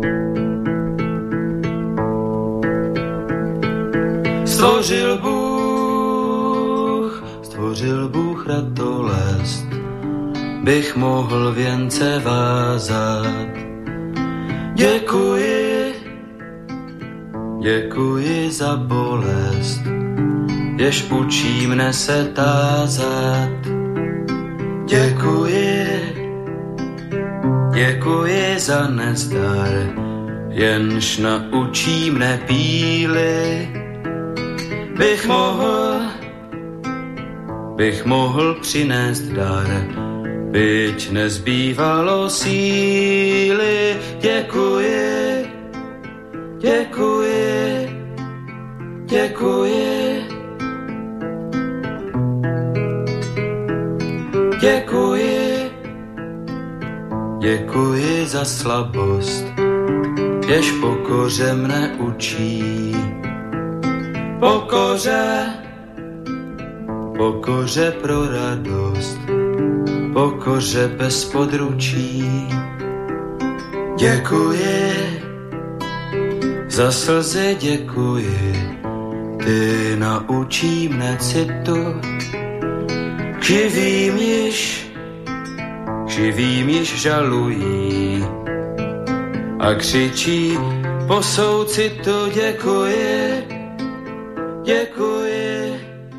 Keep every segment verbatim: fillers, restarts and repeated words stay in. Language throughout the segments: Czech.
Stvořil Bůh, stvořil Bůh ratolest, bych mohl věnce vázat. Děkuji, děkuji za bolest, jež učí mne se tázat. Děkuji, děkuji za nezdar, jenž naučí mne píly. Bych mohl, bych mohl přinést dar, byť nezbývalo síly. Děkuji, děkuji, děkuji, děkuji, děkuji za slabost, jež pokoře mne učí. Pokoře, pokoře pro radost, pokoře bez područí. Děkuji, za slzy děkuji, ty naučí mne citu. K živým již, k živým již žalují a křičí po soucitu. Děkuji, děkuji,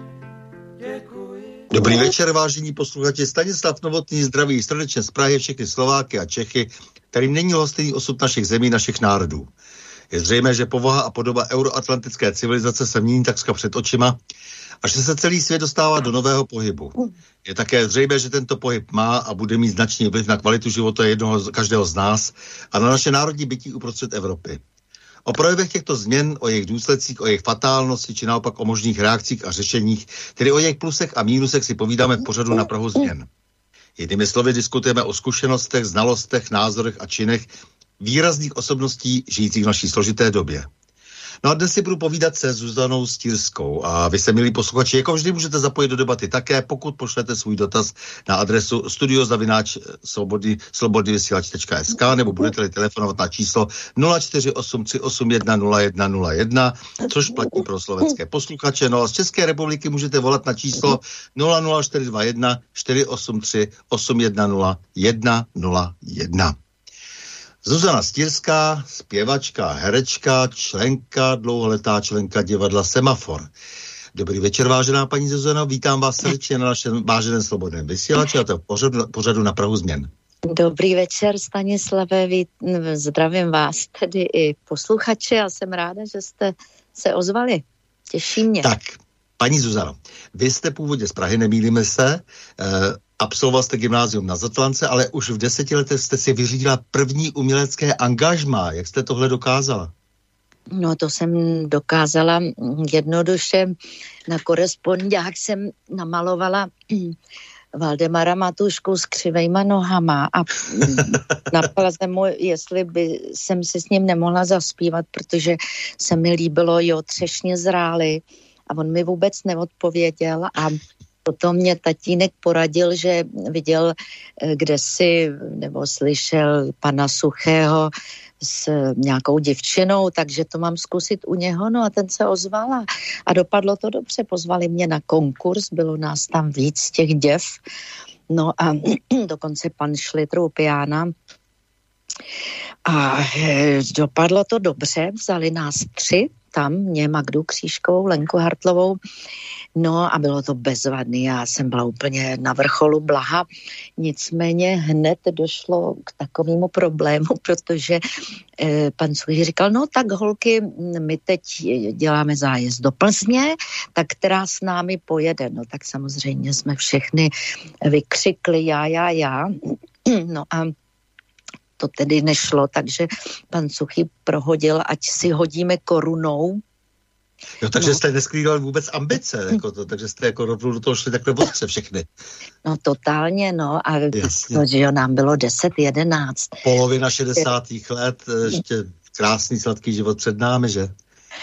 děkuji. Dobrý večer, vážení posluchači. Stanislav Novotný zdraví srdečně z Prahy všechny Slováky a Čechy, kterým není lhostejný osud našich zemí, našich národů. Je zřejmé, že povaha a podoba euroatlantické civilizace se mění takřka před očima a že se celý svět dostává do nového pohybu. Je také zřejmé, že tento pohyb má a bude mít značný vliv na kvalitu života jednoho každého z nás a na naše národní bytí uprostřed Evropy. O projevech těchto změn, o jejich důsledcích, o jejich fatálnosti, či naopak o možných reakcích a řešeních, tedy o jejich plusech a mínusech si povídáme v pořadu Na prahu změn. Jednými slovy diskutujeme o zkušenostech, znalostech, názorech a činech výrazných osobností žijících v naší složité době. No a dnes si budu povídat se Zuzanou Stýrskou a vy se, milí posluchači, jako vždy můžete zapojit do debaty také, pokud pošlete svůj dotaz na adresu studio zavináč slobody vysílač tečka es ká nebo budete-li telefonovat na číslo nula čtyři osm tři osm jedna nula jedna nula jedna, což platí pro slovenské posluchače. No a z České republiky můžete volat na číslo nula nula čtyři dva jedna čtyři osm tři osm jedna nula jedna nula jedna. Zuzana Stýrská, zpěvačka, herečka, členka, dlouholetá členka divadla Semafor. Dobrý večer, vážená paní Zuzano, vítám vás srdečně na našem váženém slobodném vysílači a to pořadu, pořadu Na prahu změn. Dobrý večer, Stanislave, vít, zdravím vás tedy i posluchači a jsem ráda, že jste se ozvali. Těší mě. Tak, paní Zuzano, vy jste původně z Prahy, nemýlíme se, eh, absolvoval jste gymnázium na Zatlance, ale už v deseti letech jste si vyřídila první umělecké angažmá. Jak jste tohle dokázala? No to jsem dokázala jednoduše. Na korespondák jsem namalovala Valdemara Matušku s křivejma nohama a napadla jsem mu, jestli by jsem si s ním nemohla zaspívat, protože se mi líbilo Jo třešně zrály a on mi vůbec neodpověděl a potom mě tatínek poradil, že viděl kdesi nebo slyšel pana Suchého s nějakou děvčinou, takže to mám zkusit u něho, no a ten se ozval a, a dopadlo to dobře, pozvali mě na konkurs, bylo nás tam víc těch děv, no a dokonce pan Šlitr u piana a e, dopadlo to dobře, vzali nás tři, tam mě, Magdu Křížkovou, Lenku Hartlovou, no a bylo to bezvadný, já jsem byla úplně na vrcholu blaha, nicméně hned došlo k takovému problému, protože eh, pan Suchy říkal, no tak holky, my teď děláme zájezd do Plzně, tak která s námi pojede, no tak samozřejmě jsme všechny vykřikli já, já, já, no a to tedy nešlo, takže pan Suchý prohodil, ať si hodíme korunou. Jo, takže no. Jste neskrývali vůbec ambice, jako to, takže jste jako rovnou do toho šli takhle ostře všechny. No totálně, no, a to, že jo, nám bylo deset, jedenáct. Polovina šedesátých let, ještě krásný sladký život před námi, že?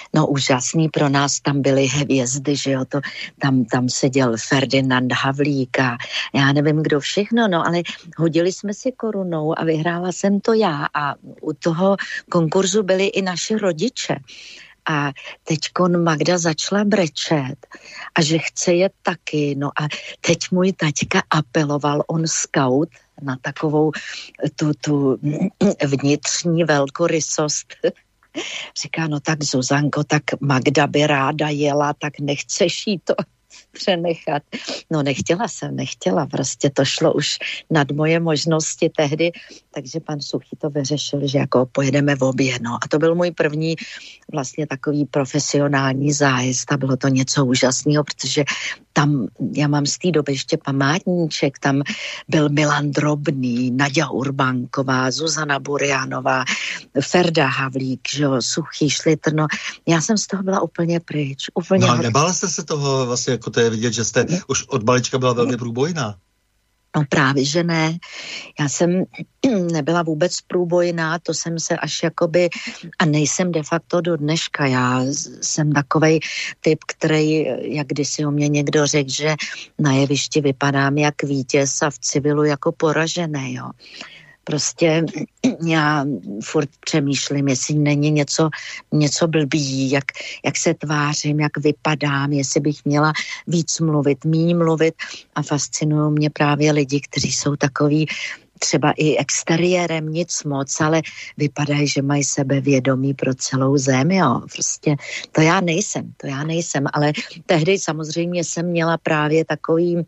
No úžasný, pro nás tam byly hvězdy, že jo, to, tam, tam seděl Ferdinand Havlík a já nevím kdo všechno, no ale hodili jsme si korunou a vyhrála jsem to já a u toho konkurzu byli i naši rodiče. A teďkon Magda začala brečet a že chce jet taky, no a teď můj taťka apeloval, on scout, na takovou tu, tu vnitřní velkorysost. Říká, no tak Zuzanko, tak Magda by ráda jela, tak nechceš jí to přenechat. No nechtěla jsem, nechtěla, prostě to šlo už nad moje možnosti tehdy, takže pan Suchý to vyřešil, že jako pojedeme v obě, no a to byl můj první vlastně takový profesionální zájezd a bylo to něco úžasného, protože tam, já mám z té doby ještě památníček, tam byl Milan Drobný, Naďa Urbánková, Zuzana Burianová, Ferda Havlík, že jo, Suchý, Šlitr, no já jsem z toho byla úplně pryč. Úplně no a nebála jste se toho vlastně, jako to je vidět, že jste už od malička byla velmi průbojná? No právě, že ne. Já jsem nebyla vůbec průbojná, to jsem se až jakoby, a nejsem de facto do dneška. Já jsem takovej typ, který, jak kdysi o mě někdo řekl, že na jevišti vypadám jak vítěz a v civilu jako poražený, jo. Prostě já furt přemýšlím, jestli není něco, něco blbý, jak, jak se tvářím, jak vypadám, jestli bych měla víc mluvit, míň mluvit a fascinují mě právě lidi, kteří jsou takový třeba i exteriérem nic moc, ale vypadají, že mají sebevědomí pro celou zemi, jo. Prostě to já nejsem, to já nejsem, ale tehdy samozřejmě jsem měla právě takový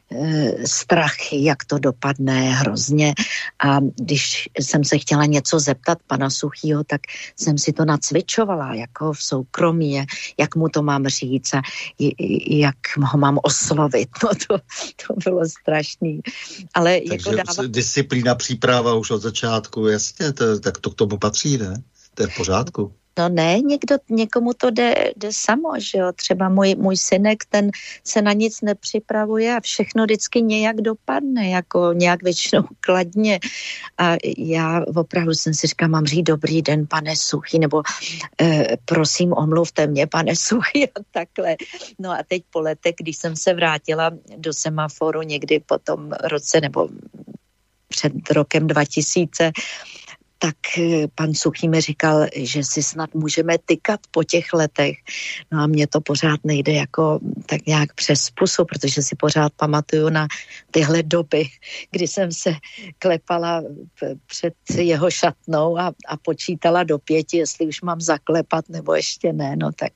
strachy, jak to dopadne hrozně a když jsem se chtěla něco zeptat pana Suchýho, tak jsem si to nacvičovala jako v soukromí, jak mu to mám říct a jak ho mám oslovit, no to, to bylo strašný. Ale takže jako dává... disciplína, příprava už od začátku, jasně, to, tak to k tomu patří, ne? To je v pořádku. No ne, někdo, někomu to jde, jde samo, že jo, třeba můj, můj synek, ten se na nic nepřipravuje a všechno vždycky nějak dopadne, jako nějak většinou kladně a já opravdu jsem si říkala, mám říct dobrý den, pane Suchý, nebo eh, prosím, omluvte mě, pane Suchý a takhle. No a teď po letech, když jsem se vrátila do Semaforu někdy po tom roce, nebo před rokem dva tisíce, tak pan Suchý mi říkal, že si snad můžeme tykat po těch letech. No a mně to pořád nejde jako tak nějak přes pusu, protože si pořád pamatuju na tyhle doby, kdy jsem se klepala před jeho šatnou a, a počítala do pěti, jestli už mám zaklepat nebo ještě ne, no tak...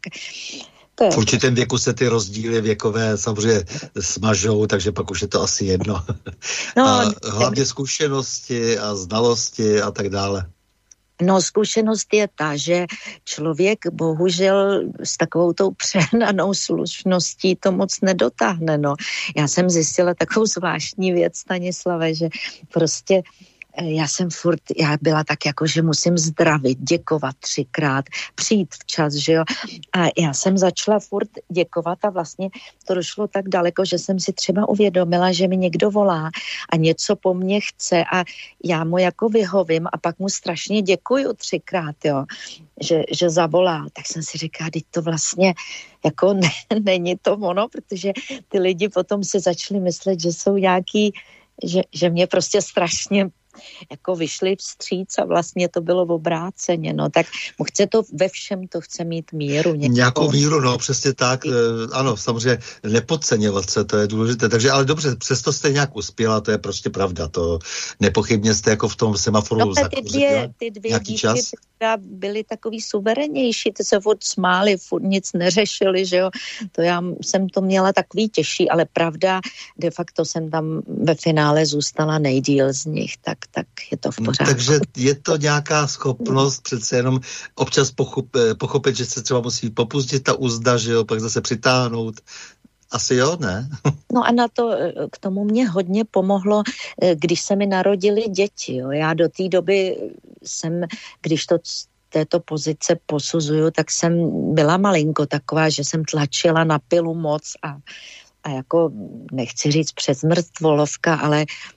V určitém věku se ty rozdíly věkové samozřejmě smažou, takže pak už je to asi jedno. No, a hlavně zkušenosti a znalosti a tak dále. No, zkušenost je ta, že člověk bohužel s takovou tou přehnanou slušností to moc nedotáhne, no. Já jsem zjistila takovou zvláštní věc, Stanislave, že prostě já jsem furt, já byla tak jako, že musím zdravit, děkovat třikrát, přijít včas, že jo. A já jsem začala furt děkovat a vlastně to došlo tak daleko, že jsem si třeba uvědomila, že mi někdo volá a něco po mně chce a já mu jako vyhovím a pak mu strašně děkuju třikrát, jo, že, že zavolá. Tak jsem si říkala, teď to vlastně jako ne, není to ono, protože ty lidi potom si začali myslet, že jsou nějaký, že, že mě prostě strašně jako vyšli vstříc a vlastně to bylo v obráceně, no tak mu chce to ve všem, to chce mít míru. Někoho. Nějakou míru, no přesně tak, ano, samozřejmě nepodceňovat se, to je důležité, takže ale dobře, přesto jste nějak uspěla, to je prostě pravda, to nepochybně jste jako v tom semaforu no, ty dvě, ty dvě dívky byly takový suverenější, ty se furt smáli, furt nic neřešili, že jo, to já jsem to měla takový těžší, ale pravda, de facto jsem tam ve finále zůstala nejdýl z nich, tak tak je to v pořádku. Takže je to nějaká schopnost přece jenom občas pochop, pochopit, že se třeba musí popustit ta uzda, že jo, pak zase přitáhnout. Asi jo, ne? No a na to, k tomu mě hodně pomohlo, když se mi narodily děti, jo. Já do té doby jsem, když to této pozice posuzuju, tak jsem byla malinko taková, že jsem tlačila na pilu moc a, a jako, nechci říct přes mrtvolovka, ale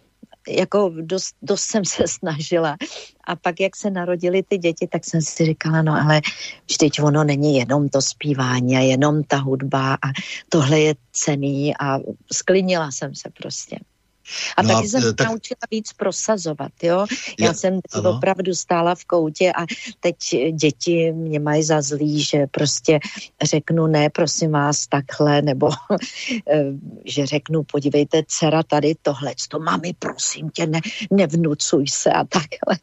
jako dost, dost jsem se snažila. A pak, jak se narodily ty děti, tak jsem si říkala, no ale vždyť ono není jenom to zpívání a jenom ta hudba a tohle je cenný a sklinila jsem se prostě. A no taky a, jsem se tak... naučila víc prosazovat, jo. Já je, jsem opravdu stála v koutě a teď děti mě mají za zlý, že prostě řeknu ne, prosím vás, takhle, nebo že řeknu, podívejte, dcera, tady tohle, to mami, prosím tě, ne, nevnucuj se a takhle.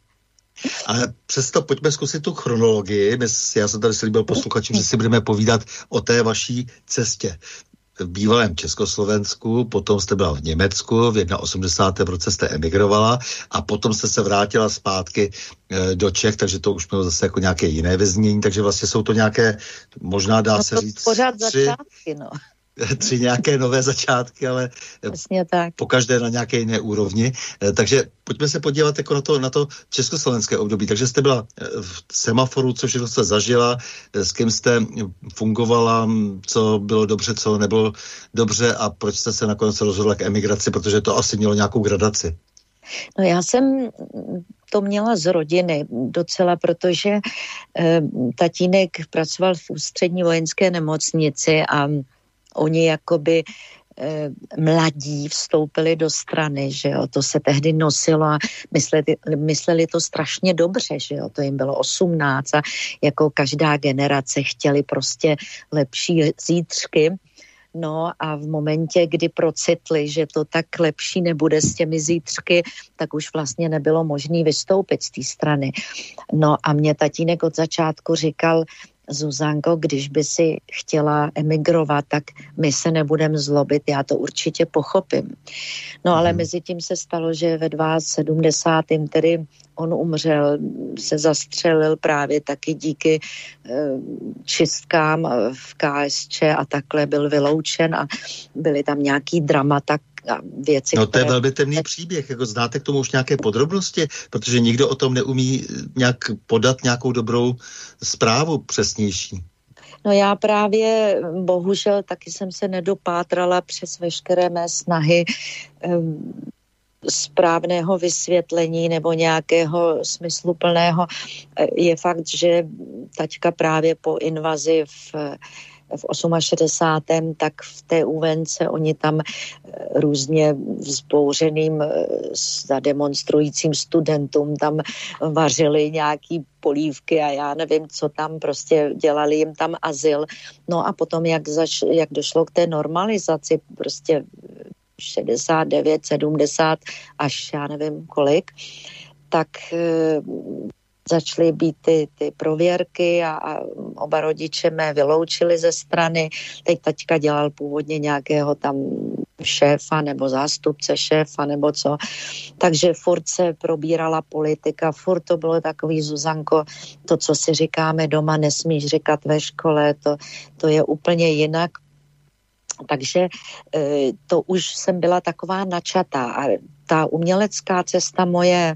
Ale přesto pojďme zkusit tu chronologii. Já jsem tady slíbil posluchačům, že si budeme povídat o té vaší cestě. V bývalém Československu, potom jste byla v Německu, v osmdesátém prvním roce jste emigrovala a potom jste se vrátila zpátky e, do Čech, takže to už mělo zase jako nějaké jiné vyznění, takže vlastně jsou to nějaké, možná dá no se říct, pořád tři, začátky, no. tři nějaké nové začátky, ale vlastně tak. Pokaždé na nějaké jiné úrovni. E, takže pojďme se podívat jako na to, na to československé období. Takže jste byla v Semaforu, co všechno jste zažila, s kým jste fungovala, co bylo dobře, co nebylo dobře a proč jste se nakonec rozhodla k emigraci, protože to asi mělo nějakou gradaci. No já jsem to měla z rodiny docela, protože e, tatínek pracoval v ústřední vojenské nemocnici a oni jakoby eh, mladí vstoupili do strany, že jo, to se tehdy nosilo a mysleli, mysleli to strašně dobře, že jo, to jim bylo osmnáct a jako každá generace chtěli prostě lepší zítřky. No a v momentě, kdy procitli, že to tak lepší nebude s těmi zítřky, tak už vlastně nebylo možné vystoupit z té strany. No a mě tatínek od začátku říkal, Zuzanko, když by si chtěla emigrovat, tak my se nebudeme zlobit, já to určitě pochopím. No ale mm. mezi tím se stalo, že ve sedmdesátém druhém tedy on umřel, se zastřelil právě taky díky e, čistkám v K S Č a takhle byl vyloučen a byly tam nějaký dramata, věci, no to je které... velmi temný příběh, jako znáte k tomu už nějaké podrobnosti, protože nikdo o tom neumí nějak podat nějakou dobrou zprávu přesnější. No já právě, bohužel, taky jsem se nedopátrala přes veškeré mé snahy um, správného vysvětlení nebo nějakého smysluplného. Je fakt, že taťka právě po invazi v v šedesátém osmém tak v té úvence oni tam různě vzbouřeným za demonstrujícím studentům tam vařili nějaký polívky a já nevím, co tam prostě dělali jim tam azyl. No a potom, jak, zaš, jak došlo k té normalizaci, prostě šedesát devět, sedmdesát až já nevím kolik, tak začaly být ty, ty prověrky a, a oba rodiče mé vyloučili ze strany. Teď taťka dělal původně nějakého tam šéfa nebo zástupce šéfa nebo co. Takže furt se probírala politika, furt to bylo takový, Zuzanko, to, co si říkáme doma, nesmíš říkat ve škole, to, to je úplně jinak. Takže to už jsem byla taková načatá a ta umělecká cesta moje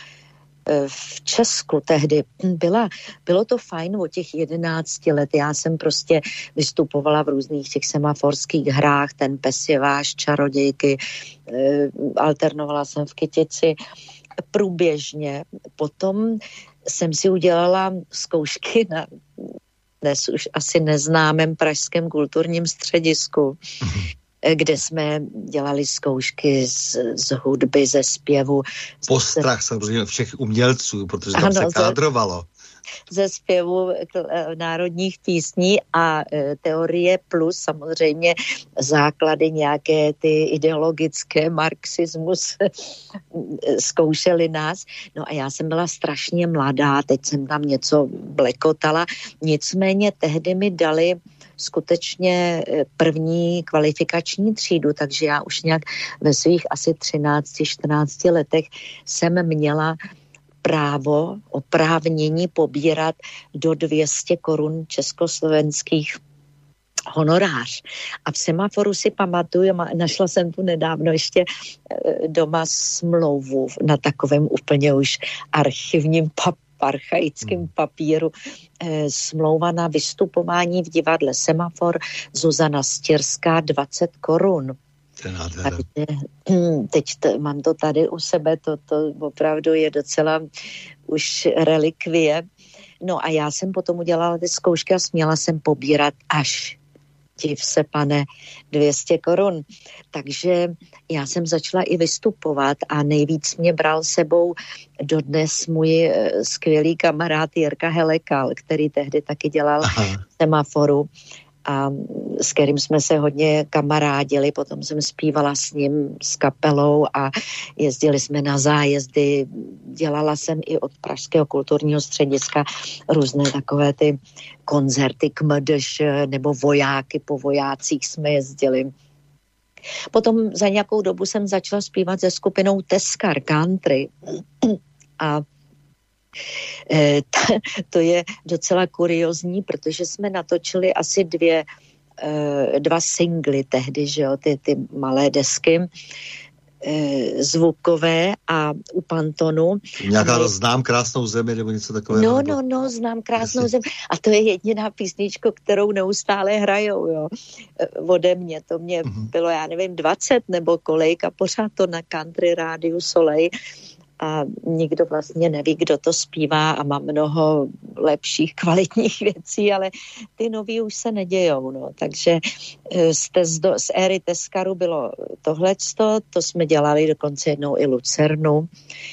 v Česku tehdy byla, bylo to fajn od těch jedenácti let. Já jsem prostě vystupovala v různých těch semaforských hrách, ten Pes je váš, Čarodějky, alternovala jsem v Kytici průběžně. Potom jsem si udělala zkoušky na dnes už asi neznámém pražském kulturním středisku, kde jsme dělali zkoušky z, z hudby, ze zpěvu. Postrach samozřejmě všech umělců, protože tam ano, se kádrovalo. Ze zpěvu národních písní a e, teorie plus samozřejmě základy nějaké ty ideologické, marxismus zkoušeli nás. No a já jsem byla strašně mladá, teď jsem tam něco blekotala, nicméně tehdy mi dali skutečně první kvalifikační třídu, takže já už nějak ve svých asi třinácti čtrnácti letech jsem měla právo, oprávnění pobírat do dvě stě korun československých honorář. A v Semaforu si pamatuju, našla jsem tu nedávno ještě doma smlouvu na takovém úplně už archivním papíru, archaickém papíru, e, smlouva na vystupování v divadle Semafor, Zuzana Stěrská, dvacet korun. Teď to, mám to tady u sebe, to, to opravdu je docela už relikvie. No a já jsem potom udělala ty zkoušky a směla jsem pobírat až, div se pane, dvě stě korun. Takže já jsem začala i vystupovat a nejvíc mě bral sebou dodnes můj skvělý kamarád Jirka Helekal, který tehdy taky dělal Aha. Semaforu a s kterým jsme se hodně kamarádili, potom jsem zpívala s ním, s kapelou a jezdili jsme na zájezdy, dělala jsem i od Pražského kulturního střediska různé takové ty koncerty k mdž nebo vojáky, po vojácích jsme jezdili. Potom za nějakou dobu jsem začala zpívat se skupinou Teskar Country a to je docela kuriozní, protože jsme natočili asi dvě, dva singly tehdy, že jo, ty, ty malé desky zvukové a u Pantonu. Nějaká my... Znám krásnou zemi nebo něco takového? No, nebo... no, no, Znám krásnou zemi. A to je jediná písnička, kterou neustále hrajou, jo, ode mě. To mě uh-huh. bylo, já nevím, dvacet nebo kolik a pořád to na Country Rádiu Soleil a nikdo vlastně neví, kdo to zpívá a má mnoho lepších kvalitních věcí, ale ty nový už se nedějou, no. Takže z, tez, do, z éry Teskaru bylo tohleto, to jsme dělali dokonce jednou i Lucernu,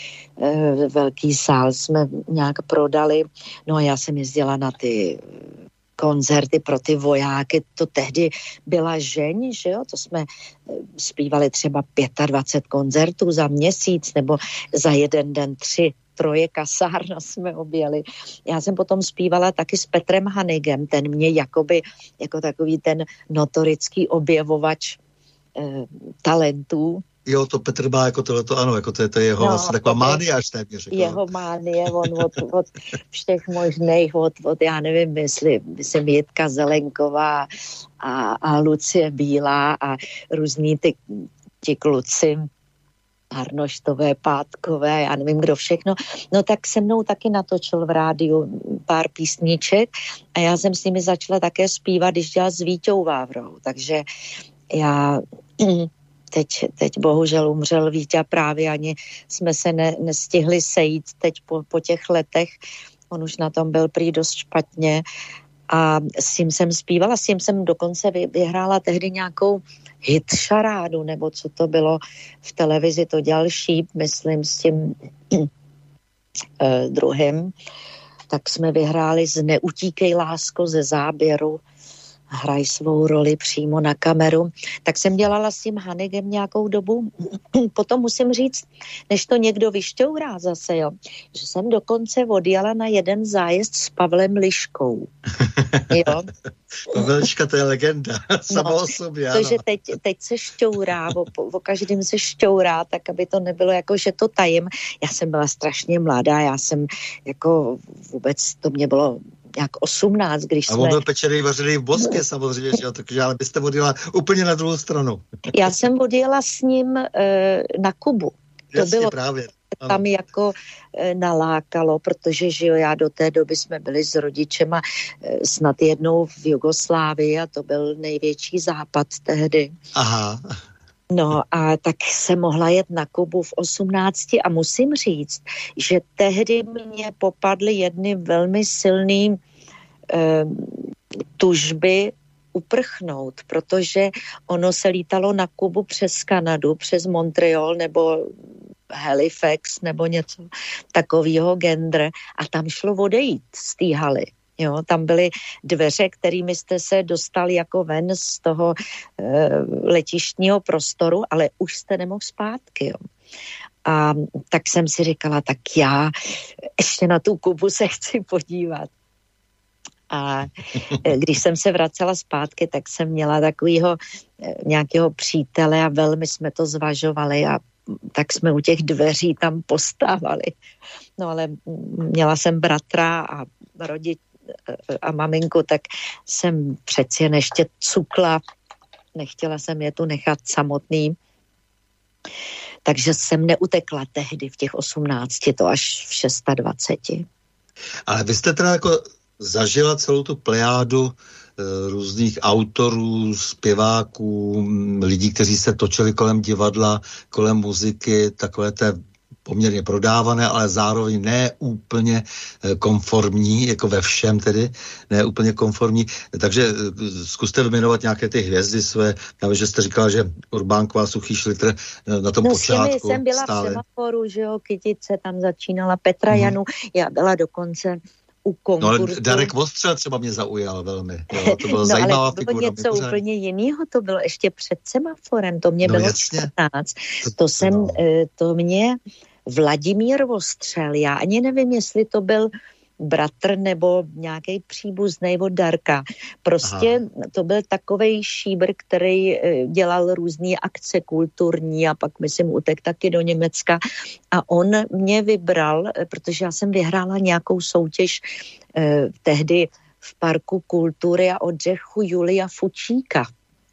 velký sál jsme nějak prodali, no a já jsem jezdila na ty koncerty pro ty vojáky, to tehdy byla žeň, že jo, to jsme zpívali třeba dvacet pět koncertů za měsíc, nebo za jeden den tři, troje kasárna jsme objeli. Já jsem potom zpívala taky s Petrem Hanigem, ten mě jakoby, jako takový ten notorický objevovač eh, talentů. Jo, to Petr má jako tohleto, ano, jako to je, to je jeho no, vlastně taková mánie až téměř. Jeho mánie, on od, od všech možných, od, od já nevím, jestli, myslím Jitka Zelenková a, a Lucie Bílá a různý ty, ti kluci, Arnoštové, Pátkové, já nevím, kdo všechno, no tak se mnou taky natočil v rádiu pár písniček a já jsem s nimi začala také zpívat, když dělala s Víťou Vávrou, takže já... Teď, teď bohužel umřel Víťa právě, ani jsme se ne, nestihli sejít teď po, po těch letech. On už na tom byl prý dost špatně a s tím jsem zpívala, s tím jsem dokonce vy, vyhrála tehdy nějakou hit šarádu, nebo co to bylo v televizi, to dělal Šíp, myslím, s tím uh, druhým. Tak jsme vyhráli z Neutíkej lásko ze záběru, hraj svou roli přímo na kameru, tak jsem dělala s tím Hanigem nějakou dobu. Potom musím říct, než to někdo vyšťourá zase, jo, že jsem dokonce odjela na jeden zájezd s Pavlem Liškou. Jo. Pavel Liška, to je legenda, sama o sobě. Takže teď, teď se šťourá, o, o každém se šťourá, tak aby to nebylo jako, že to tajím. Já jsem byla strašně mladá, já jsem jako vůbec, to mě bylo jak osmnáct, když a jsme... A on byl pečený, vařený v Boské samozřejmě, že jo, takže ale byste odjela úplně na druhou stranu. Já jsem odjela s ním e, na Kubu. To Jasně, bylo právě. Ano. Tam jako e, nalákalo, protože že jo, já do té doby jsme byli s rodičema e, snad jednou v Jugoslávii a to byl největší západ tehdy. Aha. No a tak jsem mohla jet na Kubu v osmnácti a musím říct, že tehdy mě popadly jedny velmi silný e, tužby uprchnout, protože ono se lítalo na Kubu přes Kanadu, přes Montreal nebo Halifax nebo něco takového gender a tam šlo odejít z té haly. Jo, tam byly dveře, kterými jste se dostali jako ven z toho e, letištního prostoru, ale už jste nemohl zpátky. Jo. A tak jsem si říkala, tak já ještě na tu Kubu se chci podívat. A když jsem se vracela zpátky, tak jsem měla takovýho nějakého přítele a velmi jsme to zvažovali a tak jsme u těch dveří tam postávali. No ale měla jsem bratra a rodiče a maminku, tak jsem přeci jen ještě cukla. Nechtěla jsem je tu nechat samotný. Takže jsem neutekla tehdy v těch osmnácti, to až v dvaceti šesti. Ale vy jste teda jako zažila celou tu plejádu různých autorů, zpěváků, lidí, kteří se točili kolem divadla, kolem muziky, takové té poměrně prodávané, ale zároveň ne úplně konformní, jako ve všem tedy, ne úplně konformní. Takže zkuste vyjmenovat nějaké ty hvězdy své. Já vím, že jste říkala, že Urbánková, Suchý Šlitr na tom no, počátku jsem byla stále. v Semaforu, že jo, Kytice, tam začínala Petra hmm. Janu, já byla dokonce u konkurzu. No ale Darek Vostřel třeba mě zaujal velmi. Jo, to bylo no, zajímavá ale to bylo figura. něco úplně jiného, to bylo ještě před Semaforem, to mě no, bylo jasně. čtrnáct. To, to jsem, no. to mě Vladimír Vostřel, já ani nevím, jestli to byl bratr nebo nějaký příbuznej od Darka. Prostě Aha. to byl takovej šíbr, který dělal různý akce kulturní a pak myslím utek taky do Německa a on mě vybral, protože já jsem vyhrála nějakou soutěž eh, tehdy v Parku kultury a oddechu Julia Fučíka.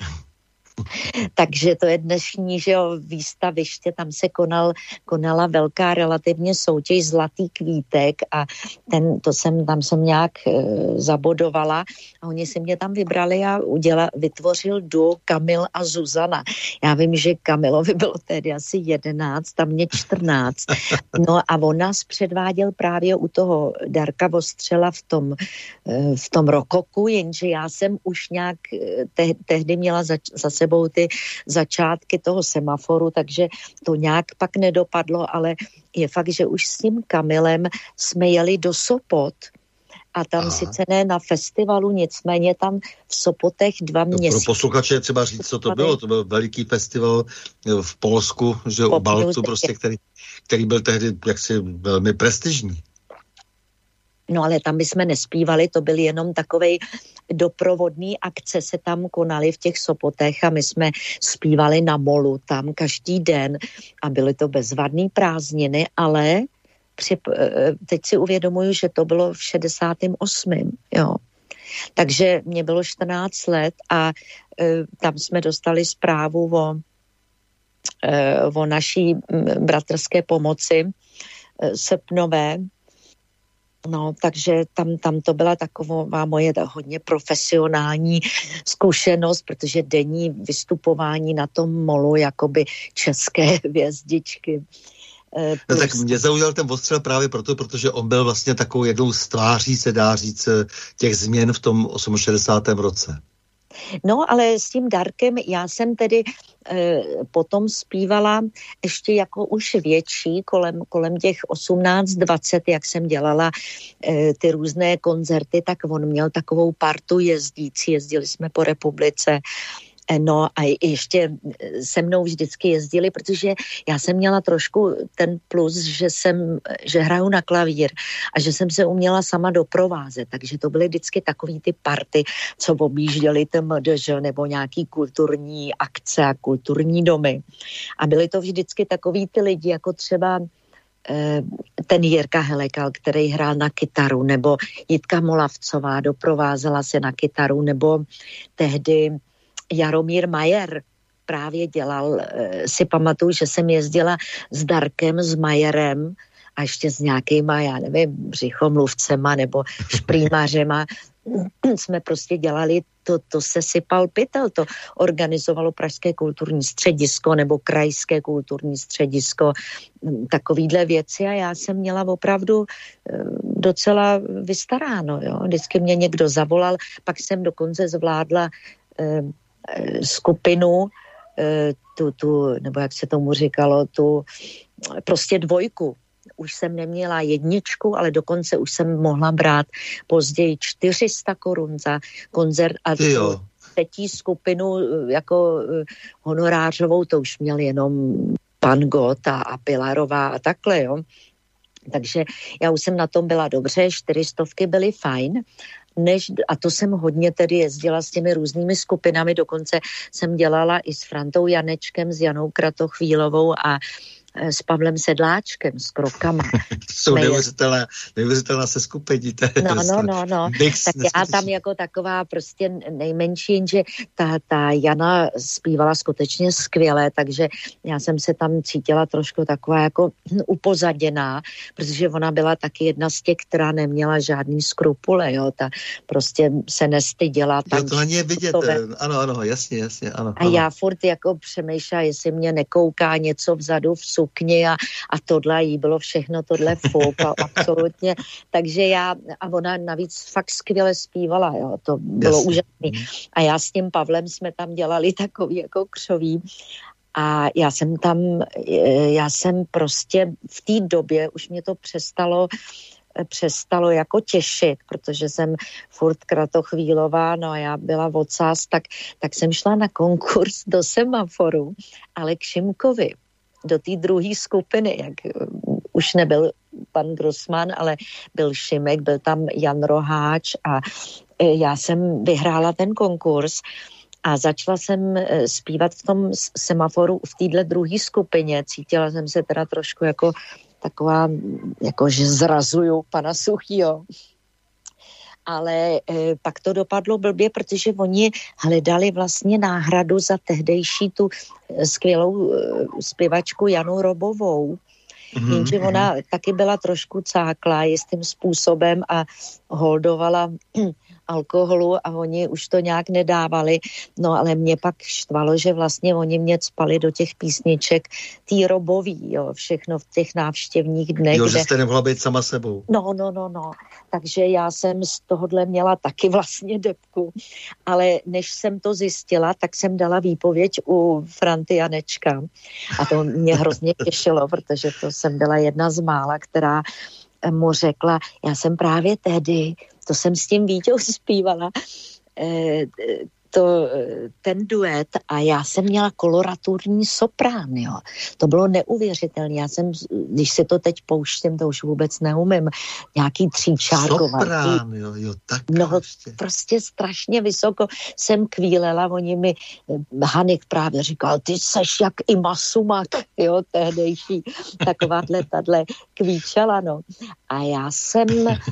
Takže to je dnešní, že jo, výstaviště, tam se konal, konala velká relativně soutěž Zlatý kvítek a ten, to jsem, tam jsem nějak e, zabodovala a oni si mě tam vybrali a uděla, vytvořil duo Kamil a Zuzana. Já vím, že Kamilovi bylo tedy asi jedenáct, tam mě čtrnáct. No a on nás předváděl právě u toho Darka Vostřela v tom, e, v tom rokoku, jenže já jsem už nějak te, tehdy měla za, za sebou ty začátky toho Semaforu, takže to nějak pak nedopadlo, ale je fakt, že už s tím Kamilem jsme jeli do Sopot a tam Aha. sice ne na festivalu, nicméně tam v Sopotech dva měsíce. Pro posluchače je třeba říct, co to bylo. To byl veliký festival v Polsku, že u Baltu, prostě, který, který byl tehdy jaksi velmi prestižní. No ale tam bychom nespívali, to byl jenom takovej doprovodný akce se tam konaly v těch Sopotech a my jsme zpívali na molu tam každý den a byly to bezvadný prázdniny, ale při, teď si uvědomuju, že to bylo v šedesátém osmém Jo. Takže mě bylo čtrnáct let a e, tam jsme dostali zprávu o, e, o naší bratrské pomoci e, srpnové. No, takže tam, tam to byla taková moje hodně profesionální zkušenost, protože denní vystupování na tom molu, jakoby české hvězdičky. No tak mě zaujal ten Vostřel právě proto, protože on byl vlastně takovou jednou z tváří, se dá říct, těch změn v tom šedesátém osmém roce. No, ale s tím Darkem já jsem tedy e, potom zpívala ještě jako už větší, kolem, kolem těch osmnáct dvacet, jak jsem dělala e, ty různé koncerty, tak on měl takovou partu jezdící, jezdili jsme po republice. No a ještě se mnou vždycky jezdili, protože já jsem měla trošku ten plus, že jsem, že hraju na klavír a že jsem se uměla sama doprovázet, takže to byly vždycky takový ty party, co objížděli ten M D Ž nebo nějaký kulturní akce a kulturní domy. A byly to vždycky takový ty lidi, jako třeba ten Jirka Helekal, který hrál na kytaru, nebo Jitka Molavcová doprovázela se na kytaru, nebo tehdy Jaromír Majer právě dělal, si pamatuju, že jsem jezdila s Darkem, s Majerem a ještě s nějakýma, já nevím, břichomluvcema nebo šprýmařema. Jsme prostě dělali, to, to se sypal pytel, to organizovalo Pražské kulturní středisko nebo Krajské kulturní středisko, takovýhle věci a já jsem měla opravdu docela vystaráno, jo. Vždycky mě někdo zavolal, pak jsem dokonce zvládla skupinu, tu, tu, nebo jak se tomu říkalo, tu prostě dvojku. Už jsem neměla jedničku, ale dokonce už jsem mohla brát později čtyři sta korun za koncert a tu třetí skupinu jako honorářovou, to už měl jenom pan Gott a, a Pilarová a takhle, jo. Takže já už jsem na tom byla dobře, čtyřistovky byly fajn, než, a to jsem hodně tedy jezdila s těmi různými skupinami, dokonce jsem dělala i s Frantou Janečkem, s Janou Kratochvílovou a s Pavlem Sedláčkem, s Krokama. Jsou neuvěřitelná, neuvěřitelná seskupení. No, no, no, no. Mix, tak já tam jako taková prostě nejmenší, jenže ta, ta Jana zpívala skutečně skvěle, takže já jsem se tam cítila trošku taková jako upozaděná, protože ona byla taky jedna z těch, která neměla žádný skrupule, jo, ta prostě se nestyděla. Jo, to ani je vidět, ano, ano, jasně, jasně, ano. A ano. já furt jako přemýšlela, jestli mě nekouká něco vzadu v sukni a, a tohle, jí bylo všechno tohle fuk a absolutně, takže já, a ona navíc fakt skvěle zpívala, jo, to bylo jasně. Úžasný. A já s tím Pavlem jsme tam dělali takový jako křoví. A já jsem tam, já jsem prostě v té době už mě to přestalo přestalo jako těšit, protože jsem furt kratochvílová, no a já byla ocás, tak, tak jsem šla na konkurs do Semaforu, ale k Šimkovi, do té druhé skupiny, jak už nebyl pan Grossman, ale byl Šimek, byl tam Jan Roháč a já jsem vyhrála ten konkurs a začala jsem zpívat v tom Semaforu v téhle druhé skupině. Cítila jsem se teda trošku jako taková, jako že zrazuju pana Suchýho. Ale e, pak to dopadlo blbě, protože oni hledali vlastně náhradu za tehdejší tu skvělou e, zpěvačku Janu Robovou. Mm-hmm. Jenže ona taky byla trošku cáklá jistým způsobem a holdovala alkoholu a oni už to nějak nedávali. No ale mě pak štvalo, že vlastně oni mě cpali do těch písniček tý Robový, jo, všechno v těch návštěvních dnech. Jo, kde... že jste nemohla být sama sebou. No, no, no, no. Takže já jsem z tohohle měla taky vlastně debku. Ale než jsem to zjistila, tak jsem dala výpověď u Franty Janečka. A to mě hrozně těšilo, protože to jsem byla jedna z mála, která mu řekla, já jsem právě tehdy, to jsem s tím Víťou zpívala, eh, to, ten duet a já jsem měla koloraturní soprán, jo. To bylo neuvěřitelné. Já jsem, když si to teď pouštím, to už vůbec neumím, nějaký tříčárkový. Soprán, jo, jo, tak no, prostě. prostě strašně vysoko jsem kvílela, oni mi, Hanik právě říkal, ty seš jak i Masumak, jo, tehdejší, takováhle tadle kvíčela, no. A já jsem,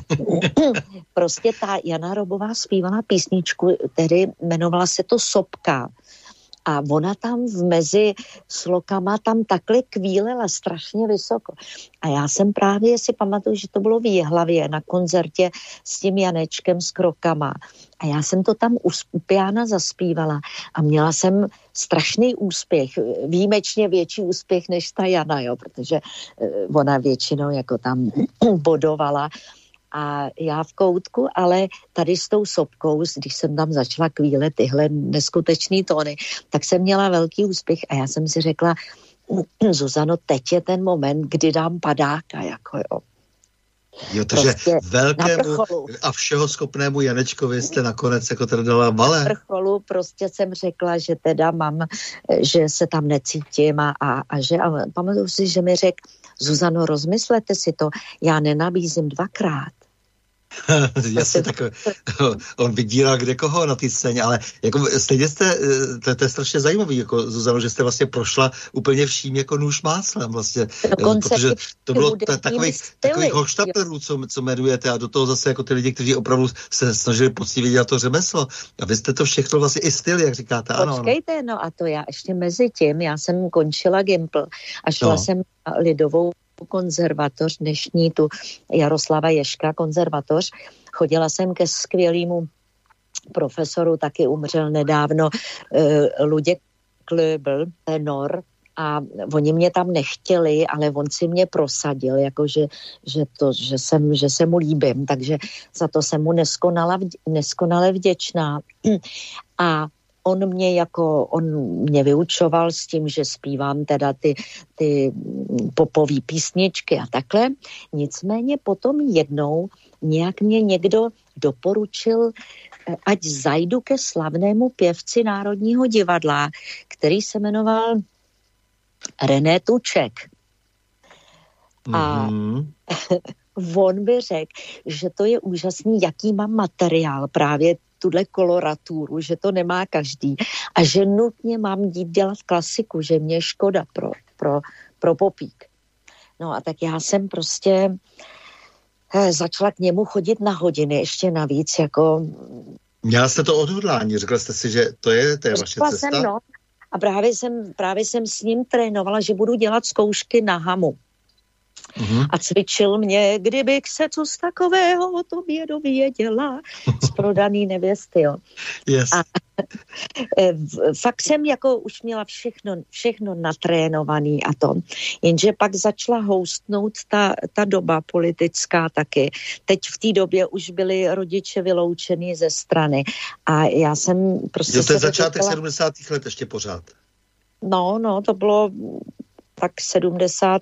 prostě ta Jana Robová zpívala písničku, tedy jmenovala se to Sopka. A ona tam v mezi slokama tam takhle kvílela strašně vysoko. A já jsem právě si pamatuju, že to bylo v Jihlavě na koncertě s tím Janečkem s Krokama. A já jsem to tam u piana zaspívala a měla jsem strašný úspěch, výjimečně větší úspěch než ta Jana, jo, protože ona většinou jako tam bodovala. A já v koutku, ale tady s tou Sopkou, když jsem tam začala kvílet tyhle neskutečný tóny, tak jsem měla velký úspěch a já jsem si řekla, Zuzano, teď je ten moment, kdy dám padáka, jako jo. Jo, takže prostě velkému a všeho schopnému Janečkovi jste nakonec jako teda dala malé. Na vrcholu prostě jsem řekla, že teda mám, že se tam necítím a, a, a že, a pamatuju si, že mi řekl, Zuzano, rozmyslete si to, já nenabízím dvakrát. Jasně, tak on vydíral kde koho na té scéně, ale jako stejně jste, to, to je strašně zajímavý, jako Zuzano, že jste vlastně prošla úplně vším jako nůž máslem vlastně, dokonce protože to bylo ta, takových, takových hochštaplerů, co, co jmenujete a do toho zase jako ty lidi, kteří opravdu se snažili poctivě dělat to řemeslo a vy jste to všechno vlastně i styl, jak říkáte. Počkejte, ano, ano. No a to já ještě mezi tím, já jsem končila Gimpl a šla no. jsem na Lidovou konzervatoř, dnešní tu Jaroslava Ježka konzervatoř. Chodila jsem ke skvělému profesoru, taky umřel nedávno, uh, Luděk Klöbl, tenor, a oni mě tam nechtěli, ale on si mě prosadil, jakože že to, že jsem, že se mu líbím, takže za to jsem mu neskonale, neskonale vděčná. A on mě jako, on mě vyučoval s tím, že zpívám teda ty, ty popové písničky a takhle. Nicméně potom jednou nějak mě někdo doporučil, ať zajdu ke slavnému pěvci Národního divadla, který se jmenoval René Tuček. A mm-hmm. on by řekl, že to je úžasný, jaký mám materiál, právě tuhle koloraturu, že to nemá každý a že nutně mám jít dělat klasiku, že mě je škoda pro, pro, pro popík. No a tak já jsem prostě eh, začala k němu chodit na hodiny, ještě navíc, jako... Měla jste to odhodlání, řekla jste si, že to je, to je vaše cesta? Jsem, no, a právě jsem, právě jsem s ním trénovala, že budu dělat zkoušky na hamu. Uhum. A cvičil mě, kdybych se co z takového o tobě dověděla z prodaný nevěsty, jo. Yes. A fakt jsem jako už měla všechno, všechno natrénovaný a to. Jenže pak začala houstnout ta, ta doba politická taky. Teď v té době už byli rodiče vyloučený ze strany a já jsem prostě... Jo, to je se začátek dověděla... sedmdesátých let ještě pořád. No, no, to bylo... tak sedmdesát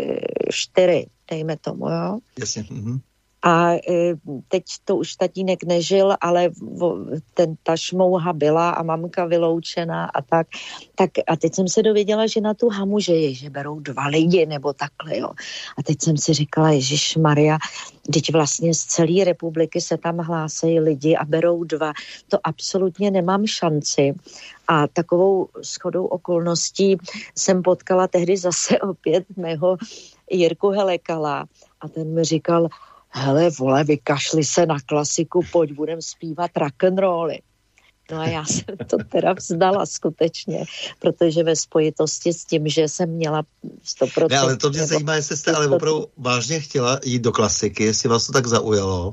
čtyři, dejme tomu, jo. Jasně. Mhm. A e, teď to už tatínek nežil, ale vo, ten, ta šmouha byla a mamka vyloučená a tak. tak. A teď jsem se dověděla, že na tu hamu, že je, že berou dva lidi nebo takhle, jo. A teď jsem si říkala, ježišmarja, teď vlastně z celé republiky se tam hlásejí lidi a berou dva. To absolutně nemám šanci. A takovou shodou okolností jsem potkala tehdy zase opět mého Jirku Helekala a ten mi říkal, hele vole, vykašli se na klasiku, pojď budem zpívat rock'n'rolly. No a já jsem to teda vzdala skutečně, protože ve spojitosti s tím, že jsem měla sto procent... Ne, ale to mě zajímá, jestli jste ale opravdu vážně chtěla jít do klasiky, jestli vás to tak zaujalo,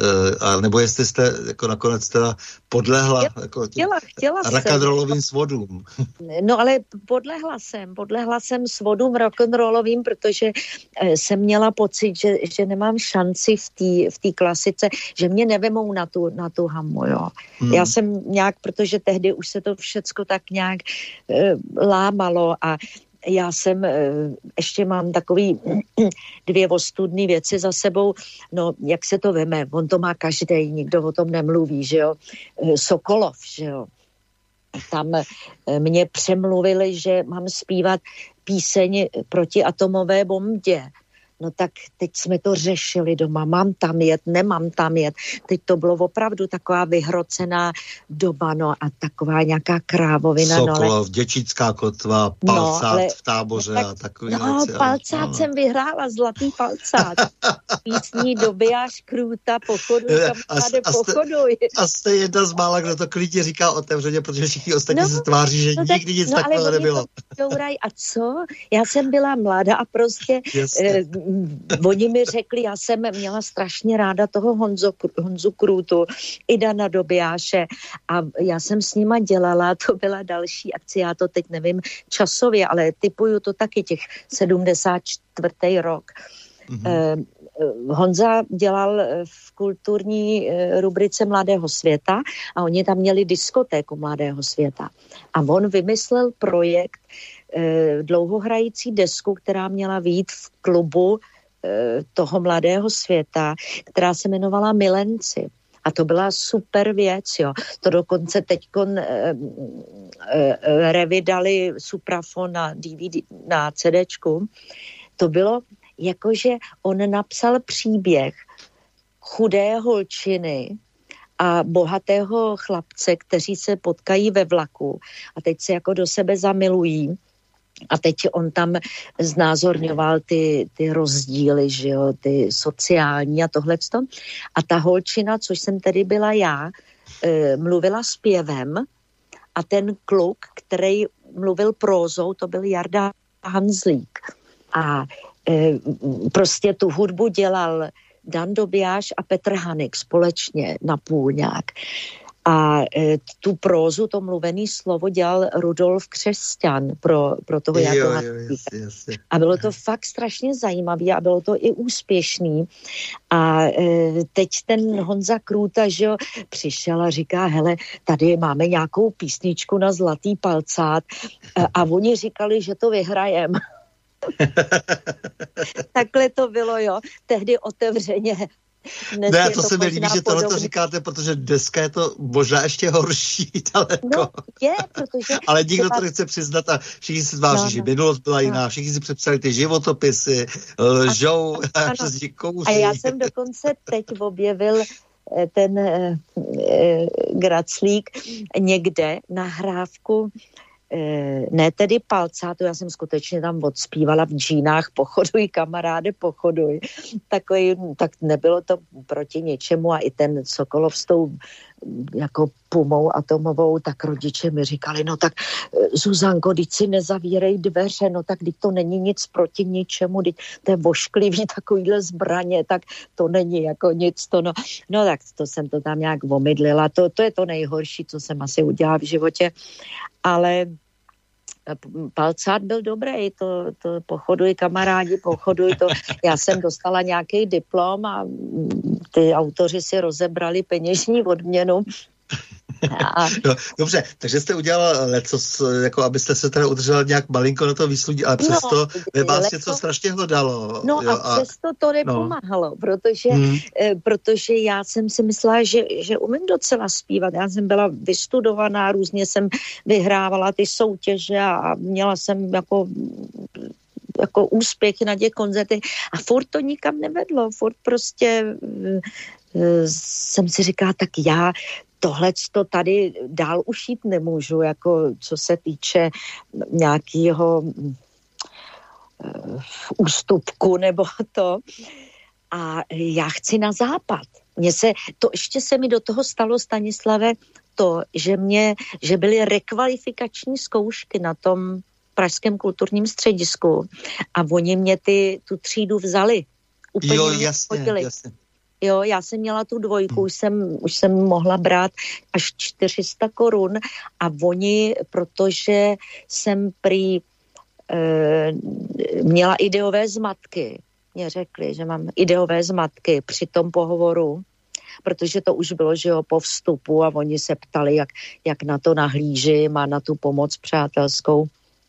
uh, nebo jestli jste jako nakonec teda podlehla chtěla, jako chtěla, chtěla rock'n'rollovým svodům. No ale podlehla jsem, podlehla jsem svodům rock'n'rollovým, protože uh, jsem měla pocit, že, že nemám šanci v té v té klasice, že mě nevemou na tu, na tu hamu, jo. Hmm. Já jsem nějak, protože tehdy už se to všecko tak nějak uh, lámalo a já jsem, uh, ještě mám takový dvě ostudné věci za sebou, no jak se to veme, on to má každej, nikdo o tom nemluví, že jo, uh, Sokolov, že jo, tam uh, mě přemluvili, že mám zpívat píseň proti atomové bombě. No tak teď jsme to řešili doma, mám tam jet, nemám tam jet. Teď to bylo opravdu taková vyhrocená doba, no a taková nějaká krávovina. Sokolov, no, ale... Děčická kotva, palcát no, ale... v Táboře tak, a takový no, věci. palcát no. jsem vyhrála, zlatý palcát. Písní Dobijáš Krůta, pochoduj, kamaráde, pochoduj. A jste jedna z mála, kdo to klidně říká otevřeně, protože všichni ostatní no, se tváří, že no, nikdy nic no, takového nebylo. Douraj, a co? Já jsem byla mladá a prostě eh, oni mi řekli, já jsem měla strašně ráda toho Honzo, Honzu Krůtu, i Dana Dobijáše a já jsem s nima dělala, to byla další akce, já to teď nevím časově, ale typuju to taky těch sedmdesát čtvrtý rok. Mm-hmm. Eh, Honza dělal v kulturní rubrice Mladého světa a oni tam měli diskotéku Mladého světa. A on vymyslel projekt eh, dlouhohrající desku, která měla vyjít v klubu eh, toho Mladého světa, která se jmenovala Milenci. A to byla super věc, jo. To dokonce teďkon eh, eh, revydali Suprafon na D V D, na CDčku. To bylo jakože on napsal příběh chudé holčiny a bohatého chlapce, kteří se potkají ve vlaku a teď se jako do sebe zamilují. A teď on tam znázorňoval ty, ty rozdíly, že jo, ty sociální a tohleto. A ta holčina, což jsem tedy byla já, e, mluvila zpěvem a ten kluk, který mluvil prózou, to byl Jarda Hanzlík. A e, prostě tu hudbu dělal Dan Dobijáš a Petr Hanik společně na půl nějak. A e, tu prózu, to mluvený slovo dělal Rudolf Křesťan pro, pro toho Jardu Hanzlíka. A bylo to fakt strašně zajímavé a bylo to i úspěšný. A e, teď ten Honza Krůta, že jo, přišel a říká, hele, tady máme nějakou písničku na zlatý palcát e, a oni říkali, že to vyhrajem. Takhle to bylo, jo. Tehdy otevřeně. Dnes ne, to, to se mi líbí, že tohle to říkáte, protože dneska je to možná ještě horší daleko. No, je, protože... Ale nikdo třeba... to nechce přiznat a všichni si tváří, no, že minulost byla jiná, no. Všichni si přepsali ty životopisy, lžou a, a přes kouří. A já jsem dokonce teď objevil ten eh, eh, Graclík někde nahrávku ne tedy palcátu, já jsem skutečně tam odspívala v džínách pochoduj, kamaráde, pochoduj. Takový, tak nebylo to proti ničemu a i ten Sokolov s tou jako pumou atomovou, tak rodiče mi říkali, no tak Zuzanko, teď si nezavírej dveře, no tak teď to není nic proti ničemu, teď to je vošklivý takovýhle zbraně, tak to není jako nic to, no. No tak to jsem to tam nějak omydlila, to, to je to nejhorší, co jsem asi udělala v životě, ale palcát byl dobrý, to, to pochoduj kamarádi, pochoduj to. Já jsem dostala nějaký diplom a ty autoři si rozebrali peněžní odměnu. A... No, dobře, takže jste udělala lecos, jako abyste se teda udržela nějak malinko na to výsluní, ale přesto no, ve vás leco... něco strašně hlodalo. No jo, a, a přesto to nepomáhalo, no. protože, hmm. eh, protože já jsem si myslela, že, že umím docela zpívat. Já jsem byla vystudovaná, různě jsem vyhrávala ty soutěže a měla jsem jako jako úspěchy na těch koncertech a furt to nikam nevedlo, furt prostě eh, jsem si říkala, tak já tohle to tady dál ušít nemůžu, jako co se týče nějakého uh, ústupku nebo to. A já chci na západ. Mně se, to ještě se mi do toho stalo, Stanislave, to, že mě, že byly rekvalifikační zkoušky na tom Pražském kulturním středisku a oni mě ty, tu třídu vzali. Úplně jo, jasně, jasně. Jo, já jsem měla tu dvojku, hmm. už, jsem, už jsem mohla brát až čtyři sta korun a oni, protože jsem prý e, měla ideové zmatky, mě řekli, že mám ideové zmatky při tom pohovoru, protože to už bylo, že jo, po vstupu a oni se ptali, jak, jak na to nahlížím a na tu pomoc přátelskou.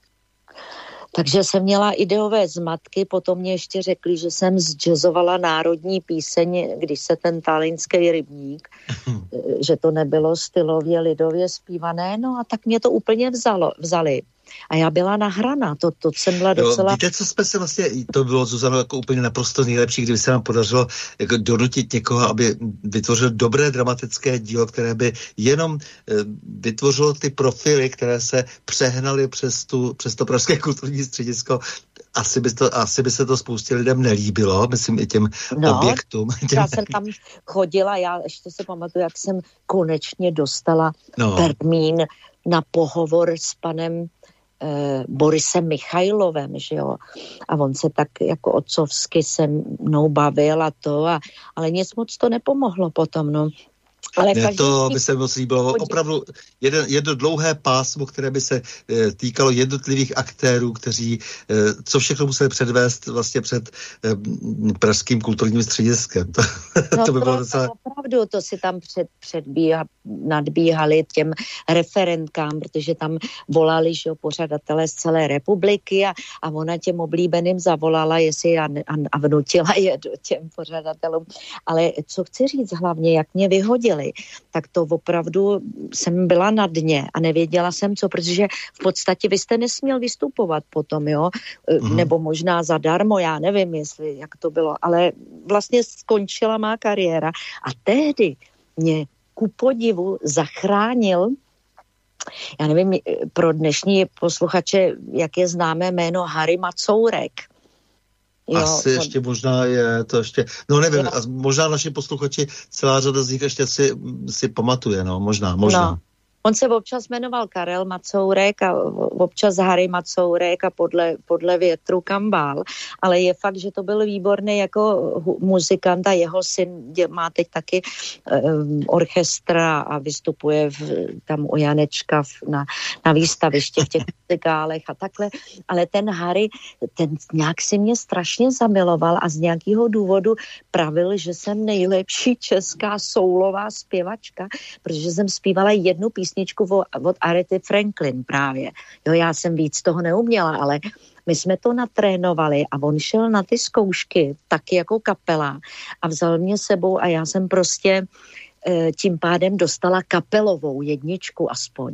Takže jsem měla ideové zmatky, potom mě ještě řekli, že jsem zjazzovala národní píseň, když se ten Tallinský rybník, že to nebylo stylově, lidově zpívané, no a tak mě to úplně vzalo, vzali. A já byla nahraná, to, to jsem byla docela... Jo, víte, co jsme se vlastně, to bylo, Zuzano, jako úplně naprosto nejlepší, kdyby se nám podařilo jako donutit někoho, aby vytvořil dobré dramatické dílo, které by jenom e, vytvořilo ty profily, které se přehnaly přes, tu, přes to Pražské kulturní středisko. Asi by, to, asi by se to spoustě lidem nelíbilo, myslím i těm no, objektům. Těm... Já jsem tam chodila, já ještě se pamatuju, jak jsem konečně dostala no. termín na pohovor s panem eh, Borisem Michajlovem, že jo. A on se tak jako otcovsky se mnou bavil a to, a, ale nic moc to nepomohlo potom, no. Ale ne, to by se moc líbilo. Opravdu jeden, jedno dlouhé pásmo, které by se e, týkalo jednotlivých aktérů, kteří, e, co všechno museli předvést vlastně před e, Pražským kulturním střediskem. To, no to by bylo to, docela... To opravdu, to si tam před, předbíha, nadbíhali těm referentkám, protože tam volali, že jo, pořadatelé z celé republiky a, a ona těm oblíbeným zavolala, jestli a, a, a vnutila je do těm pořadatelům. Ale co chci říct hlavně, jak mě vyhodili, tak to opravdu jsem byla na dně a nevěděla jsem co, protože v podstatě vy jste nesměl vystupovat potom, jo, mm. nebo možná zadarmo, já nevím, jestli, jak to bylo, ale vlastně skončila má kariéra a tehdy mě ku podivu zachránil, já nevím, pro dnešní posluchače, jak je známé jméno Harry Macourek. Jo, asi on... ještě možná je to ještě, no nevím, jo. možná naši posluchači, celá řada z nich ještě si, si pamatuje, no, možná, možná. No. On se občas jmenoval Karel Macourek a občas Harry Macourek a podle, podle větru Kambál, ale je fakt, že to byl výborný jako muzikant a jeho syn má teď taky um, orchestra a vystupuje v, tam u Janečka v, na, na výstavišti v těch muzikálech a takhle, ale ten Harry, ten nějak si mě strašně zamiloval a z nějakého důvodu pravil, že jsem nejlepší česká soulová zpěvačka, protože jsem zpívala jednu písničku od Arethy Franklin právě. Jo, já jsem víc toho neuměla, ale my jsme to natrénovali a on šel na ty zkoušky taky jako kapela a vzal mě sebou a já jsem prostě e, tím pádem dostala kapelovou jedničku aspoň.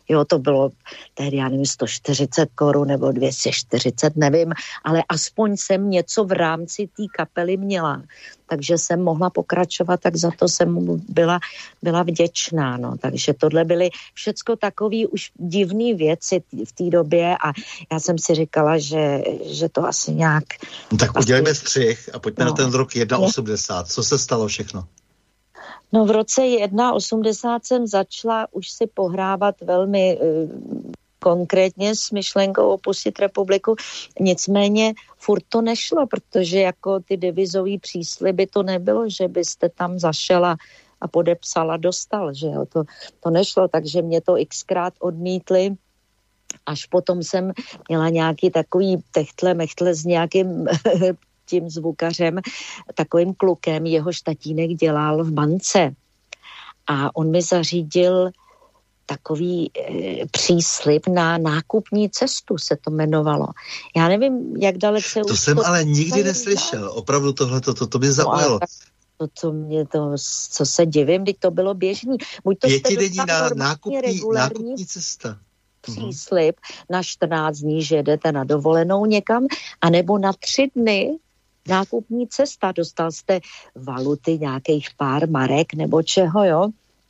Jo, to bylo tehdy, já nevím, sto čtyřicet korun nebo dvě stě čtyřicet, nevím, ale aspoň jsem něco v rámci té kapely měla. Takže jsem mohla pokračovat, tak za to jsem mu byla, byla vděčná. No. Takže tohle byly všecko takový už divný věci v té době a já jsem si říkala, že, že to asi nějak... No, tak udělejme asi... střih a pojďme no. na ten rok jedna osmdesát. Co se stalo všechno? No v roce jedna osmdesát jsem začala už si pohrávat velmi uh, konkrétně s myšlenkou opustit republiku. Nicméně furt to nešlo, protože jako ty devizový přísliby to nebylo, že byste tam zašela a podepsala, dostal, že jo, to, to nešlo, takže mě to xkrát odmítli. Až potom jsem měla nějaký takový techtle, mechtle s nějakým tím zvukařem, takovým klukem, jehož tatínek dělal v bance. A on mi zařídil takový e, příslib na nákupní cestu, se to jmenovalo. Já nevím, jak dalece... To jsem to ale nikdy to neslyšel. Opravdu tohle, to, to, to mě zaujalo. No, to, to mě to, co se divím, teď to bylo běžný. Buď to pětidenní na, nákupní, nákupní cesta. Příslib na čtrnáct dní, že jedete na dovolenou někam, anebo na tři dny nákupní cesta. Dostal jste valuty, nějakých pár marek nebo čeho, jo?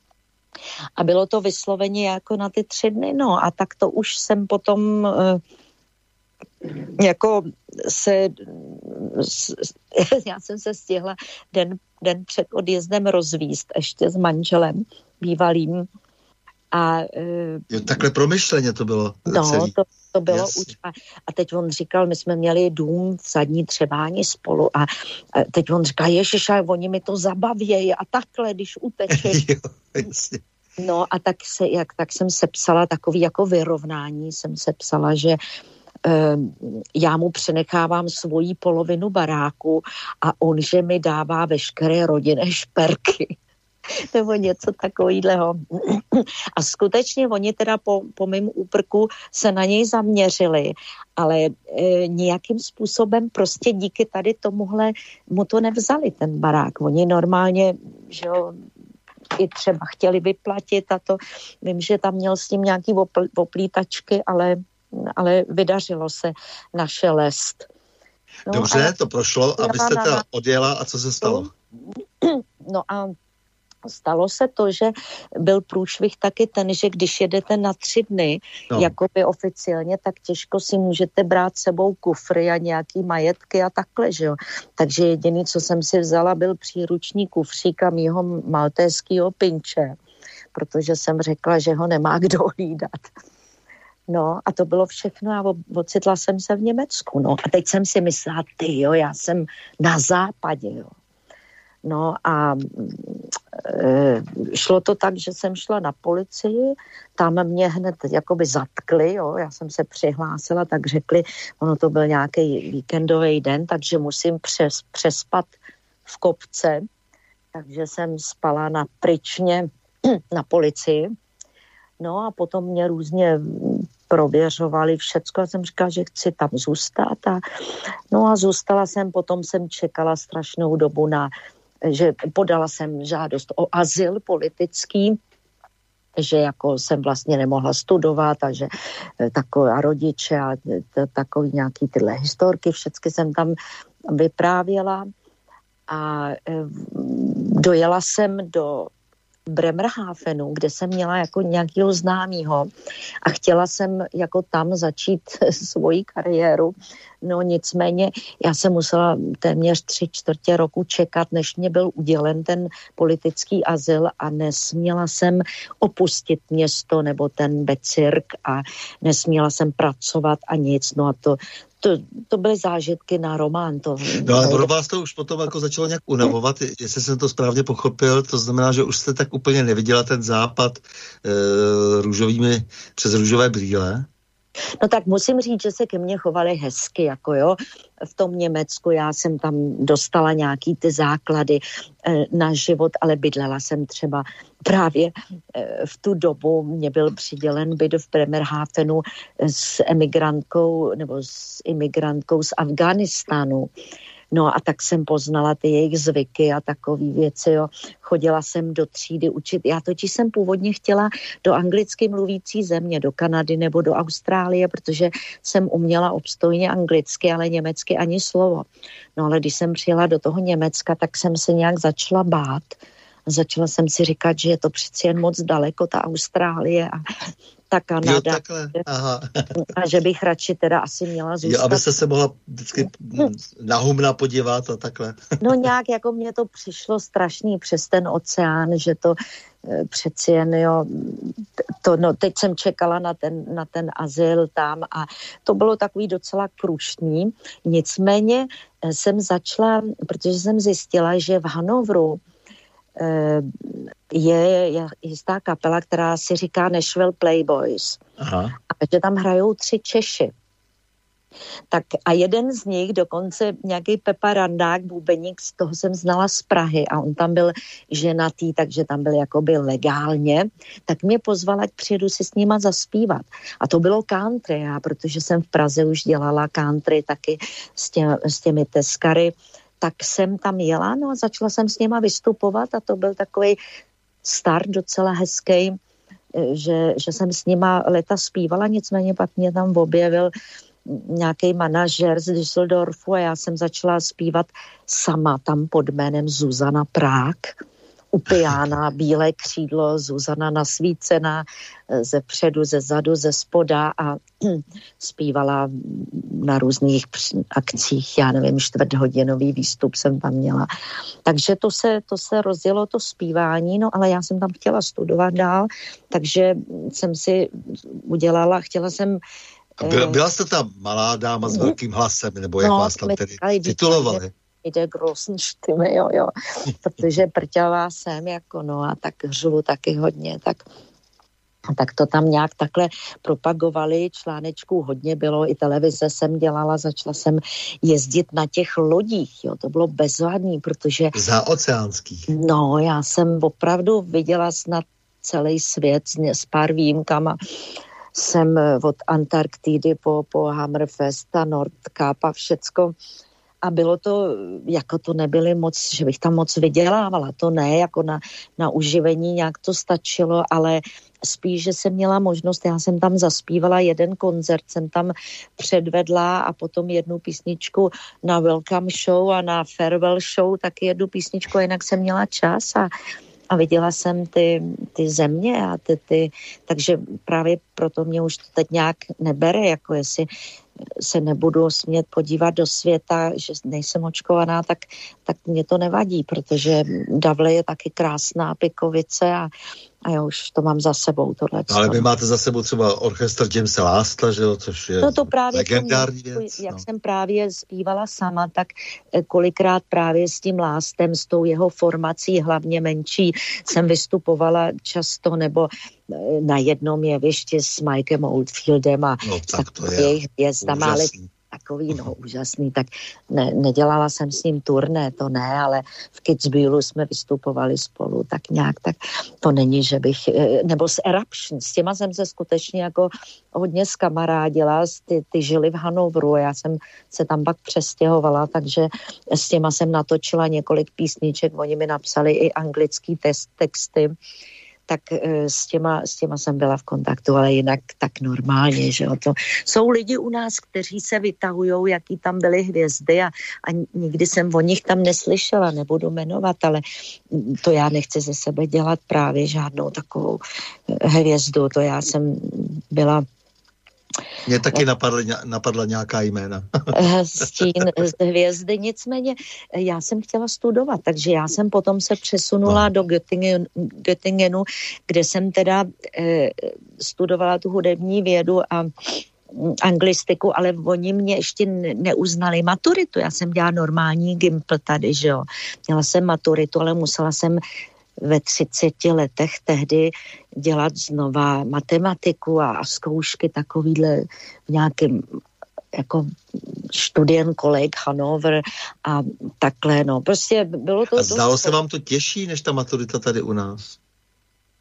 A bylo to vysloveně jako na ty tři dny, no a tak to už jsem potom uh, jako se s, já jsem se stihla den, den před odjezdem rozvíst ještě s manželem bývalým. A, uh, jo, takhle promyšleně to bylo. No, celý. to, to bylo yes. už. A, a teď on říkal, my jsme měli dům v zadní Třebáni spolu a, a teď on říkal, ježiš, oni mi to zabavějí a takhle, když utečeš. Jo, jasně. No a tak, se, jak, tak jsem sepsala takový jako vyrovnání, jsem sepsala, že eh, já mu přenechávám svoji polovinu baráku a on, že mi dává veškeré rodinné šperky. Nebo něco takovýhleho. A skutečně oni teda po, po mým úprku se na něj zaměřili, ale e, nějakým způsobem prostě díky tady tomuhle mu to nevzali, ten barák. Oni normálně, že jo, i třeba chtěli vyplatit a to, vím, že tam měl s tím nějaký opl, oplítačky, ale, ale vydařilo se našelest. No, dobře, to prošlo, abyste teda odjela a co se stalo? No a stalo se to, že byl průšvih taky ten, že když jedete na tři dny, no. jakoby oficiálně, tak těžko si můžete brát sebou kufry a nějaký majetky a takhle, že jo. Takže jediný, co jsem si vzala, byl příruční kufřík a mýho maltéskýho pinče, protože jsem řekla, že ho nemá kdo hlídat. No a to bylo všechno a ocitla jsem se v Německu, no. A teď jsem si myslela, ty jo, já jsem na západě, jo. No a e, šlo to tak, že jsem šla na policii, tam mě hned jakoby zatkli, jo, já jsem se přihlásila, tak řekli, ono to byl nějaký víkendový den, takže musím přes, přespat v kopce, takže jsem spala na pryčně na policii, no a potom mě různě prověřovali všecko a jsem říkala, že chci tam zůstat a no a zůstala jsem, potom jsem čekala strašnou dobu na že podala jsem žádost o azyl politický, že jako jsem vlastně nemohla studovat a že takové rodiče a takový nějaký tyhle historky, všechny jsem tam vyprávěla a dojela jsem do Bremerhavenu, kde jsem měla jako nějakého známýho a chtěla jsem jako tam začít svoji kariéru. No nicméně já jsem musela téměř tři čtvrtě roku čekat, než mě byl udělen ten politický azyl a nesměla jsem opustit město nebo ten becirk a nesměla jsem pracovat a nic. No a to To, to byly zážitky na román. To, no ale pro vás to už potom jako začalo nějak unavovat, jestli jsem to správně pochopil, to znamená, že už jste tak úplně neviděla ten západ e, růžovými, přes růžové brýle? No tak musím říct, že se ke mně chovali hezky, jako jo, v tom Německu já jsem tam dostala nějaký ty základy e, na život, ale bydlela jsem třeba právě e, v tu dobu, mě byl přidělen byt v Bremerhavenu s emigrantkou nebo s imigrantkou z Afghánistánu, No a tak jsem poznala ty jejich zvyky a takové věci, jo. Chodila jsem do třídy učit. Já totiž jsem původně chtěla do anglicky mluvící země, do Kanady nebo do Austrálie, protože jsem uměla obstojně anglicky, ale německy ani slovo. No ale když jsem přijela do toho Německa, tak jsem se nějak začala bát. Začala jsem si říkat, že je to přeci jen moc daleko, ta Austrálie a ta Kanada. Jo, takhle. Aha. A že bych radši teda asi měla zůstat. Jo, aby se se mohla vždycky na humna podívat a takhle. No nějak jako mně to přišlo strašný přes ten oceán, že to přeci jen, jo, to, no teď jsem čekala na ten, na ten azyl tam a to bylo takový docela krušný. Nicméně jsem začala, protože jsem zjistila, že v Hanovru je, je jistá kapela, která si říká Nashville Playboys. Aha. A že tam hrajou tři Češi. Tak a jeden z nich, dokonce nějaký Pepa Randák, bubeník, z toho jsem znala z Prahy a on tam byl ženatý, takže tam byl jakoby legálně, tak mě pozvala, ať přijedu si s nima zaspívat. A to bylo country, já, protože jsem v Praze už dělala country taky s, tě, s těmi teskary, tak jsem tam jela, no a začala jsem s nima vystupovat a to byl takový start docela hezký, že, že jsem s nima leta zpívala, nicméně pak mě tam objevil nějaký manažer z Düsseldorfu a já jsem začala zpívat sama tam pod jménem Zuzana Prák. Upijána, bílé křídlo, Zuzana nasvícená ze předu, ze zadu, ze spoda a zpívala na různých akcích, já nevím, čtvrthodinový výstup jsem tam měla. Takže to se, to se rozjelo to zpívání, no ale já jsem tam chtěla studovat dál, takže jsem si udělala, chtěla jsem Byla, byla jste tam malá dáma s velkým hlasem, nebo jak no, vás tam tedy titulovali? Jde großen Stimme, jo, jo, protože prťavá jsem, jako no a tak řvu taky hodně, tak, tak to tam nějak takhle propagovali, článečků hodně bylo, i televize jsem dělala, začala jsem jezdit na těch lodích, jo, to bylo bezvadný, protože... Záoceánských. No, já jsem opravdu viděla snad celý svět s pár výjimkama, jsem od Antarktidy po, po Hammerfest a Nordkap a všecko. A bylo to, jako to nebyly moc, že bych tam moc vydělávala, to ne, jako na, na uživení nějak to stačilo, ale spíš, že jsem měla možnost, já jsem tam zaspívala jeden koncert, jsem tam předvedla a potom jednu písničku na welcome show a na farewell show, taky jednu písničku, jinak jsem měla čas a A viděla jsem ty, ty země a ty, ty, takže právě proto mě už to teď nějak nebere, jako jestli se nebudu smět podívat do světa, že nejsem očkovaná, tak, tak mě to nevadí, protože Davle je taky krásná Pikovice a, a já už to mám za sebou tohle. Ale vy máte za sebou třeba orchestr Jamesa Lasta, že jo, což je no to právě legendární tomu, věc. Jak no. jsem právě zpívala sama, tak kolikrát právě s tím Lastem, s tou jeho formací, hlavně menší, jsem vystupovala často, nebo na jednom jevišti s Mikem Oldfieldem a no, tak to je jejich hvězdama, ale takový, no úžasný, tak ne, nedělala jsem s ním turné, to ne, ale v Kitzbühelu jsme vystupovali spolu, tak nějak, tak to není, že bych, nebo s Eruption, s těma jsem se skutečně jako hodně zkamarádila, ty, ty žili v Hanovru, já jsem se tam pak přestěhovala, takže s těma jsem natočila několik písniček, oni mi napsali i anglický test, texty, tak s těma, s těma jsem byla v kontaktu, ale jinak tak normálně, že jo, to jsou lidi u nás, kteří se vytahujou, jaký tam byly hvězdy a, a nikdy jsem o nich tam neslyšela, nebudu jmenovat, ale to já nechci ze sebe dělat právě žádnou takovou hvězdu, to já jsem byla Mě taky napadla, napadla nějaká jména. Stín z hvězdy, nicméně já jsem chtěla studovat, takže já jsem potom se přesunula no. do Göttingen, Göttingenu, kde jsem teda eh, studovala tu hudební vědu a anglistiku, ale oni mě ještě neuznali maturitu. Já jsem dělala normální gimpl tady, že jo. Měla jsem maturitu, ale musela jsem ve třiceti letech tehdy dělat znova matematiku a, a zkoušky takovýhle v nějakém jako studien Kolleg Hannover a takhle, no. Prostě bylo to... A zdálo dost... se vám to těžší, než ta maturita tady u nás?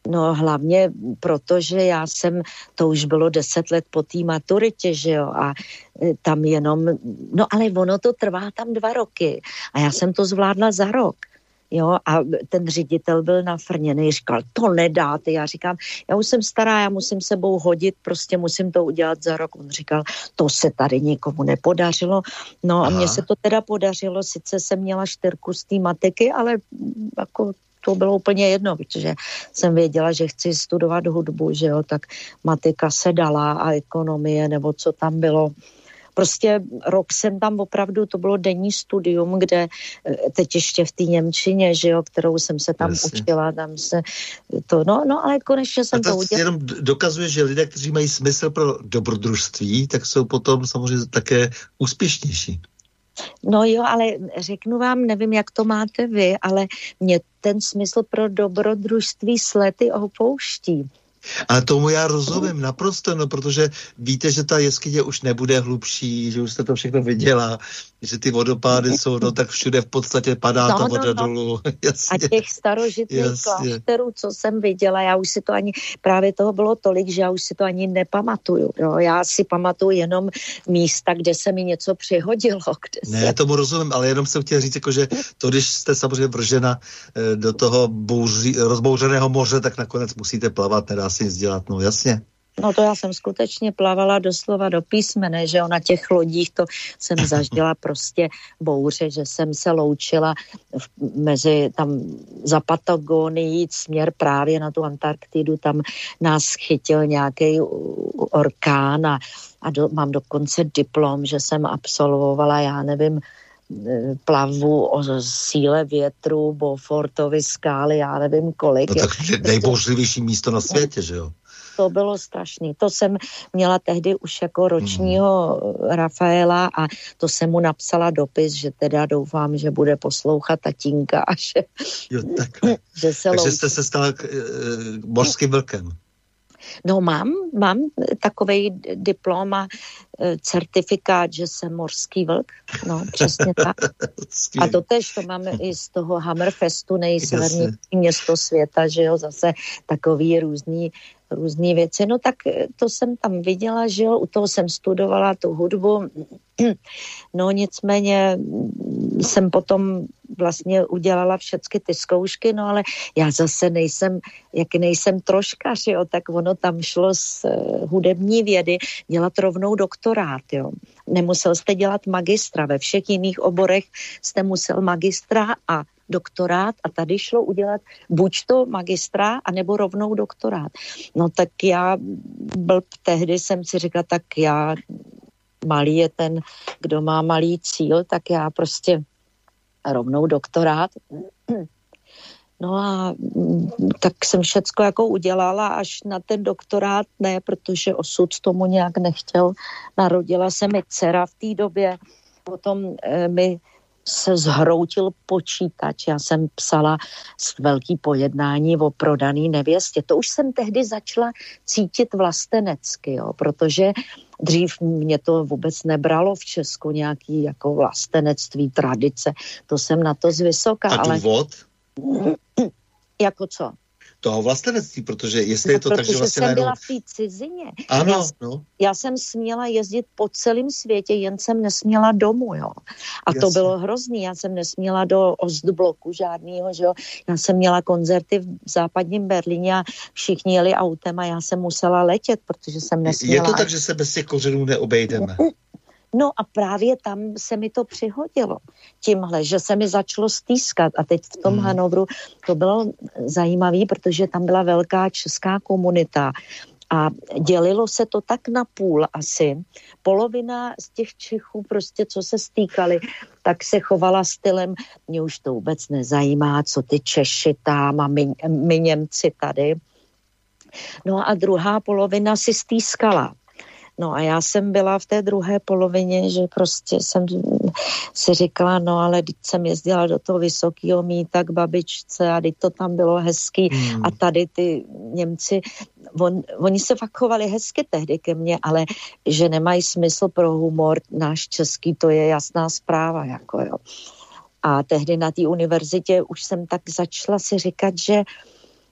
No hlavně proto, že já jsem, to už bylo deset let po té maturitě, že jo, a tam jenom, no ale ono to trvá tam dva roky a já jsem to zvládla za rok. Jo, a ten ředitel byl nafrněný, říkal, to nedáte. Já říkám, já už jsem stará, já musím sebou hodit, prostě musím to udělat za rok. On říkal, to se tady nikomu nepodařilo. No a mně se to teda podařilo, sice jsem měla čtyřku z té matiky, ale jako to bylo úplně jedno, protože jsem věděla, že chci studovat hudbu, že jo, tak matika se dala a ekonomie, nebo co tam bylo. Prostě rok jsem tam opravdu, to bylo denní studium, kde teď ještě v té němčině, že jo, kterou jsem se tam Jasně. učila, tam se to, no, no, ale konečně jsem to, to udělala. Jenom dokazuje, že lidé, kteří mají smysl pro dobrodružství, tak jsou potom samozřejmě také úspěšnější. No jo, ale řeknu vám, nevím, jak to máte vy, ale mě ten smysl pro dobrodružství s lety opouští. Ale tomu já rozumím naprosto, no, protože víte, že ta jeskyně už nebude hlubší, že už jste to všechno viděla, že ty vodopády jsou, no tak všude v podstatě padá no, ta voda no, no. dolů. Jasně. A těch starožitných klášterů, co jsem viděla, já už si to ani, právě toho bylo tolik, že já už si to ani nepamatuju. No. Já si pamatuju jenom místa, kde se mi něco přihodilo. Kde ne, se... tomu rozumím, ale jenom jsem chtěl říct, jako, že to, když jste samozřejmě vržena do toho bouří, rozbouřeného moře, tak nakonec musíte plavat, nedá se nic dělat, no jasně. No to já jsem skutečně plavala doslova do písmene, že jo, na těch lodích to jsem zažila prostě bouře, že jsem se loučila v, mezi tam za Patagonií směr právě na tu Antarktidu, tam nás chytil nějaký orkán a, a do, mám dokonce diplom, že jsem absolvovala, já nevím, plavu o síle větru, Beaufortovy skály, já nevím kolik. No tak nejbouřlivější místo na světě, že jo? To bylo strašný. To jsem měla tehdy už jako ročního hmm. Rafaela a to jsem mu napsala dopis, že teda doufám, že bude poslouchat tatínka a že, jo, že se Takže jste se stala k, e, mořským vlkem. No mám, mám takovej diplom a e, certifikát, že jsem mořský vlk. No, přesně tak. A to tež to máme i z toho Hammerfestu, nejsevernější město světa, že jo, zase takový různý různý věci. No tak to jsem tam viděla, že jo, u toho jsem studovala tu hudbu. No nicméně jsem potom vlastně udělala všechny ty zkoušky, no ale já zase nejsem, jak nejsem troškař, jo, tak ono tam šlo z uh, hudební vědy dělat rovnou doktorát, jo. Nemusel jste dělat magistra, ve všech jiných oborech jste musel magistra a doktorát a tady šlo udělat buď to magistra, anebo rovnou doktorát. No tak já byl, tehdy jsem si říkala, tak já malý je ten, kdo má malý cíl, tak já prostě rovnou doktorát. No a tak jsem všecko jako udělala až na ten doktorát, ne, protože osud tomu nějak nechtěl. Narodila se mi dcera v té době, potom e, mi se zhroutil počítač. Já jsem psala s velký pojednání o prodaný nevěstě. To už jsem tehdy začala cítit vlastenecky, jo, protože dřív mě to vůbec nebralo v Česku nějaký jako vlastenectví, tradice. To jsem na to zvysoka. A důvod? Ale... Jako co? Toho vlastenectví, protože jestli no, je to tak, že vlastně jsem najednou... byla v té cizině. Ano, já, no. Já jsem směla jezdit po celém světě, jen jsem nesměla domů, jo. A Jasně. to bylo hrozný, já jsem nesměla do Ostbloku žádnýho, že jo. Já jsem měla koncerty v západním Berlíně a všichni jeli autem a já jsem musela letět, protože jsem nesměla... Je to tak, že se bez těch kořenů neobejdeme? No a právě tam se mi to přihodilo tímhle, že se mi začalo stýskat a teď v tom hmm. Hanovru to bylo zajímavé, protože tam byla velká česká komunita a dělilo se to tak na půl asi. Polovina z těch Čechů prostě, co se stýkali, tak se chovala stylem, mě už to vůbec nezajímá, co ty Češi tam a my, my Němci tady. No a druhá polovina si stýskala. No a já jsem byla v té druhé polovině, že prostě jsem si říkala, no ale teď jsem jezdila do toho Vysokého Mýta k babičce a teď to tam bylo hezký hmm. a tady ty Němci, on, oni se fakt chovali hezky tehdy ke mně, ale že nemají smysl pro humor náš český, to je jasná zpráva, jako jo. A tehdy na té univerzitě už jsem tak začala si říkat, že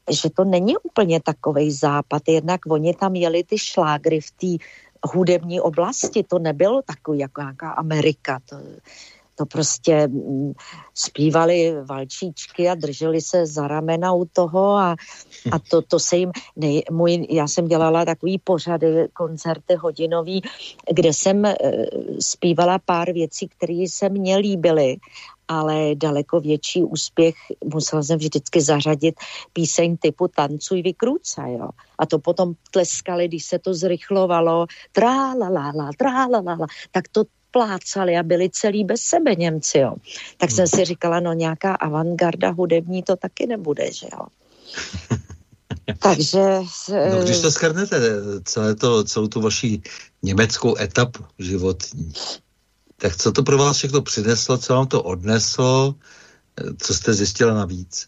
že to není úplně takovej západ, jednak oni tam jeli ty šlágry v té hudební oblasti, to nebylo takový jako nějaká Amerika, to, to prostě mm, zpívali valčíčky a drželi se za ramena u toho a, a to, to se jim, nej, můj, já jsem dělala takový pořady, koncerty hodinový, kde jsem e, zpívala pár věcí, které se mně líbily, ale daleko větší úspěch musela jsem vždycky zařadit píseň typu Tancuj vykrůca, jo. A to potom tleskali, když se to zrychlovalo, trálalala, trálalala, tak to plácali a byli celý bez sebe Němci, jo. Tak jsem si říkala, no nějaká avantgarda hudební to taky nebude, že jo. Takže... No, když to shrnete, celé to, celou tu vaši německou etapu životní, tak co to pro vás všechno přineslo, co vám to odneslo, co jste zjistila navíc?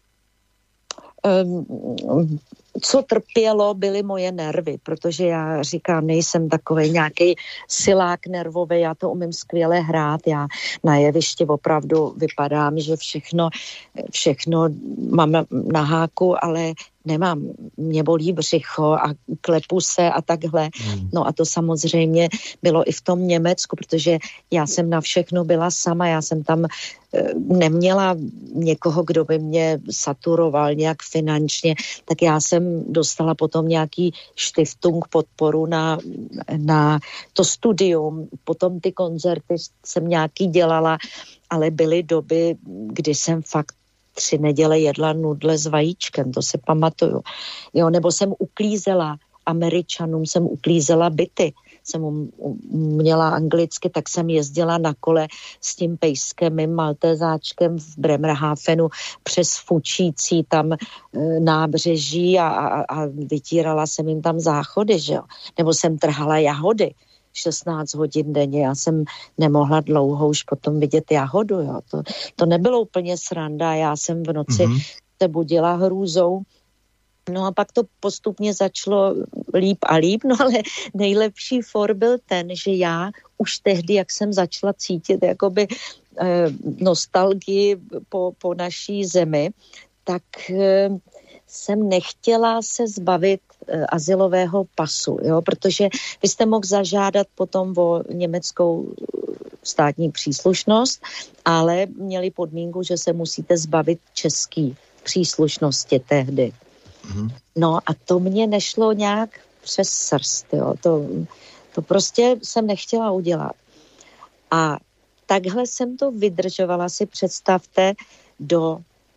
Um, co trpělo, byly moje nervy, protože já říkám, nejsem takovej nějaký silák nervový, já to umím skvěle hrát, já na jevišti opravdu vypadám, že všechno, všechno mám na háku, ale nemám, mě bolí břicho a klepu se a takhle. Hmm. No a to samozřejmě bylo i v tom Německu, protože já jsem na všechno byla sama, já jsem tam e, neměla někoho, kdo by mě saturoval nějak finančně, tak já jsem dostala potom nějaký štiftung podporu na, na to studium, potom ty koncerty jsem nějaký dělala, ale byly doby, kdy jsem fakt tři neděle jedla nudle s vajíčkem, to si pamatuju. Jo, nebo jsem uklízela Američanům, jsem uklízela byty, jsem um, měla anglicky, tak jsem jezdila na kole s tím pejskem, mým maltézáčkem v Bremerhavenu přes fučící tam e, nábřeží a, a, a vytírala jsem jim tam záchody, že jo. Nebo jsem trhala jahody šestnáct hodin denně. Já jsem nemohla dlouho už potom vidět jahodu, jo. To, to nebylo úplně sranda. Já jsem v noci mm-hmm. se budila hrůzou. No a pak to postupně začalo líp a líp, no ale nejlepší for byl ten, že já už tehdy, jak jsem začala cítit jakoby eh, nostalgii po, po naší zemi, tak eh, jsem nechtěla se zbavit e, azylového pasu, jo, protože vy jste mohl zažádat potom o německou státní příslušnost, ale měli podmínku, že se musíte zbavit český příslušnosti tehdy. Mm-hmm. No a to mě nešlo nějak přes srst, jo, to, to prostě jsem nechtěla udělat. A takhle jsem to vydržovala, si představte, do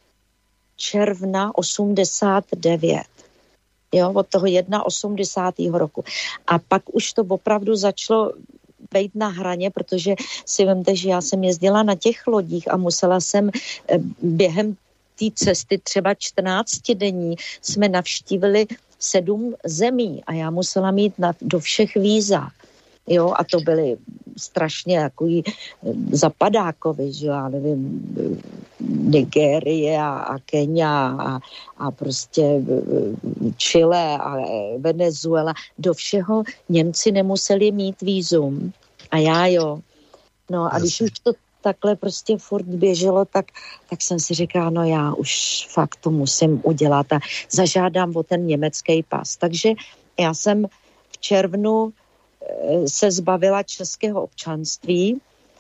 června osmdesát devět. Jo, od toho osmdesátého prvního roku. A pak už to opravdu začalo být na hraně, protože si vemte, že já jsem jezdila na těch lodích a musela jsem během té cesty třeba čtrnáctidenní jsme navštívili sedm zemí a já musela mít na, do všech víza. Jo, a to byly strašně takový zapadákovi, že já nevím, Nigérie a, a Kenia a, a prostě Chile a Venezuela. Do všeho Němci nemuseli mít vízum a já jo. No a když už to takhle prostě furt běželo, tak, tak jsem si říkala, no já už fakt to musím udělat a zažádám o ten německý pas. Takže já jsem v červnu se zbavila českého občanství.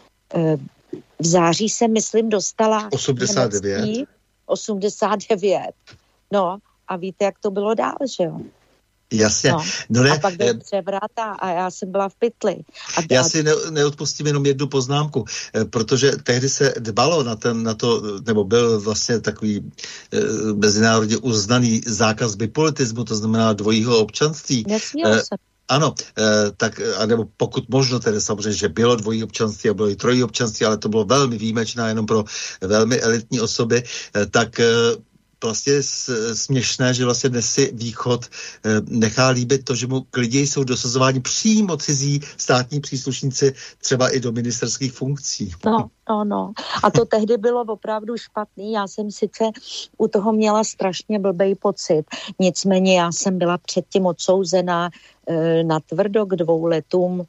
V září se, myslím, dostala osmdesát devět. Německý, osmdesát devět. No a víte, jak to bylo dál, že jo? Jasně. No. No ne, a pak byl převrat a já jsem byla v pytli. A já si ne, neodpustím jenom jednu poznámku, protože tehdy se dbalo na, ten, na to, nebo byl vlastně takový e, mezinárodně uznaný zákaz bipolitismu, to znamená dvojího občanství. Nesmělo se. Ano, eh, tak, anebo pokud možno tedy samozřejmě, že bylo dvojí občanství a bylo i trojí občanství, ale to bylo velmi výjimečné jenom pro velmi elitní osoby, eh, tak eh, vlastně směšné, že vlastně dnes si Východ eh, nechá líbit to, že mu klidně jsou dosazováni přímo cizí státní příslušníci třeba i do ministerských funkcí. No, no, no. A to tehdy bylo opravdu špatný. Já jsem sice u toho měla strašně blbej pocit. Nicméně já jsem byla předtím odsouzená e, na tvrdo k dvou letům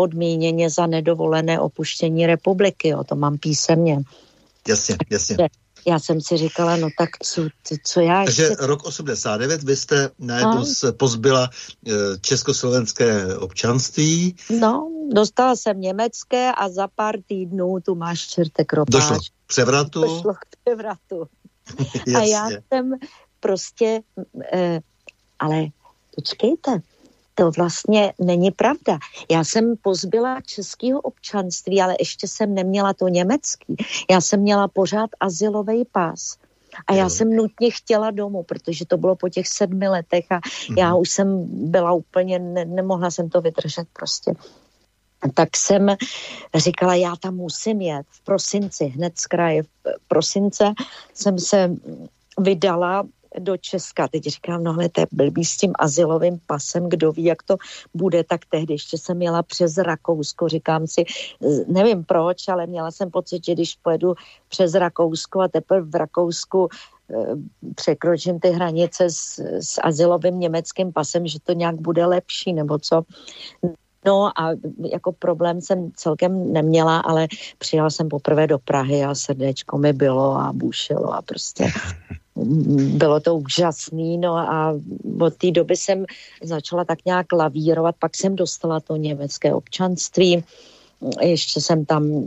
nepodmíněně za nedovolené opuštění republiky. Jo. To mám písemně. Jasně, jasně. já jsem si říkala, no tak co, co já... Takže ještě... rok osmdesát devět vy jste najednou pozbyla československé občanství. No, dostala jsem německé a za pár týdnů tu máš čertek ropáč. Došlo k převratu. Došlo k převratu. A já jsem prostě... Eh, ale počkejte, to vlastně není pravda. Já jsem pozbyla českého občanství, ale ještě jsem neměla to německý. Já jsem měla pořád azylový pás. A já jo. jsem nutně chtěla domů, protože to bylo po těch sedmi letech a mm-hmm. já už jsem byla úplně, ne, nemohla jsem to vydržet prostě. Tak jsem říkala, já tam musím jet v prosinci, hned z kraje v prosince jsem se vydala do Česka. Teď říkám, no ale to je blbý s tím azylovým pasem, kdo ví, jak to bude, tak tehdy ještě jsem jela přes Rakousko, říkám si, nevím proč, ale měla jsem pocit, že když pojedu přes Rakousko a teprve v Rakousku překročím ty hranice s, s azylovým německým pasem, že to nějak bude lepší, nebo co. No a jako problém jsem celkem neměla, ale přijela jsem poprvé do Prahy a srdéčko mi bylo a bušilo a prostě bylo to úžasný, no a od té doby jsem začala tak nějak lavírovat, pak jsem dostala to německé občanství, ještě jsem tam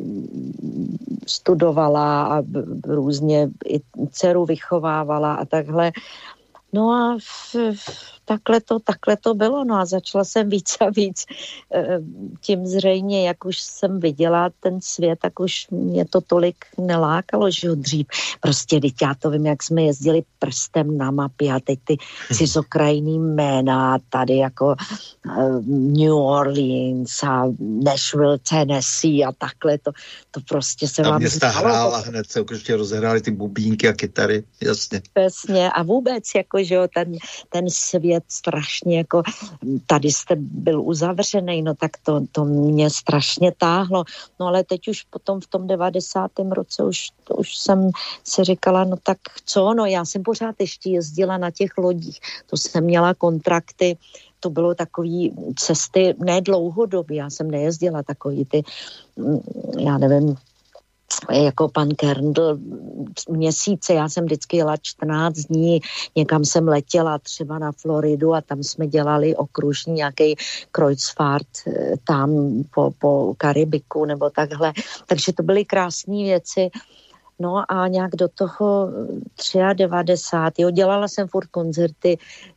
studovala a různě i dceru vychovávala a takhle. No a v, takhle, to, takhle to bylo, no a začala jsem víc a víc. Tím zřejmě, jak už jsem viděla ten svět, tak už mě to tolik nelákalo, že ho dřív. Prostě, teď já to vím, jak jsme jezdili prstem na mapě a teď ty cizokrajný jména tady jako New Orleans a Nashville, Tennessee a takhle to, to prostě se vám... vám... A města hrála hned, se okamžitě rozehrály ty bubínky a kytary, jasně. Přesně a vůbec jako, že jo, ten, ten svět strašně jako, tady jste byl uzavřený, no tak to, to mě strašně táhlo. No ale teď už potom v tom devadesátém roce už, už jsem si říkala, no tak co, no já jsem pořád ještě jezdila na těch lodích, to jsem měla kontrakty, to bylo takový cesty, ne dlouhodobě, já jsem nejezdila takový ty, já nevím, jako pan Kerndl měsíce, já jsem vždycky jela čtrnáct dní, někam jsem letěla třeba na Floridu a tam jsme dělali okružní nějaký Kreuzfahrt tam po, po Karibiku nebo takhle, takže to byly krásné věci. No a nějak do toho devadesát tři. Jo, dělala jsem furt koncerty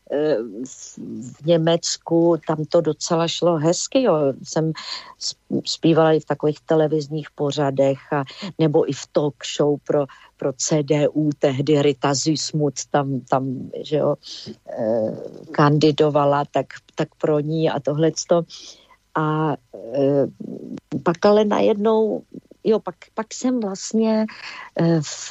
v Německu, tam to docela šlo hezky, jo. Jsem zpívala i v takových televizních pořadech a, nebo i v talk show pro, pro C D U, tehdy Rita Süssmuth tam, tam že jo, eh, kandidovala, tak, tak pro ní a tohleto. A eh, pak ale najednou Jo, pak, pak jsem vlastně v,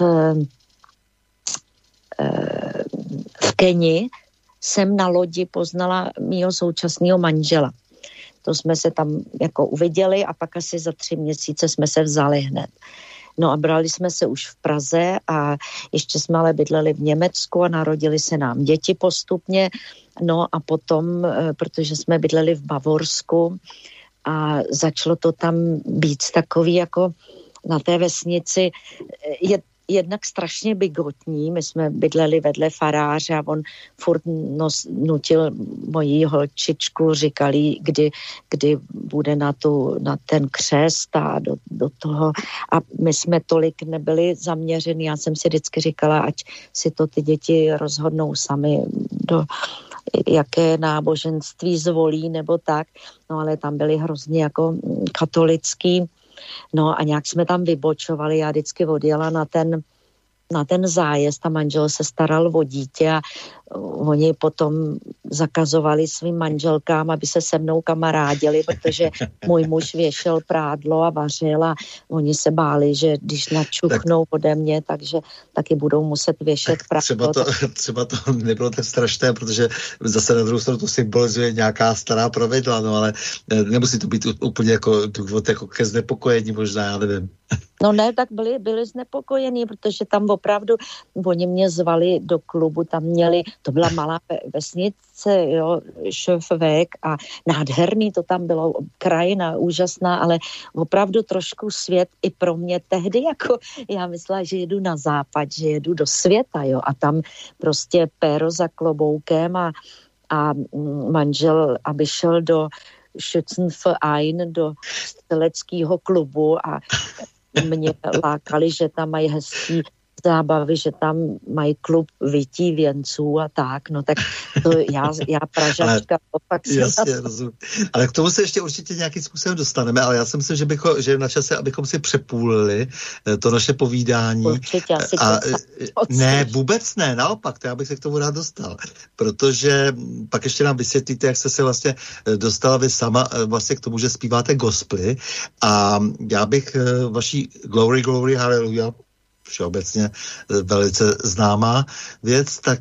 v Keni jsem na lodi poznala mýho současného manžela. To jsme se tam jako uviděli a pak asi za tři měsíce jsme se vzali hned. No a brali jsme se už v Praze a ještě jsme ale bydleli v Německu a narodili se nám děti postupně. No a potom, protože jsme bydleli v Bavorsku, a začalo to tam být takový jako na té vesnici je, jednak strašně bigotní. My jsme bydleli vedle faráře a on furt nos, nutil mojí holčičku, říkali, kdy, kdy bude na, tu, na ten křest a do, do toho. A my jsme tolik nebyli zaměřeni. Já jsem si vždycky říkala, ať si to ty děti rozhodnou sami do jaké náboženství zvolí nebo tak, no ale tam byli hrozně jako katolický, no a nějak jsme tam vybočovali, já vždycky odjela na ten, na ten zájezd a manžel se staral o dítě a oni potom zakazovali svým manželkám, aby se se mnou kamarádili, protože můj muž věšel prádlo a vařil a oni se báli, že když načuchnou ode mě, takže taky budou muset věšet prádlo. Třeba to, třeba to nebylo tak strašné, protože zase na druhou stranu to symbolizuje nějaká stará pravidla, no ale nemusí to být úplně jako důvod jako ke znepokojení možná, já nevím. No ne, tak byli, byli znepokojení, protože tam opravdu, oni mě zvali do klubu, tam měli, to byla malá vesnice, jo, Šöfvék a nádherný, to tam bylo, krajina úžasná, ale opravdu trošku svět i pro mě tehdy, jako já myslela, že jedu na západ, že jedu do světa, jo, a tam prostě péro za kloboukem a, a manžel, aby šel do Schützenverein, do střeleckého klubu a mě lákali, že tam mají hezký zábavy, že tam mají klub vytí věnců a tak, no tak to já, já Pražačka opak si jasně, rozumím. Ale k tomu se ještě určitě nějakým způsobem dostaneme, ale já si myslím, že, bycho, že je na čase, abychom si přepůlili to naše povídání. Určitě, asi a, ne, vůbec ne, naopak, to já bych se k tomu rád dostal, protože pak ještě nám vysvětlíte, jak jste se vlastně dostala vy sama vlastně k tomu, že zpíváte gospely a já bych vaší Glory, Glory, Hallelujah, všeobecně velice známá věc, tak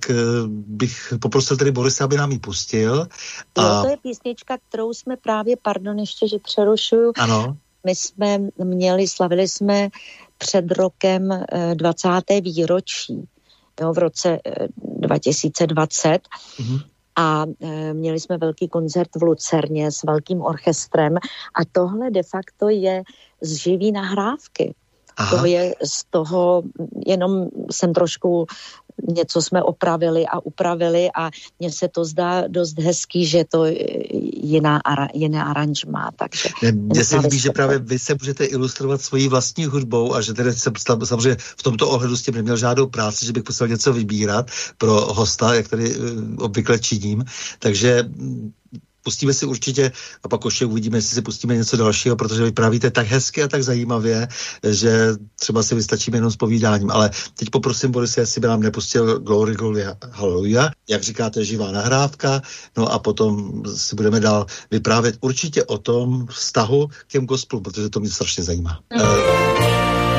bych poprosil tedy Borise, aby nám ji pustil. A... Jo, to je písnička, kterou jsme právě, pardon, ještě, že přerušuju. Ano. My jsme měli, slavili jsme před rokem dvacáté výročí, jo, v roce dva tisíce dvacet. Mhm. A e, měli jsme velký koncert v Lucerně s velkým orchestrem a tohle de facto je z živý nahrávky. Aha. To je z toho, jenom jsem trošku, něco jsme opravili a upravili a mně se to zdá dost hezký, že to jiná ara, jiné aranžmá. Takže mně se líbí, že právě vy se můžete ilustrovat svojí vlastní hudbou a že tedy jsem samozřejmě v tomto ohledu s tím neměl žádnou práci, že bych musel něco vybírat pro hosta, jak tady obvykle činím. Takže pustíme si určitě a pak ještě uvidíme, jestli si pustíme něco dalšího, protože vyprávíte tak hezky a tak zajímavě, že třeba si vystačíme jenom s povídáním. Ale teď poprosím Borise, jestli by nám nepustil Glory, Glory, Hallelujah. Jak říkáte, živá nahrávka. No a potom si budeme dál vyprávět určitě o tom vztahu k těm gospelům, protože to mě strašně zajímá. Mm. Uh,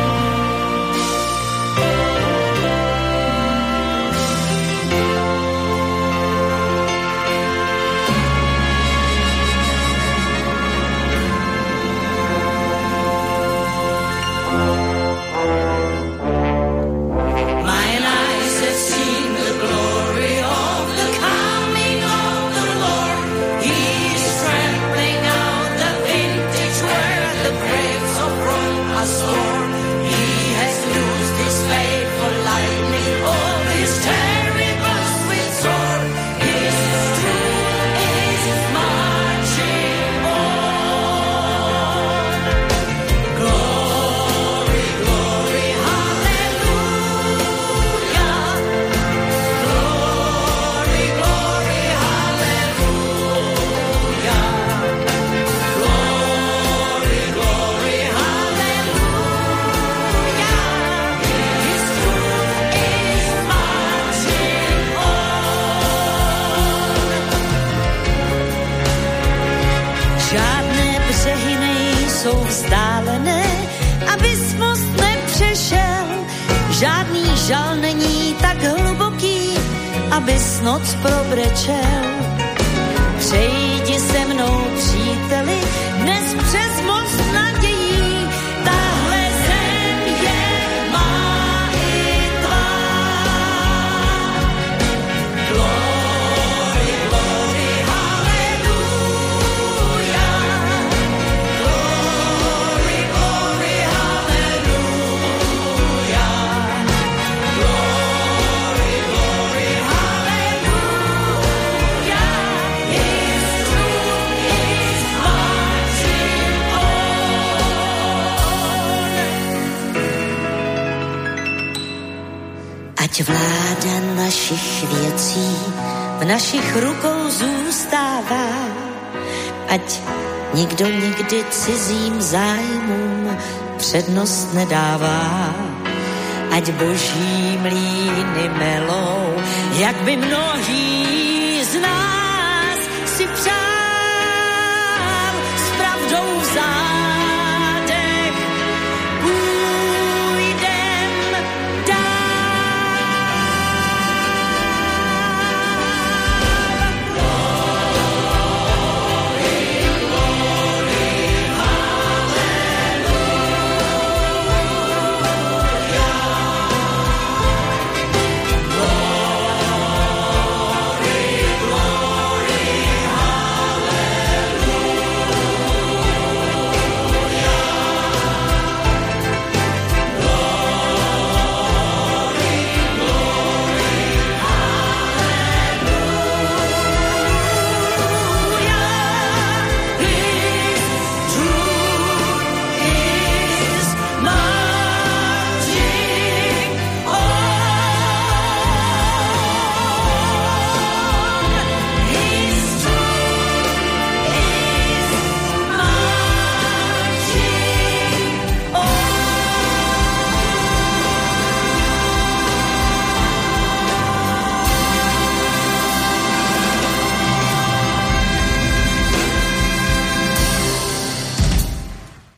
abys noc probrečel. Přejdi se mnou, příteli, dnes přes most nadějí, tahle zem je má i tvá. Glory, glory, haleluja. Glory, glory, haleluja. Glory, glory, haleluja. His truth is marching on. Ať vláda našich věcí v našich rukou zůstává, ať nikdo nikdy cizím zájmům přednost nedává, ať boží mlýny melou, jak by mnohý z nás si přál, s pravdou v zádech půjdem dál. Glory, glory, haleluja.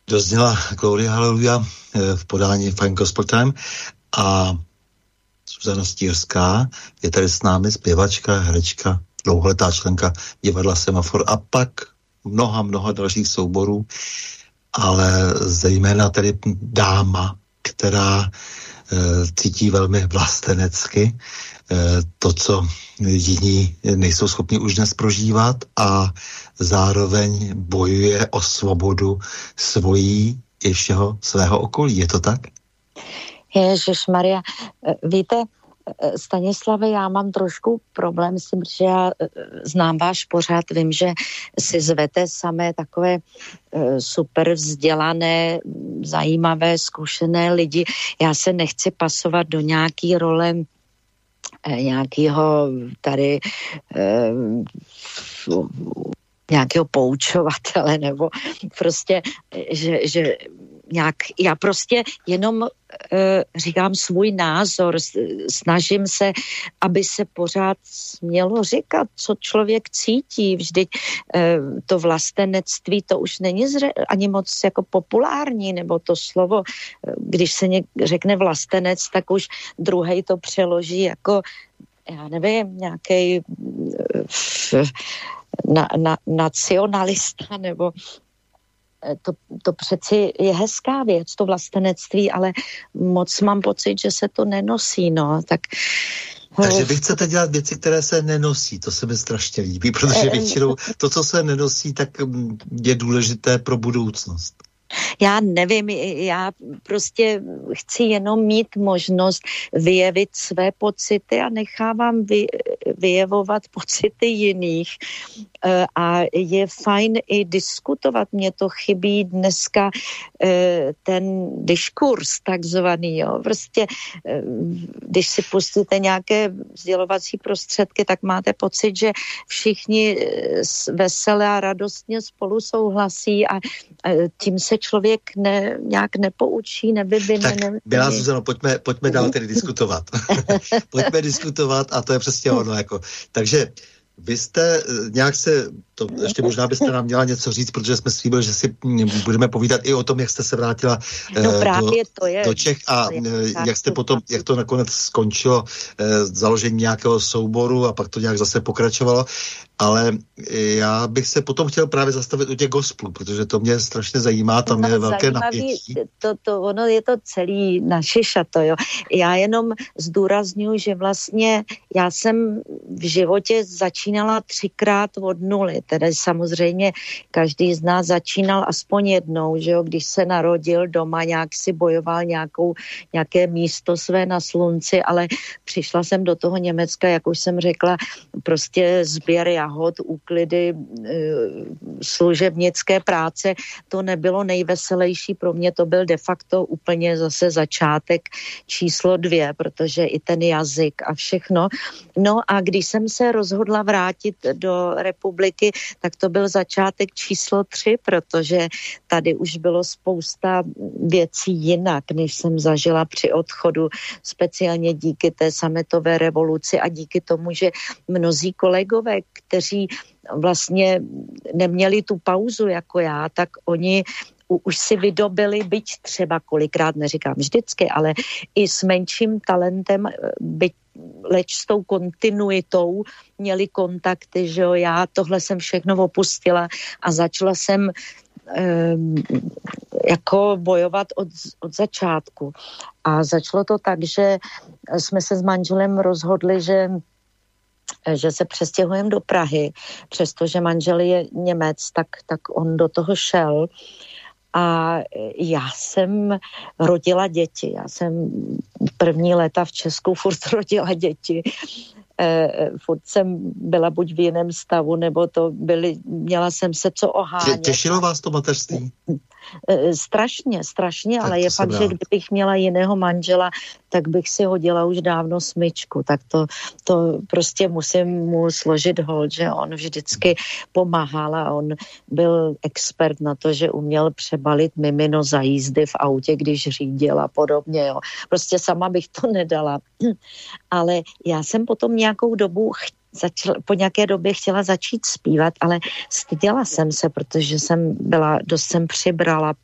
dozněla Gloria Haleluja v podání Fine Gospel Time a Zuzana Stírská je tady s námi, zpěvačka, herečka, dlouholetá členka divadla Semafor a pak mnoha, mnoha dalších souborů, ale zejména tedy dáma, která e, cítí velmi vlastenecky e, to, co jiní nejsou schopni už dnes prožívat a zároveň bojuje o svobodu svojí i všeho svého okolí. Je to tak? Ježišmarja, víte, Stanislave, já mám trošku problém s tím, že já znám váš pořád, vím, že si zvete samé takové super vzdělané, zajímavé, zkušené lidi. Já se nechci pasovat do nějaký role nějakého tady nějakého poučovatele, nebo prostě, že, že nějak, já prostě jenom uh, říkám svůj názor, snažím se, aby se pořád smělo říkat, co člověk cítí. Vždyť uh, to vlastenectví, to už není zře, ani moc jako populární, nebo to slovo, když se něk, řekne vlastenec, tak už druhej to přeloží jako, já nevím, nějaký uh, na, na, nacionalista, nebo To, to přeci je hezká věc, to vlastenectví, ale moc mám pocit, že se to nenosí, no, tak... Takže vy chcete dělat věci, které se nenosí, to se mi strašně líbí, protože většinou to, co se nenosí, tak je důležité pro budoucnost. Já nevím, já prostě chci jenom mít možnost vyjevit své pocity a nechávám vy, vyjevovat pocity jiných. A je fajn i diskutovat. Mně to chybí dneska ten diskurs takzvaný. Jo. Prostě, když si pustíte nějaké sdělovací prostředky, tak máte pocit, že všichni veselé a radostně spolu souhlasí a tím se člověk ne, nějak nepoučí, nevyvine. Tak, Milá Zuzano, pojďme, pojďme dál tedy diskutovat. Pojďme diskutovat a to je přesně ono. Jako. Takže vy jste nějak se, to ještě možná byste nám měla něco říct, protože jsme slíbili, že si budeme povídat i o tom, jak jste se vrátila no do, to je, do Čech a jak jste potom, jak to nakonec skončilo založení nějakého souboru a pak to nějak zase pokračovalo. Ale já bych se potom chtěl právě zastavit u těch gospelů, protože to mě strašně zajímá, tam no, je velké napětí. To, to, ono je to celý naše šato, jo. Já jenom zdůrazňuji, že vlastně já jsem v životě začínala třikrát od nuly, tedy samozřejmě každý z nás začínal aspoň jednou, že jo, když se narodil doma, nějak si bojoval nějakou, nějaké místo své na slunci, ale přišla jsem do toho Německa, jak už jsem řekla, prostě sběr jahod, úklidy, služebnické práce, to nebylo nejveselější, pro mě to byl de facto úplně zase začátek číslo dvě, protože i ten jazyk a všechno. No a když jsem se rozhodla vrátit do republiky, tak to byl začátek číslo tři, protože tady už bylo spousta věcí jinak, než jsem zažila při odchodu, speciálně díky té sametové revoluci a díky tomu, že mnozí kolegové, kteří vlastně neměli tu pauzu jako já, tak oni už si vydobili, byť třeba kolikrát, neříkám vždycky, ale i s menším talentem, byť leč s tou kontinuitou měli kontakty, že jo, já tohle jsem všechno opustila a začala jsem um, jako bojovat od, od začátku. A začalo to tak, že jsme se s manželem rozhodli, že že se přestěhujeme do Prahy, přestože manžel je Němec, tak, tak on do toho šel. A já jsem rodila děti. Já jsem první léta v Česku furt rodila děti. E, furt jsem byla buď v jiném stavu, nebo to byly, měla jsem se co ohánět. Těšilo vás to mateřství? E, strašně, strašně, tak ale je fakt, že kdybych měla jiného manžela, tak bych si hodila už dávno smyčku. Tak to, to prostě musím mu složit hold, že on vždycky pomáhal a on byl expert na to, že uměl přebalit mimino za jízdy v autě, když řídil a podobně. Jo. Prostě sama bych to nedala. Ale já jsem potom nějakou dobu Začala, po nějaké době chtěla začít zpívat, ale styděla jsem se, protože jsem byla, dost jsem přibrala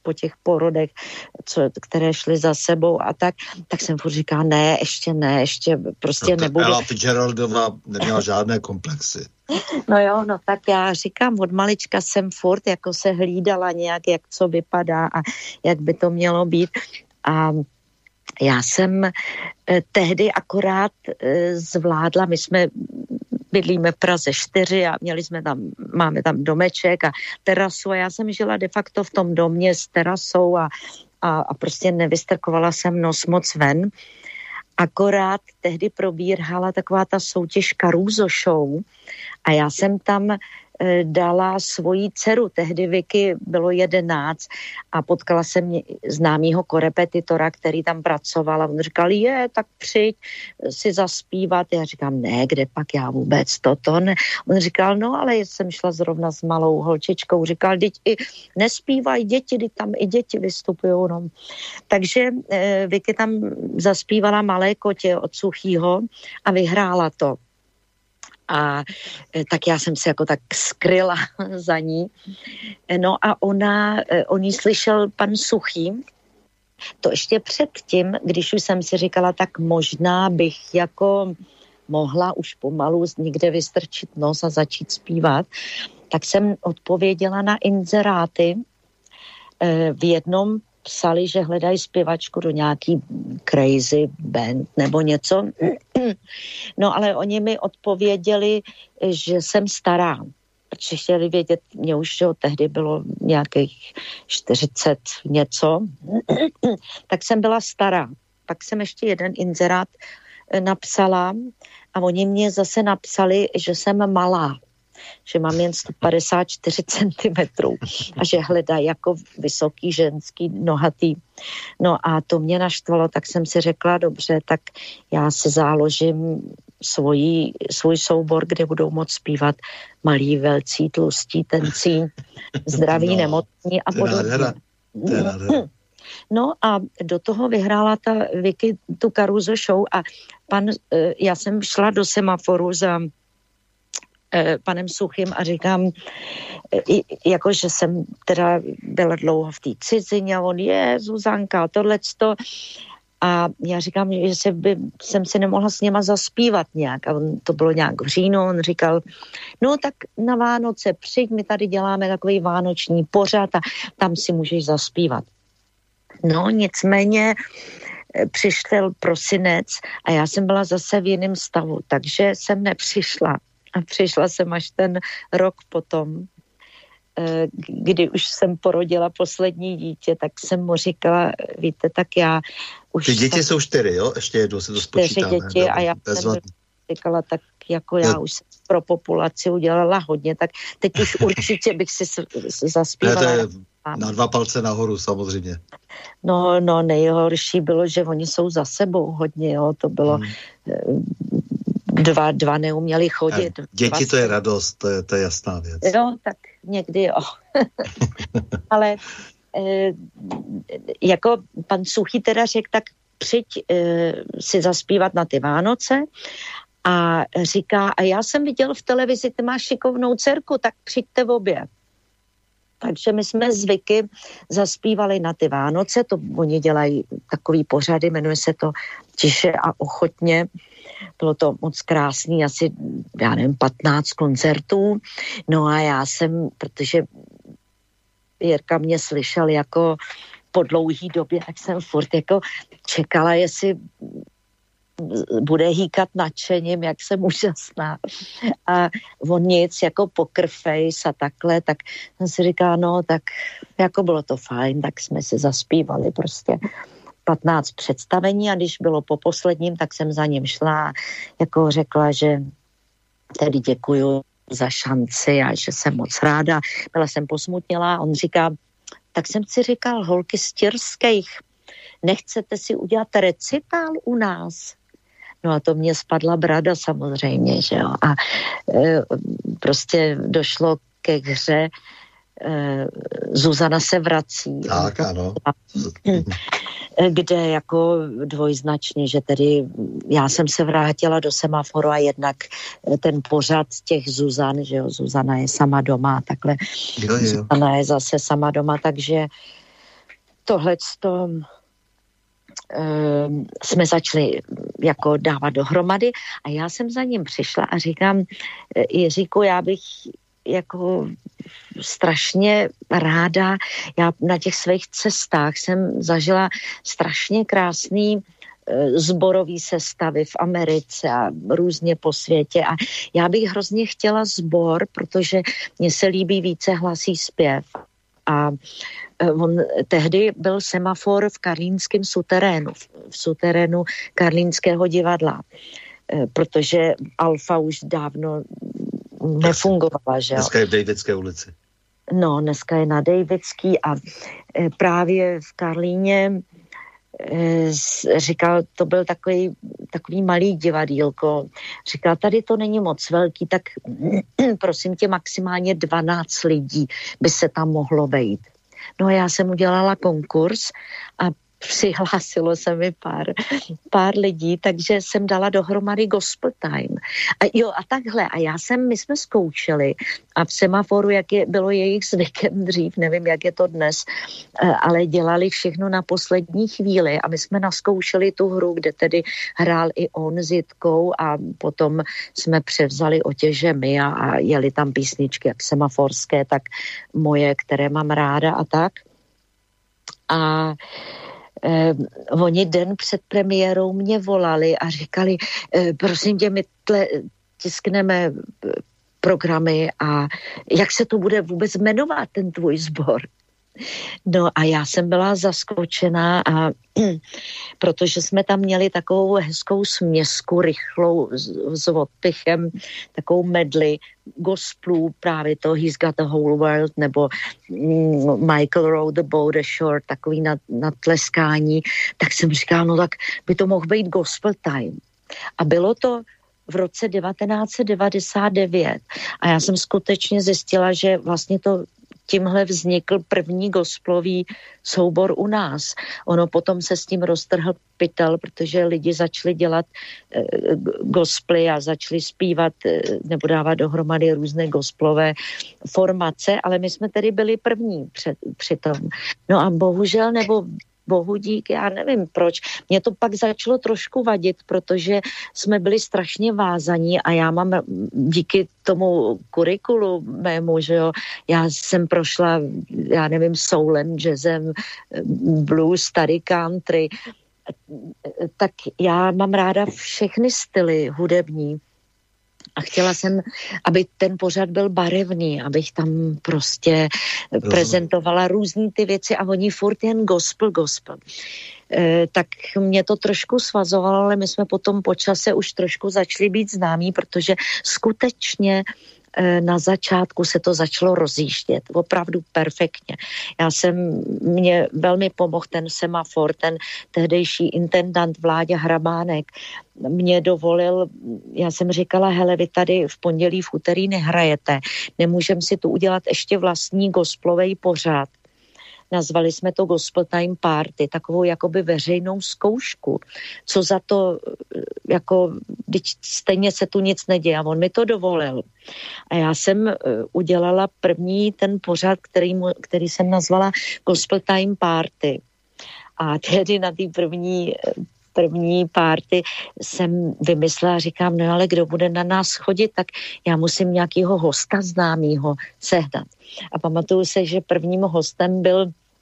po těch porodech, co, které šly za sebou a tak, tak jsem furt říkala, ne, ještě ne, ještě prostě no nebudu. Ella Fitzgeraldová neměla žádné komplexy. No jo, no tak já říkám, od malička jsem furt jako se hlídala nějak, jak co vypadá a jak by to mělo být. A já jsem eh, tehdy akorát eh, zvládla, my jsme bydlíme v Praze čtyři a měli jsme tam, máme tam domeček a terasu a já jsem žila de facto v tom domě s terasou a, a, a prostě nevystrkovala jsem nos moc ven. Akorát tehdy probíhala taková ta soutěž Caruso Show a já jsem tam e, dala svoji dceru, tehdy Vicky bylo jedenáct a potkala jsem známýho korepetitora, který tam pracoval a on říkal, je, tak přijď si zaspívat. Já říkám, ne, kde pak já vůbec toto ne. On říkal, no ale jsem šla zrovna s malou holčičkou, říkal, teď i nespívají děti, teď tam i děti vystupujou. No. Takže e, Vicky tam zaspívala Malé kotě od Suchýho a vyhrála to. A tak já jsem se jako tak skryla za ní. No a ona, on jí slyšel pan Suchý. To ještě předtím, když už jsem si říkala, tak možná bych jako mohla už pomalu někde vystrčit nos a začít zpívat, tak jsem odpověděla na inzeráty. V jednom psali, že hledají zpěvačku do nějaký crazy band nebo něco. No ale oni mi odpověděli, že jsem stará. Protože chtěli vědět, mě už že tehdy bylo nějakých čtyřicet něco. Tak jsem byla stará. Pak jsem ještě jeden inzerát napsala a oni mě zase napsali, že jsem malá. Že mám jen sto padesát čtyři centimetrů a že hledají jako vysoký ženský nohatý. No a to mě naštvalo, tak jsem si řekla, dobře, tak já si záložím svoji, svůj soubor, kde budou moct zpívat malí, velcí, tlustí, tencí, zdraví, no, nemocní a podobně. No a do toho vyhrála ta Vicky tu Caruso Show a pan, já jsem šla do semaforu za panem Suchým a říkám, jako, že jsem teda byla dlouho v té cizině a on je, Zuzanka, tohleto. A já říkám, že se by, jsem si nemohla s něma zaspívat nějak. A on, to bylo nějak v říjnu, on říkal, no tak na Vánoce přijď, my tady děláme takový vánoční pořad a tam si můžeš zaspívat. No nicméně přišel prosinec a já jsem byla zase v jiném stavu, takže jsem nepřišla. A přišla jsem až ten rok potom, kdy už jsem porodila poslední dítě, tak jsem mu říkala, víte, tak já už... Ty děti jsem... jsou čtyři, jo? Ještě jednou se to spočítáme. Čtyři děti a já jsem říkala, tak jako já už jsem pro populaci udělala hodně, tak teď už určitě bych si zaspívala. Ne, to je na dva palce nahoru samozřejmě. No, no, nejhorší bylo, že oni jsou za sebou hodně, jo, to bylo... Hmm. Dva, dva neuměli chodit. Děti to je radost, to je, to je jasná věc. Jo, tak někdy jo. Ale e, jako pan Suchý teda řekl, tak přijď e, si zaspívat na ty Vánoce a říká, a já jsem viděl v televizi, ty máš šikovnou dcerku, tak přijďte v obě. Takže my jsme zvyky zaspívali na ty Vánoce, to oni dělají takový pořady, jmenuje se to Tiše a ochotně. Bylo to moc krásný, asi, já nevím, patnáct koncertů. No a já jsem, protože Jirka mě slyšel jako po dlouhý době, tak jsem furt jako čekala, jestli bude hýkat nadšením, jak jsem úžasná. A on nic, jako poker face a takhle, tak jsem si říkala, no tak jako bylo to fajn, tak jsme si zaspívali prostě patnáct představení a když bylo po posledním, tak jsem za ním šla, jako řekla, že tedy děkuju za šanci a že jsem moc ráda. Byla jsem posmutnělá, on říká, tak jsem si říkal, holky z Tirských, nechcete si udělat recitál u nás? No a to mě spadla brada samozřejmě, že jo. A e, prostě došlo ke hře e, Zuzana se vrací. Tak, ano. Kde jako dvojznačně, že tedy já jsem se vrátila do semaforu a jednak ten pořad těch Zuzan, že jo, Zuzana je sama doma, takhle. Jo, jo. Zuzana je zase sama doma, takže tohleto jsme začali jako dávat dohromady a já jsem za ním přišla a říkám, Jiříku, já bych jako strašně ráda, já na těch svých cestách jsem zažila strašně krásný sborový sestavy v Americe a různě po světě a já bych hrozně chtěla sbor, protože mně se líbí více hlasí zpěv. A on tehdy byl semafor v karlínském suterénu, v suterénu Karlínského divadla, protože Alfa už dávno nefungovala, že jo. Dneska je v Davidské ulici. No, dneska je na Davidský a právě v Karlíně říkal, to byl takový, takový malý divadýlko, říkal, tady to není moc velký, tak prosím tě, maximálně dvanáct lidí by se tam mohlo vejít. No a já jsem udělala konkurs a přihlásilo se mi pár, pár lidí, takže jsem dala dohromady Gospel Time. A jo, a takhle. A já jsem, my jsme zkoušeli a v Semaforu, jak je, bylo jejich zvykem dřív, nevím, jak je to dnes, ale dělali všechno na poslední chvíli a my jsme naskoušeli tu hru, kde tedy hrál i on s Jitkou a potom jsme převzali otěže my a, a jeli tam písničky jak semaforské, tak moje, které mám ráda a tak. A Eh, oni den před premiérou mě volali a říkali, eh, prosím tě, my tle, tiskneme programy a jak se to bude vůbec jmenovat, ten tvůj sbor? No a já jsem byla zaskočená, a, protože jsme tam měli takovou hezkou směsku, rychlou s, s odpichem, takovou medley gospelů, právě to He's Got the Whole World, nebo mm, Michael Rowed the Boat Ashore, takový natleskání. Tak jsem říkala, no tak by to mohl být Gospel Time. A bylo to v roce devatenáct set devadesát devět. A já jsem skutečně zjistila, že vlastně to tímhle vznikl první gospelový soubor u nás. Ono potom se s tím roztrhl pytel, protože lidi začali dělat e, gospely a začali zpívat e, nebo dávat dohromady různé gospelové formace, ale my jsme tedy byli první před, přitom. No a bohužel, nebo bohu dík, já nevím proč. Mě to pak začalo trošku vadit, protože jsme byli strašně vázaní a já mám díky tomu kurikulu mému, že jo, já jsem prošla, já nevím, soulem, jazzem, blues, tady country, tak já mám ráda všechny styly hudební. A chtěla jsem, aby ten pořad byl barevný, abych tam prostě Rozumím. prezentovala různý ty věci a oni furt jen gospel, gospel. E, tak mě to trošku svazovalo, ale my jsme potom po čase už trošku začali být známí, protože skutečně na začátku se to začalo rozjíždět, opravdu perfektně. Já jsem, mě velmi pomohl ten semafor, ten tehdejší intendant Vláďa Hrabánek, mě dovolil, já jsem říkala, hele, vy tady v pondělí, v úterý nehrajete, nemůžem si tu udělat ještě vlastní gospelový pořad. Nazvali jsme to Gospel Time Party, takovou jakoby veřejnou zkoušku. Co za to, jako, když stejně se tu nic neděje. A on mi to dovolil. A já jsem udělala první ten pořad, který, který jsem nazvala Gospel Time Party. A tedy na té první první party jsem vymyslela, říkám, no ale kdo bude na nás chodit, tak já musím nějakýho hosta známýho sehnat. A pamatuju se, že prvním hostem byl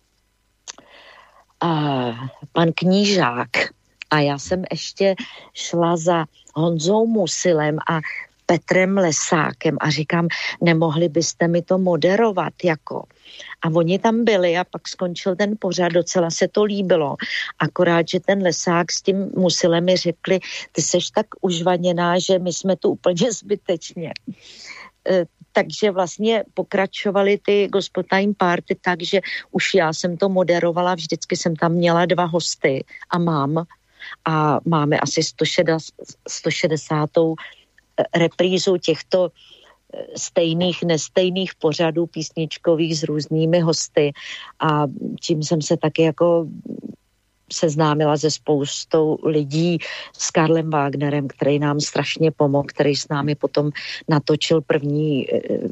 uh, pan Knížák. A já jsem ještě šla za Honzou Musilem a Petrem Lesákem a říkám, nemohli byste mi to moderovat jako. A oni tam byli a pak skončil ten pořad, docela se to líbilo. Akorát, že ten Lesák s tím Musilem mi řekli, ty seš tak užvaněná, že my jsme tu úplně zbytečně. E, takže vlastně pokračovaly ty Gospel Time Party tak, že už já jsem to moderovala, vždycky jsem tam měla dva hosty a mám. A máme asi sto šedesátou reprízu těchto stejných, nestejných pořadů písničkových s různými hosty a čím jsem se taky jako seznámila se spoustou lidí, s Karlem Wagnerem, který nám strašně pomohl, který s námi potom natočil první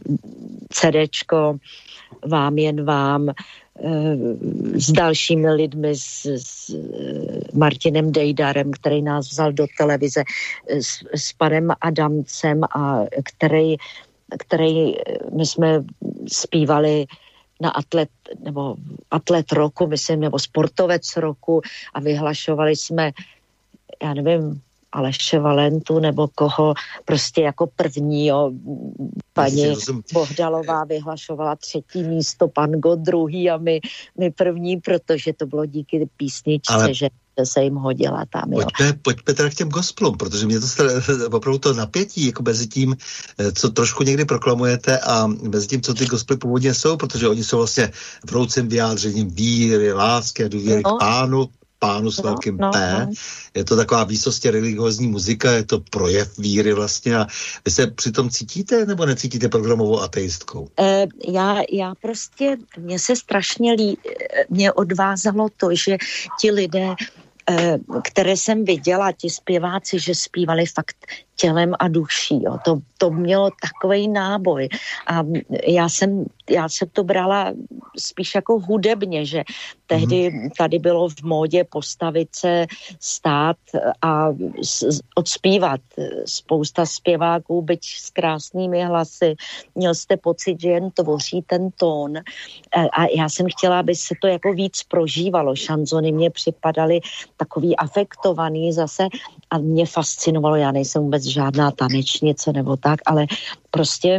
CDčko Vám jen vám, s dalšími lidmi, s, s Martinem Dejdarem, který nás vzal do televize, s, s panem Adamcem, a který, který my jsme zpívali na atlet, nebo atlet roku, myslím, nebo sportovec roku, a vyhlašovali jsme, já nevím, Aleše Valentu nebo koho, prostě jako první, jo. Paní Bohdalová vyhlašovala třetí místo, pan God druhý a my, my první, protože to bylo díky písničce, ale že se jim hodila tam, jo. Pojďme, pojďme teda k těm gospelům, protože mě to opravdu to napětí, jako mezi tím, co trošku někdy proklamujete, a mezi tím, co ty gospely původně jsou, protože oni jsou vlastně vroucím vyjádřením víry, lásky a důvěry no. k Pánu, Pánu s velkým no, P. No, no. Je to taková výsostně religiózní muzika, je to projev víry vlastně, a vy se přitom cítíte nebo necítíte programovou ateistkou? E, já, já prostě, mně se strašně lí, mě odvázalo to, že ti lidé, e, které jsem viděla, ti zpěváci, že zpívali fakt tělem a duší, jo. To, to mělo takovej náboj. A já jsem, já jsem to brala spíš jako hudebně, že tehdy tady bylo v módě postavit se, stát a odspívat. Spousta zpěváků, byť s krásnými hlasy, měl jste pocit, že jen tvoří ten tón. A já jsem chtěla, aby se to jako víc prožívalo. Šanzony mě připadaly takový afektovaný zase a mě fascinovalo, já nejsem vůbec žádná tanečnice nebo tak, ale prostě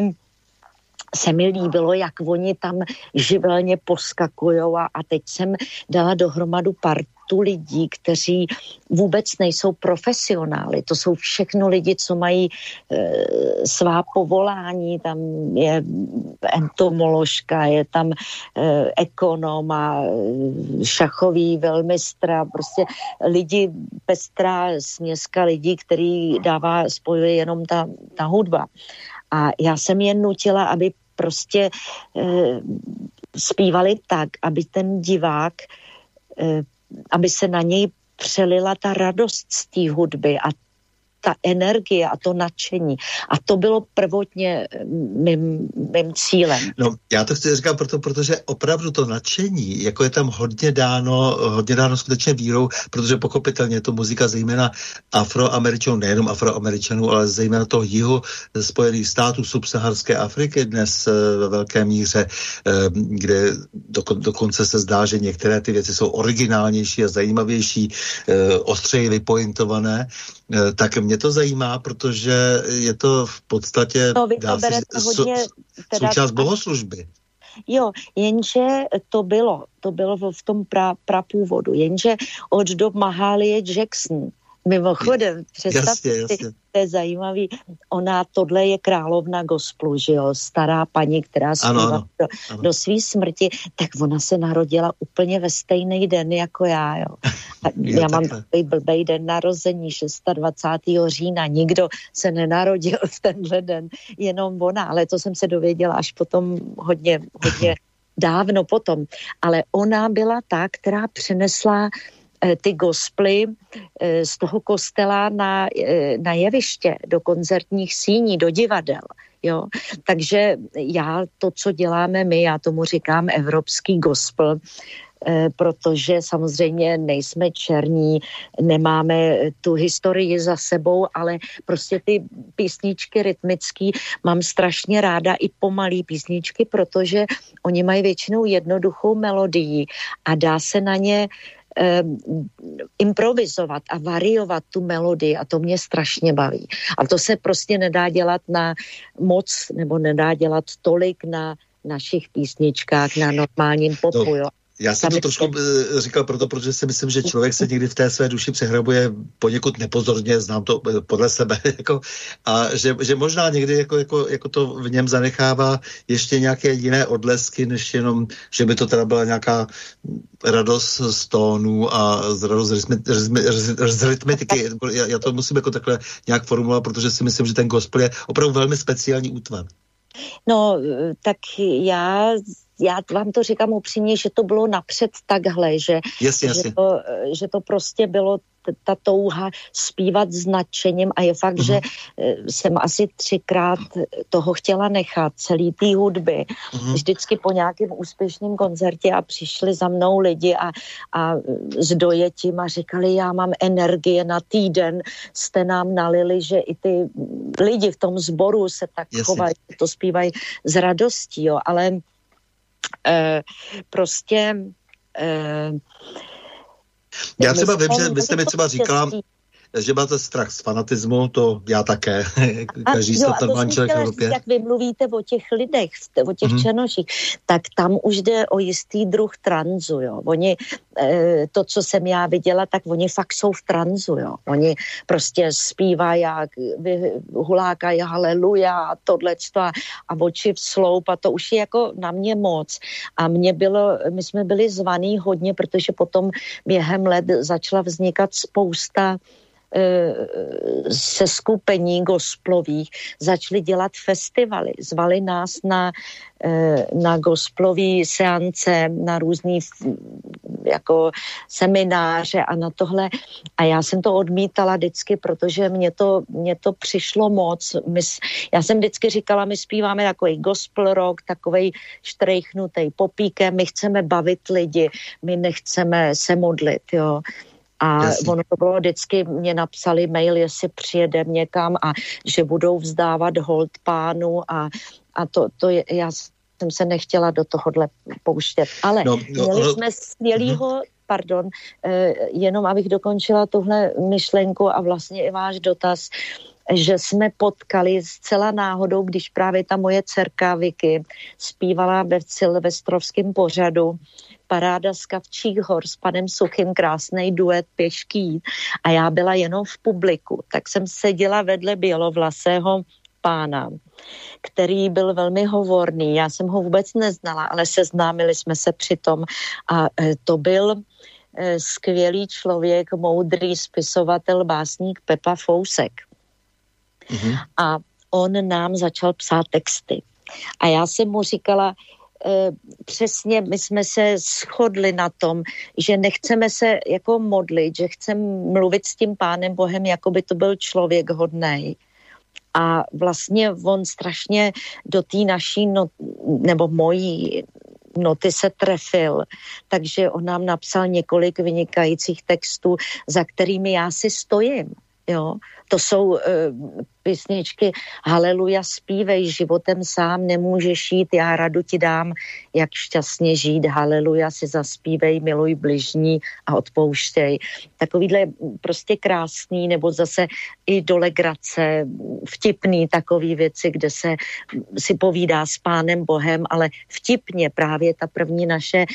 se mi líbilo, jak oni tam živelně poskakujou, a, a teď jsem dala dohromadu partu lidí, kteří vůbec nejsou profesionály. To jsou všechno lidi, co mají e, svá povolání, tam je entomoložka, je tam e, ekonom a šachový velmistra, prostě lidi, pestrá směska lidí, který dává, spojuje jenom ta, ta hudba. A já jsem je nutila, aby prostě e, zpívali tak, aby ten divák, e, aby se na něj přelila ta radost z té hudby a ta energie a to nadšení. A to bylo prvotně mým, mým cílem. No, já to chci říkat proto, protože opravdu to nadšení, jako je tam hodně dáno, hodně dáno skutečně vírou, protože pochopitelně je to muzika zejména Afroameričanů, nejenom Afroameričanů, ale zejména toho jihu Spojených států, subsaharské Afriky dnes ve velké míře, kde dokon, dokonce se zdá, že některé ty věci jsou originálnější a zajímavější, ostřeji vypointované, tak mě to zajímá, protože je to v podstatě no, dá se, hodně, teda, součást bohoslužby. Jo, jenže to bylo, to bylo v tom pra, prapůvodu, jenže od dob Mahalie Jackson, mimochodem, představte si, to je zajímavý, ona, tohle je královna gospelu, že jo, stará paní, která zpívá do, do svý smrti, tak ona se narodila úplně ve stejný den jako já, jo. jo já mám takový blbej den narození, dvacátého šestého října, nikdo se nenarodil v tenhle den, jenom ona, ale to jsem se dověděla až potom hodně, hodně dávno potom, ale ona byla ta, která přinesla ty gospely z toho kostela na, na jeviště, do koncertních síní, do divadel. Jo? Takže já to, co děláme my, já tomu říkám evropský gospel, protože samozřejmě nejsme černí, nemáme tu historii za sebou, ale prostě ty písničky rytmický mám strašně ráda, i pomalý písničky, protože oni mají většinou jednoduchou melodii a dá se na ně Um, improvizovat a variovat tu melodii a to mě strašně baví. A to se prostě nedá dělat na moc, nebo nedá dělat tolik na našich písničkách, na normálním popu, jo. Já jsem to trošku říkal proto, protože si myslím, že člověk se někdy v té své duši přehrabuje poněkud nepozorně, znám to podle sebe, jako, a že, že možná někdy jako, jako, jako to v něm zanechává ještě nějaké jiné odlesky, než jenom, že by to teda byla nějaká radost z tónů a z radost z, rytmi, z rytmetiky. Já, já to musím jako takhle nějak formulovat, protože si myslím, že ten gospel je opravdu velmi speciální útvar. No, tak já já vám to říkám upřímně, že to bylo napřed takhle, že, jasně, že, jasně. To, že to prostě bylo ta touha zpívat s nadšením a je fakt, mm-hmm. že jsem asi třikrát toho chtěla nechat, celý té hudby. Mm-hmm. Vždycky po nějakém úspěšném koncertě a přišli za mnou lidi a, a s dojetím a říkali, já mám energie na týden, jste nám nalili, že i ty lidi v tom sboru se tak Jasně. chovají, to zpívají s radostí, jo, ale eh, prostě eh, já třeba vím, že vy jste mi třeba říkala, že máte strach z fanatismu, to já také. Každý se tam manžel v Evropě. Jak vy mluvíte o těch lidech, o těch mm-hmm. černoších, tak tam už jde o jistý druh tranzu, jo. Oni, e, to, co jsem já viděla, tak oni fakt jsou v tranzu, jo. Oni prostě zpívají, hulákají haleluja a tohleto a, a oči v sloup a to už je jako na mě moc. A mě bylo, my jsme byli zvaný hodně, protože potom během let začala vznikat spousta se skupení gosplových začali dělat festivaly. Zvali nás na, na gosplové seance, na různý jako semináře a na tohle. A já jsem to odmítala vždycky, protože mě to, mě to přišlo moc. My, já jsem vždycky říkala, my zpíváme takový gospel rock, takovej štrejchnutej popíkem, my chceme bavit lidi, my nechceme se modlit, jo. A Jasně. ono to bylo vždycky, mě napsali mail, jestli přijedem někam a že budou vzdávat hold pánu a, a to, to je, já jsem se nechtěla do tohohle pouštět. Ale no, no, měli no, jsme skvělýho, uh-huh. pardon, eh, jenom abych dokončila tuhle myšlenku a vlastně i váš dotaz, že jsme potkali zcela náhodou, když právě ta moje dcerka Vicky zpívala ve silvestrovském pořadu Paráda z Kavčích hor s panem Suchým, krásnej duet Pěšký a já byla jenom v publiku, tak jsem seděla vedle bělovlasého pána, který byl velmi hovorný, já jsem ho vůbec neznala, ale seznámili jsme se přitom a to byl skvělý člověk, moudrý spisovatel, básník Pepa Fousek. Mm-hmm. A on nám začal psát texty. A já jsem mu říkala, e, přesně my jsme se shodli na tom, že nechceme se jako modlit, že chceme mluvit s tím pánem Bohem, jako by to byl člověk hodnej. A vlastně on strašně do té naší, not, nebo mojí noty se trefil, takže on nám napsal několik vynikajících textů, za kterými já si stojím. Jo, to jsou uh, písničky Haleluja, zpívej, životem sám nemůžeš jít, já radu ti dám, jak šťastně žít, haleluja, si zaspívej, miluj bližní a odpouštěj. Takovýhle prostě krásný, nebo zase i do legrace, vtipný takový věci, kde se si povídá s pánem Bohem, ale vtipně právě ta první naše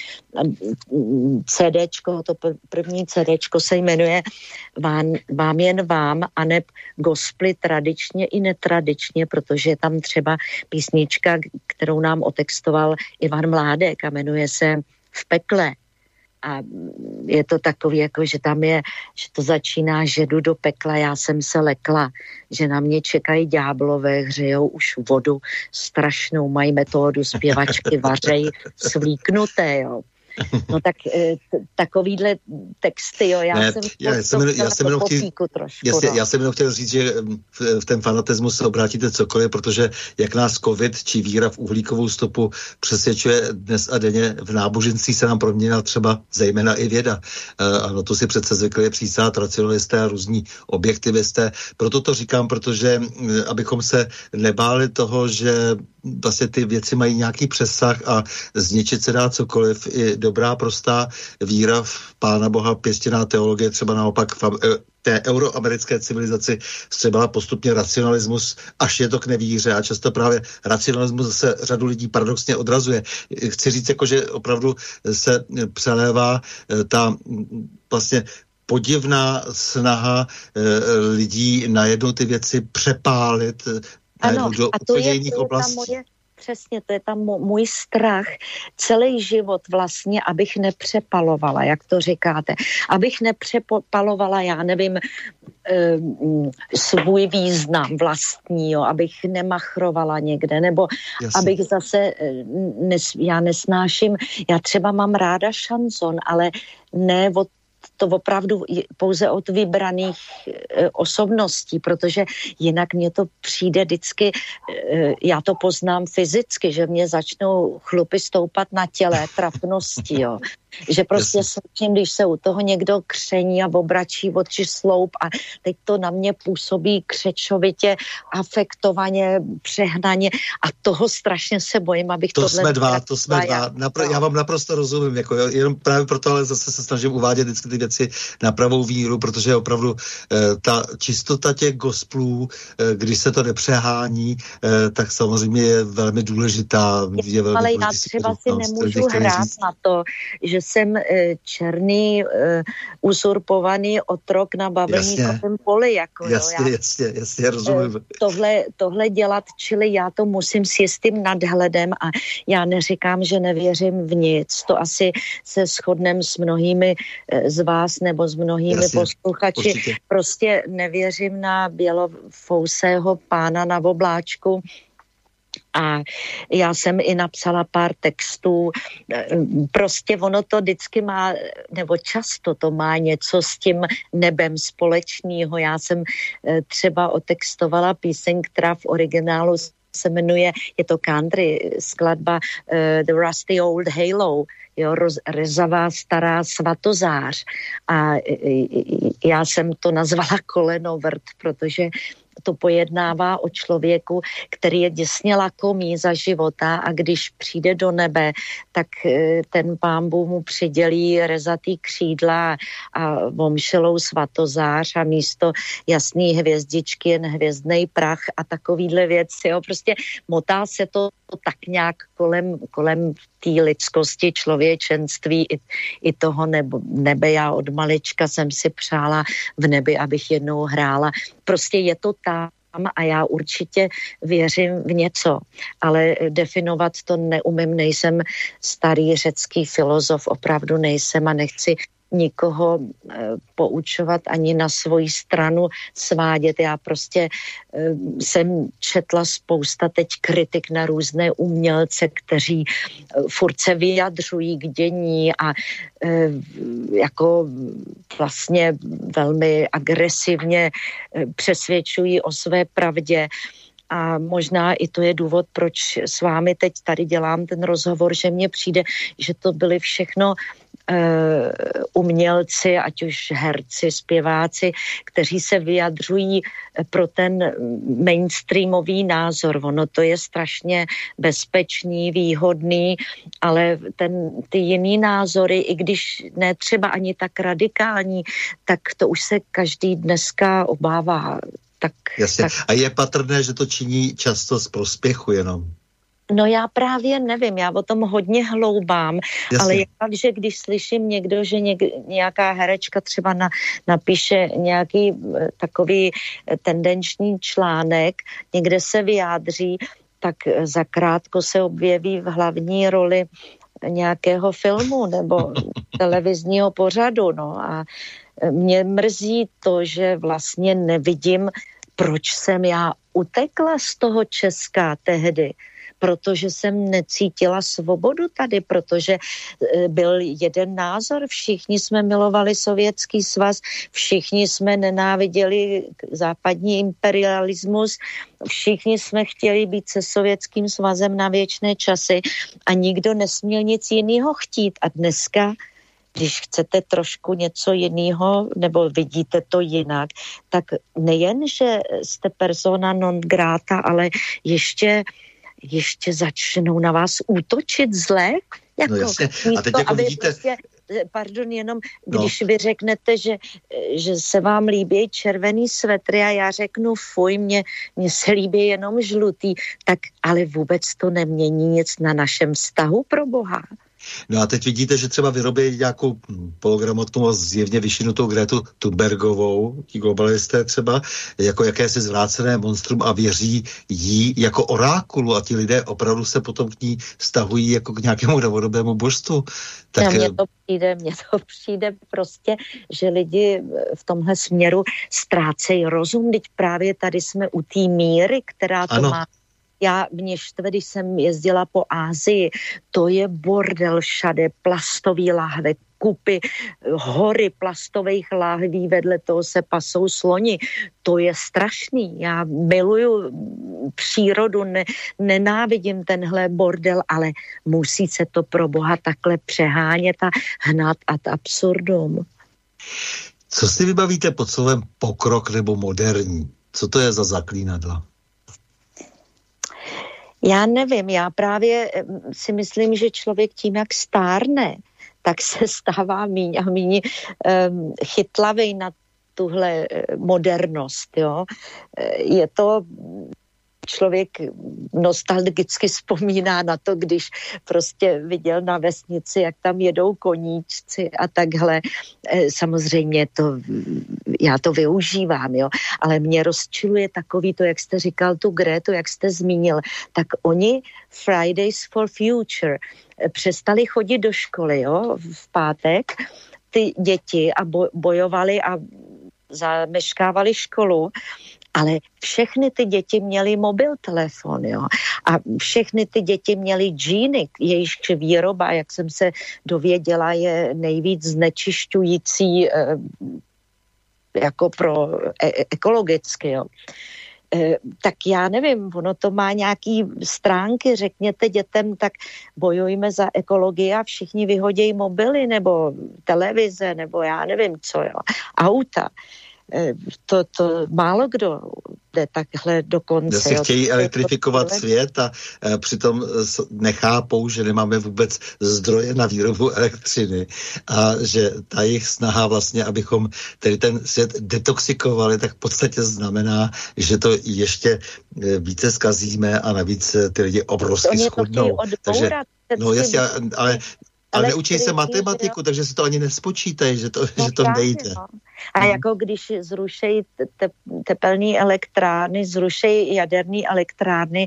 CDčko, to první CDčko se jmenuje Vám, vám jen vám, aneb gospely tradičně i netradičně, protože je tam třeba písnička, kterou nám otextoval Ivan Mládek a jmenuje se V pekle. A je to takový, jako, že tam je, že to začíná, že jdu do pekla, já jsem se lekla, že na mě čekají ďáblové, hřejou už vodu strašnou, mají metodu, zpěvačky vařej svlíknuté, jo. No tak t- takovýhle texty, jo, já ne, jsem já, já jsem, já jsem jenom chtěl, trošku, jasně, no. já jsem jenom chtěl říct, že v, v ten fanatismus se obrátíte cokoliv, protože jak nás covid či víra v uhlíkovou stopu přesvědčuje dnes a denně, v náboženství se nám proměnila třeba zejména i věda. A na to si přece zvykli přísát racionalisté a různí objektivisté. Proto to říkám, protože abychom se nebáli toho, že vlastně ty věci mají nějaký přesah a zničit se dá cokoliv. I dobrá, prostá víra v Pána Boha, pěstěná teologie, třeba naopak v té euroamerické civilizaci vstřebala postupně racionalismus, až je to k nevíře a často právě racionalismus zase řadu lidí paradoxně odrazuje. Chci říct, jako, že opravdu se přelévá ta vlastně podivná snaha lidí najednou ty věci přepálit ano, do a to je, jiných to je oblastí. ta moje přesně, to je tam můj strach celý život vlastně, abych nepřepalovala, jak to říkáte. Abych nepřepalovala, já nevím, svůj význam vlastní, jo, abych nemachrovala někde, nebo Jasně. abych zase, nes, já nesnáším, já třeba mám ráda šanson, ale ne od to opravdu pouze od vybraných e, osobností, protože jinak mně to přijde vždycky, e, já to poznám fyzicky, že mě začnou chlupy stoupat na těle, trapnosti, jo. Že prostě slyším, když se u toho někdo kření a obračí oči sloup a teď to na mě působí křečovitě, afektovaně, přehnaně a toho strašně se bojím, abych to tohle... Jsme dva, to jsme dva, Napr- já vám naprosto rozumím, jako jenom právě proto, ale zase se snažím uvádět vždycky ty věci na pravou víru, protože opravdu eh, ta čistota těch gospelů, eh, když se to nepřehání, eh, tak samozřejmě je velmi důležitá. Je velmi ale já třeba si nemůžu hrát říct. Na to, že jsem e, černý, e, usurpovaný otrok na bavlníkovém poli. Jako, jasně, jo, já, jasně, jasně, rozumím. E, tohle, tohle dělat, čili já to musím s jistým nadhledem a já neříkám, že nevěřím v nic. To asi se shodnem s mnohými e, z vás nebo s mnohými jasně, posluchači. Určitě. Prostě nevěřím na bělofousého pána na obláčku. A já jsem i napsala pár textů, prostě ono to vždycky má, nebo často to má něco s tím nebem společného. Já jsem třeba otextovala píseň, která v originálu se jmenuje, je to country, skladba uh, The Rusty Old Halo, jo, roz, rezavá stará svatozář. A já jsem to nazvala kolenovrt, protože to pojednává o člověku, který je děsně lakomý za života a když přijde do nebe, tak ten Pán Bůh mu přidělí rezatý křídla a vomšelou svatozář a místo jasný hvězdičky jen hvězdnej prach a takovýhle věci. Jo. Prostě motá se to tak nějak kolem, kolem té lidskosti, člověčenství i, i toho nebe, nebe. Já od malička jsem si přála v nebi, abych jednou hrála. Prostě je to tam a já určitě věřím v něco, ale definovat to neumím, nejsem starý řecký filozof, opravdu nejsem a nechci nikoho e, poučovat ani na svoji stranu svádět. Já prostě e, jsem četla spousta teď kritik na různé umělce, kteří e, furt se vyjadřují k dění a e, jako vlastně velmi agresivně e, přesvědčují o své pravdě. A možná i to je důvod, proč s vámi teď tady dělám ten rozhovor, že mně přijde, že to byly všechno Uh, umělci, ať už herci, zpěváci, kteří se vyjadřují pro ten mainstreamový názor. Ono to je strašně bezpečný, výhodný, ale ten, ty jiný názory, i když ne třeba ani tak radikální, tak to už se každý dneska obává. Tak, Jasně. tak... A je patrné, že to činí často z prospěchu jenom. No já právě nevím, já o tom hodně hloubám, Jasně. ale je fakt, že když slyším někdo, že něk, nějaká herečka třeba na, napíše nějaký takový tendenční článek, někde se vyjádří, tak zakrátko se objeví v hlavní roli nějakého filmu nebo televizního pořadu. No a mě mrzí to, že vlastně nevidím, proč jsem já utekla z toho Česka tehdy, protože jsem necítila svobodu tady, protože byl jeden názor, všichni jsme milovali Sovětský svaz, všichni jsme nenáviděli západní imperialismus, všichni jsme chtěli být se Sovětským svazem na věčné časy a nikdo nesměl nic jiného chtít. A dneska, když chcete trošku něco jiného, nebo vidíte to jinak, tak nejen, že jste persona non grata, ale ještě ještě začnou na vás útočit zle. Jako, no jasně. A teď jako vidíte... Prostě, pardon, jenom když no. vy řeknete, že, že se vám líbí červený svetry a já řeknu fuj, mně, mně se líbí jenom žlutý, tak ale vůbec to nemění nic na našem vztahu, pro Boha. No a teď vidíte, že třeba vyrobí nějakou pologramotnou a zjevně vyšinutou Gretu Thunbergovou, ti globalisté třeba, jako jakési zvrácené monstrum a věří jí jako orákulu a ti lidé opravdu se potom k ní stahují jako k nějakému novodobému božstvu. Tak... No, mně to přijde, mně to přijde prostě, že lidi v tomhle směru ztrácejí rozum, teď právě tady jsme u té míry, která to ano. má. Já mě štve, když jsem jezdila po Ázii, to je bordel všade, plastový lahve, kupy, hory plastových lahví, vedle toho se pasou sloni. To je strašný. Já miluju přírodu, ne, nenávidím tenhle bordel, ale musí se to pro Boha takhle přehánět a hnat ad absurdum. Co si vybavíte pod slovem pokrok nebo moderní? Co to je za zaklínadla? Já nevím, já právě si myslím, že člověk tím, jak stárne, tak se stává míň a míň um, chytlavej na tuhle modernost, jo. Je to... Člověk nostalgicky vzpomíná na to, když prostě viděl na vesnici, jak tam jedou koníčci a takhle. Samozřejmě to, já to využívám, jo, ale mě rozčiluje takový to, jak jste říkal tu Gretu, jak jste zmínil, tak oni Fridays for Future přestali chodit do školy, jo, v pátek ty děti a bojovali a zameškávali školu, ale všechny ty děti měly mobil telefon, jo. A všechny ty děti měly džíny, jejichž výroba, jak jsem se dověděla, je nejvíc znečišťující eh, jako pro e- ekologicky, jo. Eh, tak já nevím, ono to má nějaký stránky, řekněte dětem, tak bojujme za ekologii a všichni vyhodějí mobily nebo televize, nebo já nevím co, jo. Auta. To, to málo kdo jde takhle do konce. Si chtějí elektrifikovat svět a e, přitom nechápou, že nemáme vůbec zdroje na výrobu elektřiny a že ta jejich snaha vlastně, abychom tedy ten svět detoxikovali, tak v podstatě znamená, že to ještě více zkazíme a navíc ty lidi obrovsky schudnou. Takže, no jasně, ale Ale neučí se matematiku, takže si to ani nespočítají, že to, no, že to nejde. No. A hmm. jako když zrušejí te, tepelné elektrárny, zrušejí jaderné elektrárny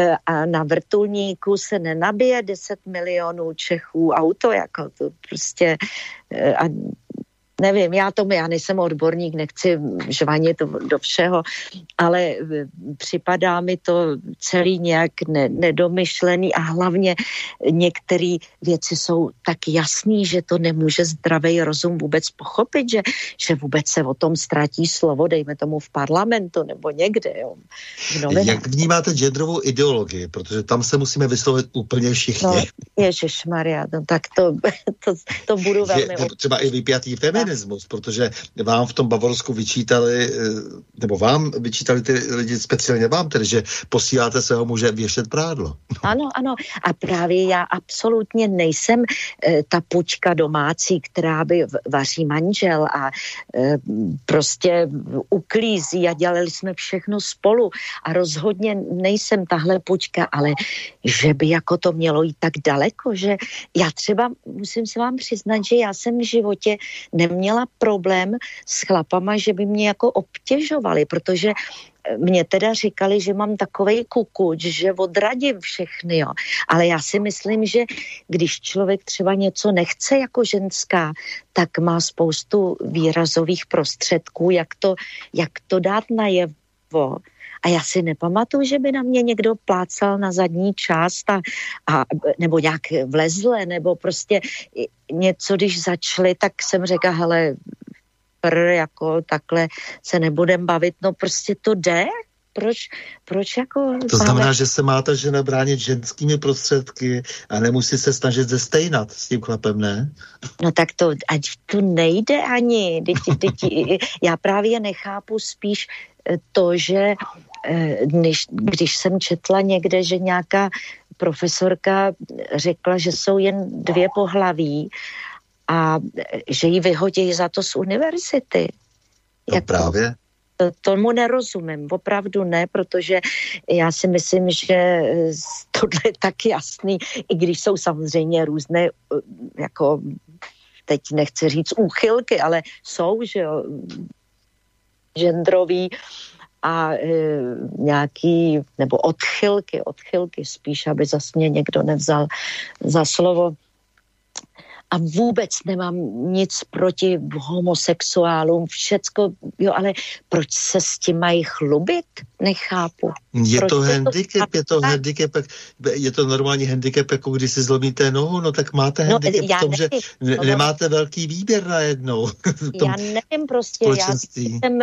a na vrtulníku se nenabije deset milionů Čechů auto, jako to prostě... A nevím, já tomu, já nejsem odborník, nechci žvanit do všeho, ale připadá mi to celý nějak ne, nedomyšlený a hlavně některé věci jsou tak jasný, že to nemůže zdravý rozum vůbec pochopit, že, že vůbec se o tom ztratí slovo, dejme tomu v parlamentu nebo někde. Jo, jak vnímáte genderovou ideologii? Protože tam se musíme vyslovit úplně všichni. No, ježišmarja, no, tak to, to, to budu velmi... Je, třeba i vypjatý femin. Protože vám v tom Bavorsku vyčítali, nebo vám vyčítali ty lidi, speciálně vám, tedy, že posíláte svého muže věšet prádlo. Ano, ano. A právě já absolutně nejsem e, ta pučka domácí, která by vaří manžel a e, prostě uklízí a dělali jsme všechno spolu. A rozhodně nejsem tahle pučka, ale že by jako to mělo jít tak daleko, že já třeba musím se vám přiznat, že já jsem v životě neměla problém s chlapama, že by mě jako obtěžovali, protože mě teda říkali, že mám takovej kukuč, že odradím všechny, jo. Ale já si myslím, že když člověk třeba něco nechce jako ženská, tak má spoustu výrazových prostředků, jak to, jak to dát najevo. A já si nepamatuju, že by na mě někdo plácal na zadní část a, a, nebo nějak vlezle, nebo prostě něco, když začali, tak jsem řekla, hele, pr, jako takhle se nebudem bavit, no prostě to jde. Proč, proč jako... To znamená, máme... že se máte žena bránit ženskými prostředky a nemusí se snažit zestejnat s tím chlapem, ne? No tak to, ať to nejde ani. Děti, děti, já právě nechápu spíš to, že když, když jsem četla někde, že nějaká profesorka řekla, že jsou jen dvě pohlaví a že ji vyhodí za to z univerzity. No jako... právě. To, tomu nerozumím, opravdu ne, protože já si myslím, že tohle je tak jasný, i když jsou samozřejmě různé, jako teď nechci říct úchylky, ale jsou, že jo, genderový a e, nějaký, nebo odchylky, odchylky spíš, aby zas mě někdo nevzal za slovo. A vůbec nemám nic proti homosexuálům, všecko, jo, ale proč se s tím mají chlubit? Nechápu. Je proč to handicap, to je to handicap, je to normální handicap, jako když si zlomíte nohu, no tak máte no, handicap v tom, nevím, že ne, no, nemáte velký výběr najednou. Já nevím prostě, já jsem,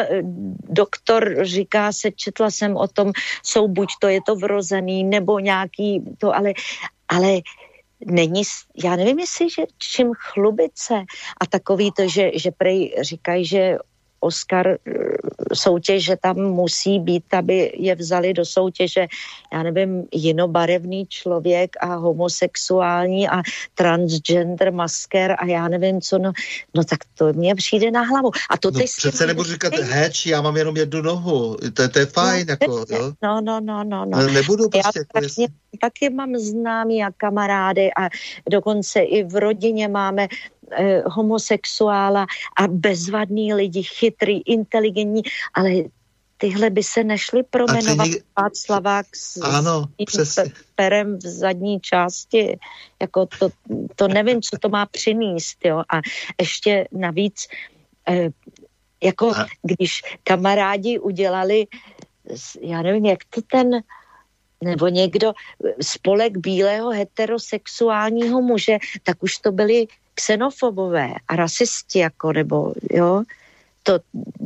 doktor říká se, četla jsem o tom, jsou buď to je to vrozený, nebo nějaký to, ale, ale není, já nevím, jestli, že čím chlubit se a takový to, že, že prej říkají, že Oscar soutěž, že tam musí být, aby je vzali do soutěže, já nevím, jinobarevný člověk a homosexuální a transgender masker a já nevím co, no, no tak to mě přijde na hlavu. A to no, ty přece nebudu říkat, heč, já mám jenom jednu nohu, to, to je fajn, no, jako, jo? No, no, no, no, no. Ale nebudu prostě, já jako taky, jestli... taky mám známí a kamarády a dokonce i v rodině máme eh, homosexuála a bezvadný lidi, chytrý, inteligentní, ale tyhle by se nešli promenovat někdy... Václavák s, ano, s tím perem v zadní části. Jako to, to nevím, co to má přinést, jo. A ještě navíc eh, jako a... když kamarádi udělali, já nevím, jak to ten nebo někdo, spolek bílého heterosexuálního muže, tak už to byli xenofobové a rasisti, jako, nebo, jo, to,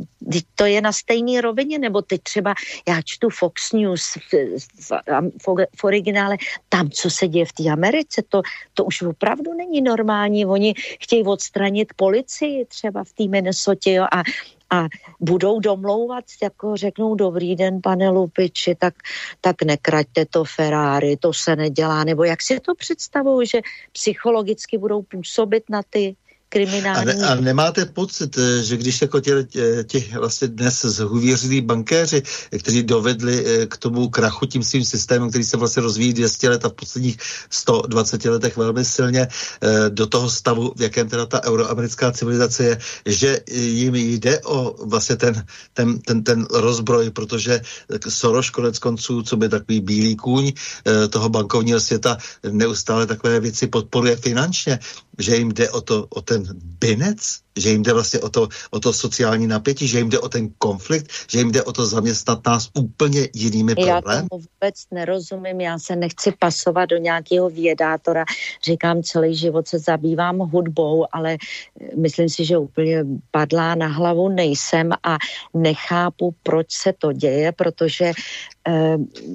to je na stejné rovině, nebo teď třeba, já čtu Fox News v, v, v, v originále, tam, co se děje v té Americe, to, to už opravdu není normální, oni chtějí odstranit policii třeba v té Minnesotě, jo, a a budou domlouvat, jako řeknou, dobrý den, pane Lupiči, tak, tak nekraťte to Ferrari, to se nedělá, nebo jak si to představují, že psychologicky budou působit na ty kriminální... A, ne, a nemáte pocit, že když jako tě, tě vlastně dnes zhuvěřilí bankéři, kteří dovedli k tomu krachu tím svým systémem, který se vlastně rozvíjí dvě stě let a v posledních sto dvaceti letech velmi silně do toho stavu, v jakém teda ta euroamerická civilizace je, že jim jde o vlastně ten, ten, ten, ten rozbroj, protože Soros konec konců, co by takový bílý kůň toho bankovního světa, neustále takové věci podporuje finančně, že jim jde o to, o ten binec, že jim jde vlastně o to, o to sociální napětí, že jim jde o ten konflikt, že jim jde o to zaměstnat nás úplně jinými problémy. Já tomu vůbec nerozumím, já se nechci pasovat do nějakého vědátora, říkám, celý život se zabývám hudbou, ale myslím si, že úplně padlá na hlavu nejsem a nechápu, proč se to děje, protože eh,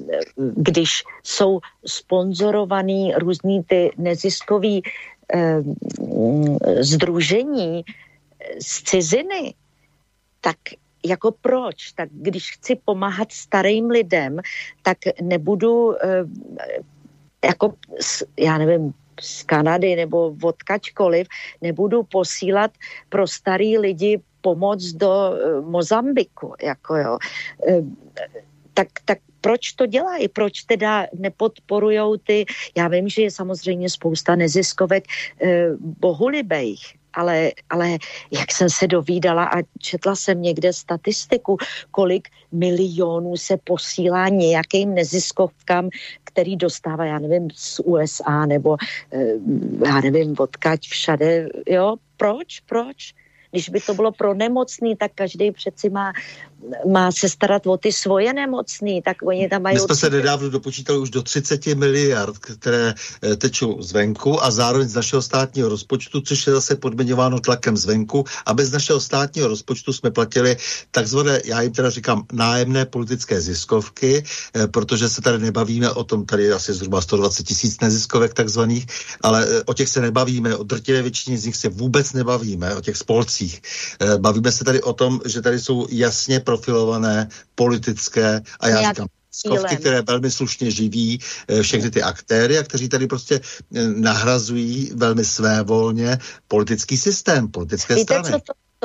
když jsou sponzorovaný různý ty neziskový eh, sdružení z ciziny, tak jako proč? Tak když chci pomáhat starým lidem, tak nebudu eh, jako, já nevím, z Kanady nebo odkačkoliv, nebudu posílat pro starý lidi pomoc do eh, Mozambiku, jako jo. Eh, tak, tak proč to dělají? Proč teda nepodporujou ty, já vím, že je samozřejmě spousta neziskovek eh, bohulibejch, ale, ale jak jsem se dovídala a četla jsem někde statistiku, kolik milionů se posílá nějakým neziskovkám, který dostává, já nevím, z U S A nebo eh, já nevím, odkaď všade, jo, proč, proč? Když by to bylo pro nemocný, tak každý přeci má, má se starat o ty svoje nemocný, tak oni tam mají... My jsme určitě... se nedávno dopočítali už do třicet miliard, které tečou zvenku a zároveň z našeho státního rozpočtu, což je zase podmiňováno tlakem zvenku, a bez našeho státního rozpočtu jsme platili takzvané, já jim teda říkám, nájemné politické ziskovky, protože se tady nebavíme o tom, tady asi zhruba sto dvacet tisíc neziskovek takzvaných, ale o těch se nebavíme, o drtivé většině z nich se vůbec nebavíme, o těch spolcích. Bavíme se tady o tom, že tady jsou jasně profilované politické a já říkám skovky, které velmi slušně živí všechny ty aktéry a kteří tady prostě nahrazují velmi svévolně politický systém, politické Víte, strany. Co to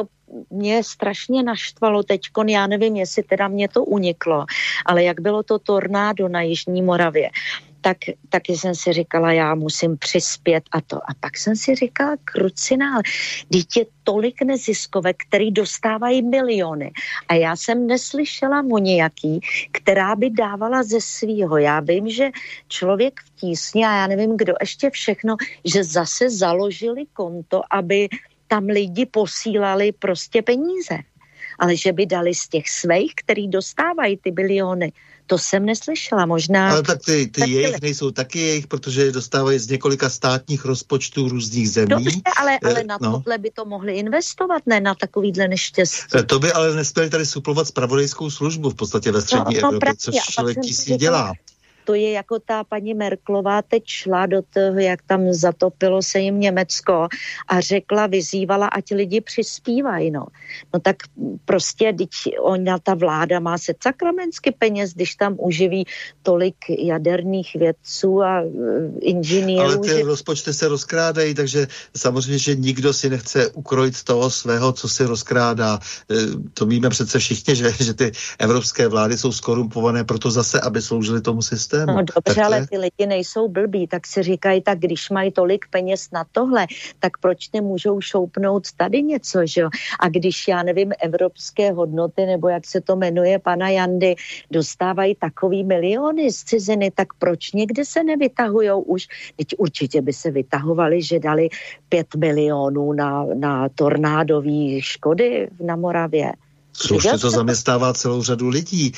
to mě strašně naštvalo teďkon, já nevím, jestli teda mě to uniklo, ale jak bylo to tornádo na Jižní Moravě, tak taky jsem si říkala, já musím přispět a to. A pak jsem si říkala, krucinál, vždyť je tolik neziskovek, který dostávají miliony. A já jsem neslyšela o nějaký, která by dávala ze svýho. Já vím, že člověk v tísni, a já nevím, kdo ještě všechno, že zase založili konto, aby tam lidi posílali prostě peníze. Ale že by dali z těch svých, který dostávají ty biliony, to jsem neslyšela, možná... Ale tak ty, ty jejich nejsou taky jejich, protože je dostávají z několika státních rozpočtů různých zemí. Dobře, ale, ale na no. tohle by to mohli investovat, ne na takovýhle neštěstí. To by ale nesměli tady suplovat zpravodajskou službu v podstatě ve střední no, no, Evropě, což člověk tisíc dělá. To je jako ta paní Merklová teď šla do toho, jak tam zatopilo se jim Německo a řekla, vyzývala, ať lidi přispívají, no. No tak prostě, když ona, ta vláda má se sakramensky peněz, když tam uživí tolik jaderných vědců a inženýrů. Ale ty že... rozpočty se rozkrádají, takže samozřejmě, že nikdo si nechce ukrojit toho svého, co si rozkrádá. To víme přece všichni, že, že ty evropské vlády jsou skorumpované proto zase, aby sloužily tomu systému. No dobře, ale ty lidi nejsou blbí, tak si říkají, tak když mají tolik peněz na tohle, tak proč nemůžou šoupnout tady něco, že jo? A když, já nevím, evropské hodnoty, nebo jak se to jmenuje, pana Jandy, dostávají takový miliony z ciziny, tak proč někde se nevytahujou už? Teď určitě by se vytahovali, že dali pět milionů na, na tornádové škody na Moravě. Slušně to zaměstnává celou řadu lidí.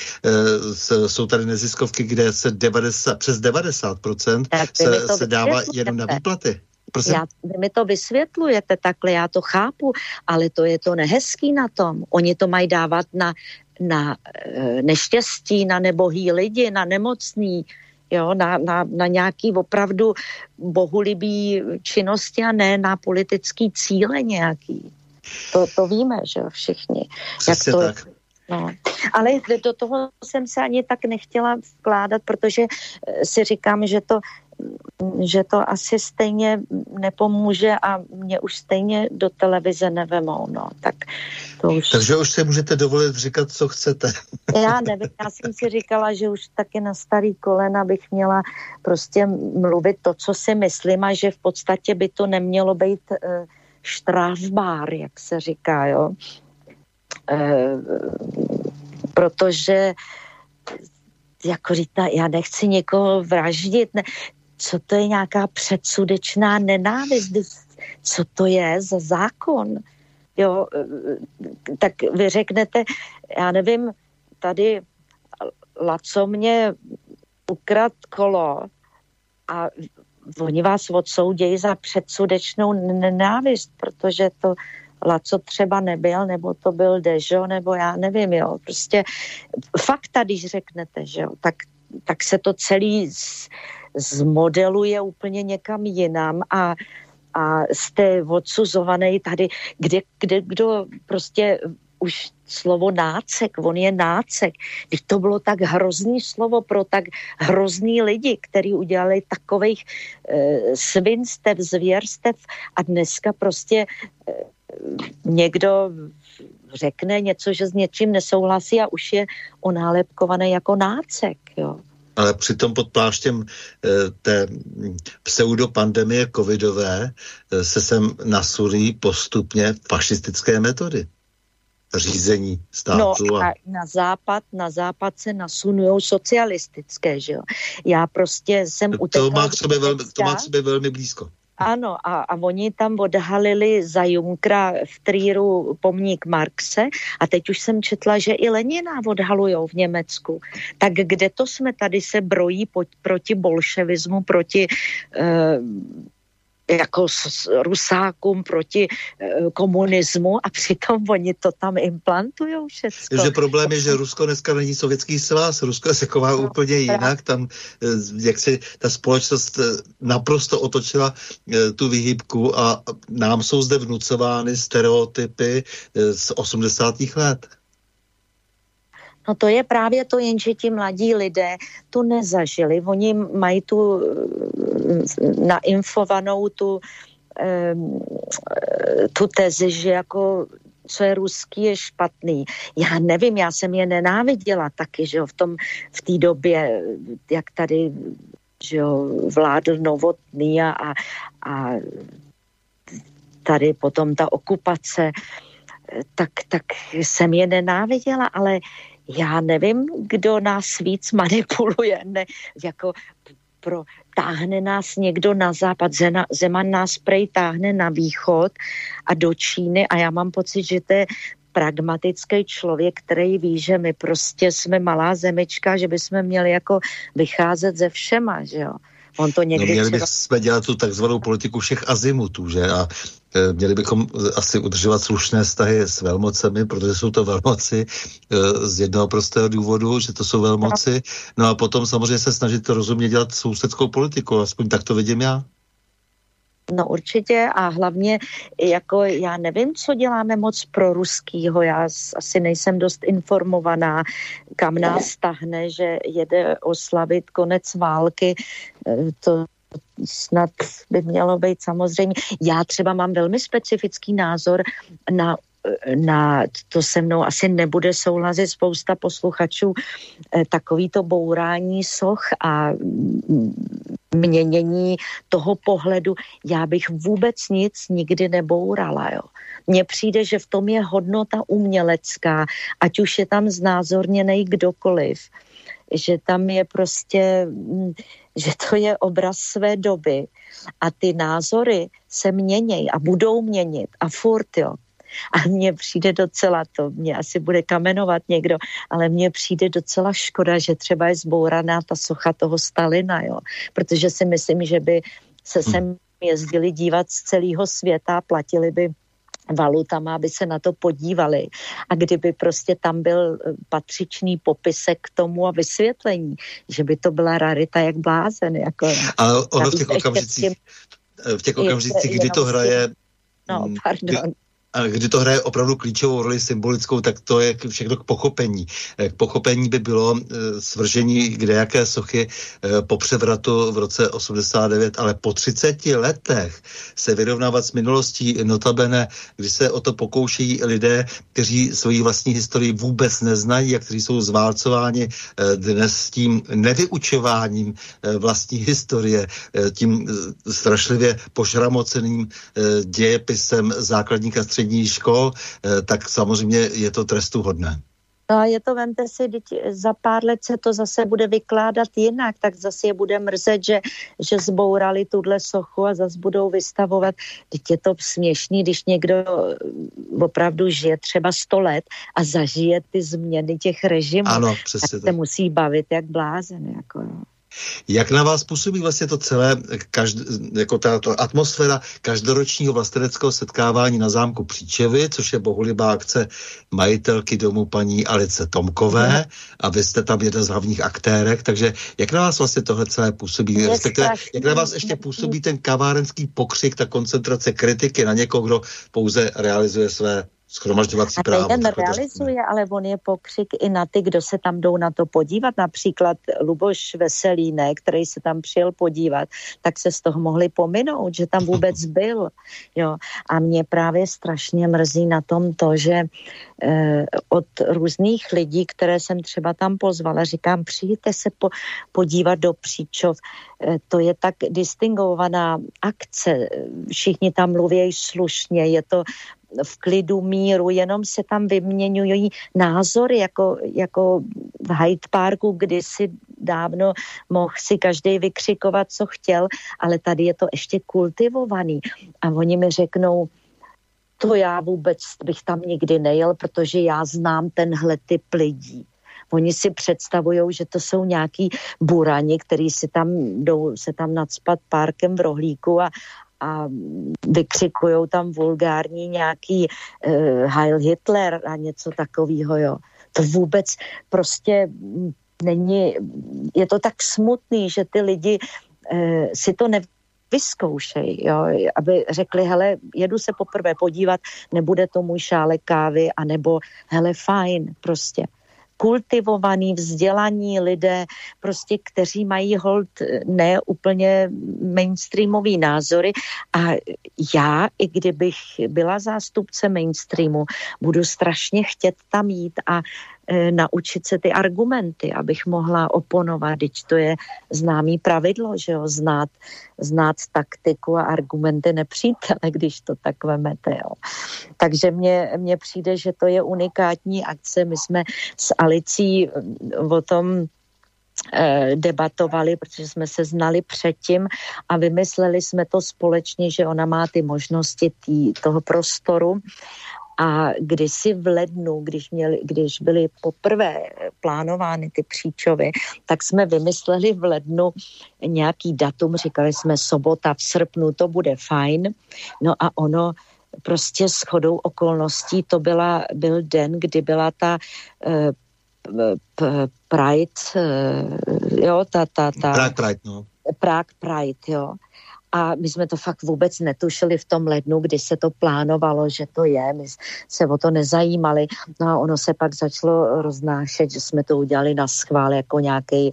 E, jsou tady neziskovky, kde se devadesát, přes devadesát procent se, se dává jenom na výplaty. Já, vy mi to vysvětlujete takhle, já to chápu, ale to je to nehezký na tom. Oni to mají dávat na, na e, neštěstí, na nebohý lidi, na nemocný, jo, na, na, na nějaký opravdu bohulibý činnosti a ne na politický cíle nějaký. To, to víme, že jo, všichni. Přesně jak to, tak. No. Ale do toho jsem se ani tak nechtěla vkládat, protože si říkám, že to, že to asi stejně nepomůže a mě už stejně do televize nevemou, no. Tak to už... Takže už si můžete dovolit říkat, co chcete. Já nevím, já jsem si říkala, že už taky na starý kolena bych měla prostě mluvit to, co si myslím a že v podstatě by to nemělo být... Uh, štrafbár, jak se říká, jo. E, protože jako říká, já nechci někoho vraždit, ne, co to je nějaká předsudečná nenávist, co to je za zákon, jo, tak vy řeknete, já nevím, tady Laco mě ukrad kolo a oni vás odsoudějí za předsudečnou nenávist, protože to Laco třeba nebyl, nebo to byl Dežo, nebo já nevím, jo. Prostě fakta, když řeknete, že jo, tak, tak se to celý z, zmodeluje úplně někam jinam a, a jste odsuzovaný tady, kde, kde kdo prostě už slovo nácek, on je nácek. Když to bylo tak hrozný slovo pro tak hrozný lidi, kteří udělali takových e, svinstev, zvěrstev a dneska prostě e, někdo řekne něco, že s něčím nesouhlasí a už je onálepkovaný jako nácek, jo. Ale přitom pod pláštěm e, té pseudopandemie covidové e, se sem nasurí postupně fašistické metody řízení státu. No a na západ, na západ se nasunujou socialistické, že jo. Já prostě jsem utekla... To má k sobě velmi, to má k sobě velmi blízko. Ano, a, a oni tam odhalili za Junckera v Trieru pomník Marxe a teď už jsem četla, že i Lenina odhalujou v Německu. Tak kde to jsme tady se brojí po, proti bolševismu, proti... Eh, jako s rusákům proti e, komunismu a přitom oni to tam implantujou všecko. Takže problém je, že Rusko dneska není sovětský svaz, Rusko se chová no, úplně jinak, tam jak si ta společnost naprosto otočila e, tu výhybku a nám jsou zde vnucovány stereotypy e, z osmdesátých let. No to je právě to, jenže ti mladí lidé to nezažili. Oni mají tu nainfovanou tu, tu tezi, že jako co je ruský, je špatný. Já nevím, já jsem je nenáviděla taky, že jo, v tom, v té době, jak tady, že jo, vládl Novotný a, a, a tady potom ta okupace, tak, tak jsem je nenáviděla, ale já nevím, kdo nás víc manipuluje, ne, jako pro, táhne nás někdo na západ, Zena, Zeman nás prej táhne na východ a do Číny a já mám pocit, že to je pragmatický člověk, který ví, že my prostě jsme malá zemička, že bychom měli jako vycházet ze všema, že jo. On to někdy no, měli třeba... bychom dělat tu takzvanou politiku všech azimutů, že? A e, měli bychom asi udržovat slušné vztahy s velmocemi, protože jsou to velmoci e, z jednoho prostého důvodu, že to jsou velmoci. No a potom samozřejmě se snažit to rozumně dělat sousedskou politiku, aspoň tak to vidím já. No určitě a hlavně jako já nevím, co děláme moc pro ruskýho, já asi nejsem dost informovaná, kam nás tahne, že jede oslavit konec války, to snad by mělo být samozřejmě. Já třeba mám velmi specifický názor na na, to se mnou asi nebude souhlasit spousta posluchačů, takový to bourání soch a měnění toho pohledu. Já bych vůbec nic nikdy nebourala, jo. Mně přijde, že v tom je hodnota umělecká, ať už je tam znázorněnej kdokoliv, že tam je prostě, že to je obraz své doby a ty názory se měnějí a budou měnit a furt, jo. A mně přijde docela, to mě asi bude kamenovat někdo, ale mně přijde docela škoda, že třeba je zbouraná ta socha toho Stalina, jo. Protože si myslím, že by se sem jezdili dívat z celého světa, platili by valutama, aby se na to podívali. A kdyby prostě tam byl patřičný popisek k tomu a vysvětlení, že by to byla rarita jak blázen. Jako, ale ono v těch okamžicích, v těch okamžicích, kdy to hraje... No, pardon. A kdy to hraje opravdu klíčovou roli symbolickou, tak to je všechno k pochopení. K pochopení by bylo svržení kdejaké sochy po převratu v roce osmdesát devět, ale po třiceti letech se vyrovnávat s minulostí, notabene, kdy se o to pokoušejí lidé, kteří svoji vlastní historii vůbec neznají a kteří jsou zválcováni dnes tím nevyučováním vlastní historie, tím strašlivě pošramoceným dějepisem základních a středních škol, tak samozřejmě je to trestuhodné. No a je to, vemte si, za pár let se to zase bude vykládat jinak, tak zase je bude mrzet, že, že zbourali tuhle sochu a zase budou vystavovat. Teď je to směšný, když někdo opravdu žije třeba sto let a zažije ty změny těch režimů. Ano, přesně tak. tak. Se musí bavit jak blázen. Jako, no. Jak na vás působí vlastně to celé, každ, jako ta, ta atmosféra každoročního vlasteneckého setkávání na zámku Příčevy, což je bohulibá akce majitelky domu paní Alice Tomkové a vy jste tam jedna z hlavních aktérek, takže jak na vás vlastně tohle celé působí, respektive jak na vás ještě působí ten kavárenský pokřik, ta koncentrace kritiky na někoho, kdo pouze realizuje své schromažďovací právo. A ten realizuje, ale on je pokřik i na ty, kdo se tam jdou na to podívat. Například Luboš Veselínek, který se tam přijel podívat, tak se z toho mohli pominout, že tam vůbec byl. Jo. A mě právě strašně mrzí na tom to, že eh, od různých lidí, které jsem třeba tam pozvala, říkám, přijďte se po, podívat do Příčov. Eh, to je tak distingovaná akce. Všichni tam mluví slušně, je to v klidu, míru, jenom se tam vyměňují názory, jako, jako v Hyde Parku, kdysi dávno mohl si každý vykřikovat, co chtěl, ale tady je to ještě kultivovaný. A oni mi řeknou, to já vůbec bych tam nikdy nejel, protože já znám tenhle typ lidí. Oni si představujou, že to jsou nějaký burani, který si tam jdou se tam nacpat párkem v rohlíku a a vykřikujou tam vulgární nějaký uh, Heil Hitler a něco takového, jo. To vůbec prostě není, je to tak smutný, že ty lidi uh, si to nevyzkoušejí, jo, aby řekli, hele, jedu se poprvé podívat, nebude to můj šálek kávy, anebo hele, fajn, prostě. skultivovaný, vzdělaní lidé, prostě, kteří mají hold ne úplně mainstreamový názory a já, i kdybych byla zástupce mainstreamu, budu strašně chtět tam jít a e, naučit se ty argumenty, abych mohla oponovat, teď to je známý pravidlo, že jo, znát, znát taktiku a argumenty nepřítele, když to tak vemete, jo. Takže mně, mně přijde, že to je unikátní akce, my jsme s Alicí o tom debatovali, protože jsme se znali předtím a vymysleli jsme to společně, že ona má ty možnosti tý, toho prostoru a kdysi v lednu, když, měli, když byly poprvé plánovány ty příčovy, tak jsme vymysleli v lednu nějaký datum, říkali jsme sobota v srpnu, to bude fajn, no a ono prostě shodou okolností to byla, byl den, kdy byla ta eh, Pride, jo, ta, ta, ta... Prague Pride, no. Prague Pride, jo. A my jsme to fakt vůbec netušili v tom lednu, kdy se to plánovalo, že to je, my se o to nezajímali. No a ono se pak začalo roznášet, že jsme to udělali na schvál jako nějaký,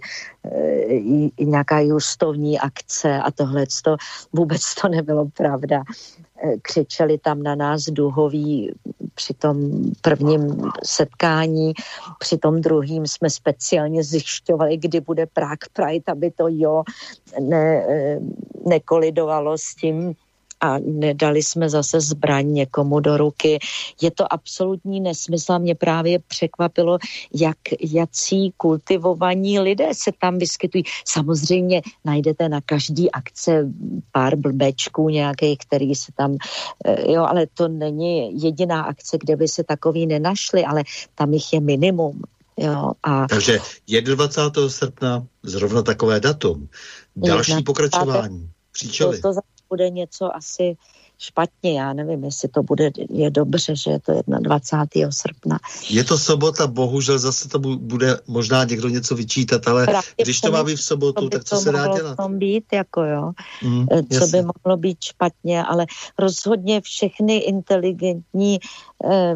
e, nějaká justovní akce a tohleto. Vůbec to nebylo pravda. Křičeli tam na nás duhoví při tom prvním setkání, při tom druhým jsme speciálně zjišťovali, kdy bude Prague Pride, aby to jo ne, nekolidovalo s tím a nedali jsme zase zbraň někomu do ruky. Je to absolutní nesmysl a mě právě překvapilo, jak jací kultivovaní lidé se tam vyskytují. Samozřejmě najdete na každý akce pár blbečků nějakých, který se tam, jo, ale to není jediná akce, kde by se takový nenašli, ale tam jich je minimum. Jo, a takže dvacátého prvního srpna zrovna takové datum. Další jedna, pokračování. Příčely. To, to bude něco asi špatně, já nevím, jestli to bude, je dobře, že je to dvacátého prvního srpna. Je to sobota, bohužel zase to bude možná někdo něco vyčítat, ale Právě když to má být v sobotu, tak co se dá dělat? To být, jako jo, mm, co jasně. by mohlo být špatně, ale rozhodně všechny inteligentní eh,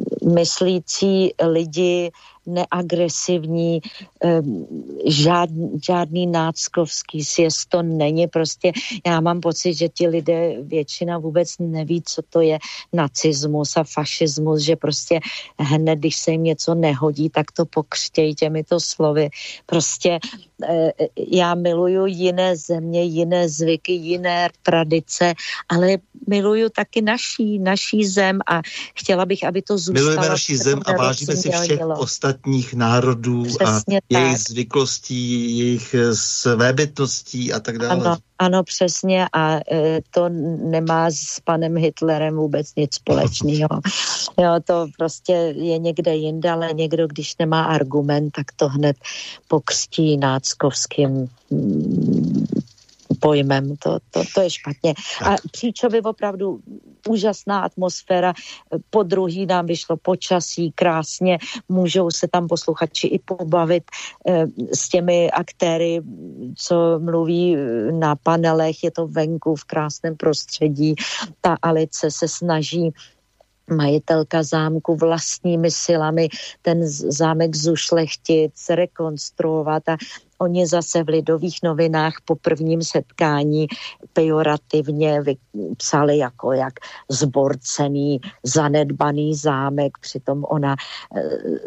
myslící lidi, neagresivní, eh, žádný, žádný náckovský sjezd to není, prostě já mám pocit, že ti lidé většina vůbec neví, co to je nacismus a fašismus, že prostě hned, když se jim něco nehodí, tak to pokřtějí těmito slovy. Prostě eh, já miluju jiné země, jiné zvyky, jiné tradice, ale miluju taky naší, naší zem a chtěla bych, aby to zůstalo. Milujeme naší zem a vážíme si všech ostatních národů přesně a jejich tak. zvyklostí, jejich svébytností a tak dále. Ano, ano, přesně a e, to nemá s panem Hitlerem vůbec nic společného. Jo, to prostě je někde jinde, ale někdo, když nemá argument, tak to hned pokřtí náckovským mm, pojmem, to, to, to je špatně. A Příčovy opravdu úžasná atmosféra, po druhý nám vyšlo počasí krásně, můžou se tam posluchači i pobavit eh, s těmi aktéry, co mluví na panelech, je to venku v krásném prostředí, ta Alice se snaží majitelka zámku vlastními silami ten zámek zušlechtit, rekonstruovat a oni zase v Lidových novinách po prvním setkání pejorativně psali jako jak zborcený, zanedbaný zámek, přitom ona e,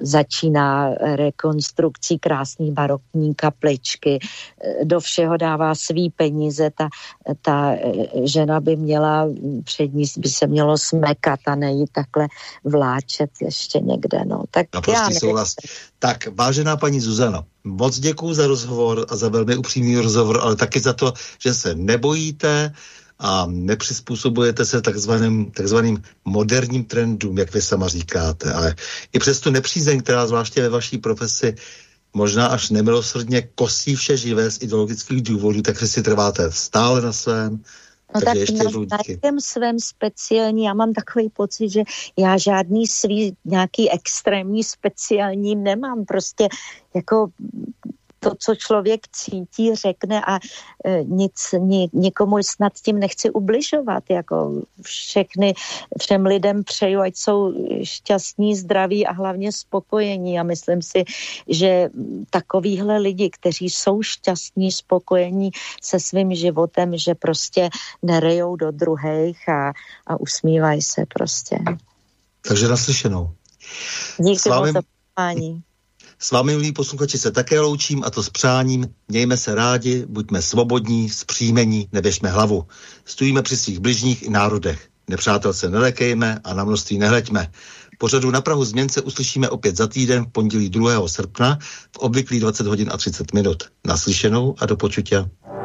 začíná rekonstrukcí krásný barokní kapličky, e, do všeho dává svý peníze, ta, ta e, žena by měla, před ní by se mělo smekat a nejít takhle vláčet ještě někde, no. Tak já nevím. Tak, vážená paní Zuzano, moc děkuju za rozhovor a za velmi upřímný rozhovor, ale taky za to, že se nebojíte a nepřizpůsobujete se takzvaným, takzvaným moderním trendům, jak vy sama říkáte. Ale i přes tu nepřízeň, která zvláště ve vaší profesi možná až nemilosrdně kosí vše živé z ideologických důvodů, tak si trváte stále na svém. No tak na nějakém svém speciální, já mám takový pocit, že já žádný svý nějaký extrémní speciální nemám, prostě jako to, co člověk cítí, řekne a e, nic, ni, nikomu snad tím nechci ubližovat. Jako všechny, všem lidem přeju, ať jsou šťastní, zdraví a hlavně spokojení. A myslím si, že takovýhle lidi, kteří jsou šťastní, spokojení se svým životem, že prostě nerejou do druhých a, a usmívají se prostě. Takže naslyšenou. Díky moc za pozvání. S vámi, milí posluchači, se také loučím, a to s přáním: mějme se rádi, buďme svobodní, zpříjmení, neběžme hlavu. Stojíme při svých bližních i národech. Nepřátel se nelekejme a na množství nehleďme. Pořadu Na prahu změn se uslyšíme opět za týden v pondělí druhého srpna v obvyklých dvacet hodin a třicet minut. Naslyšenou a do počutia.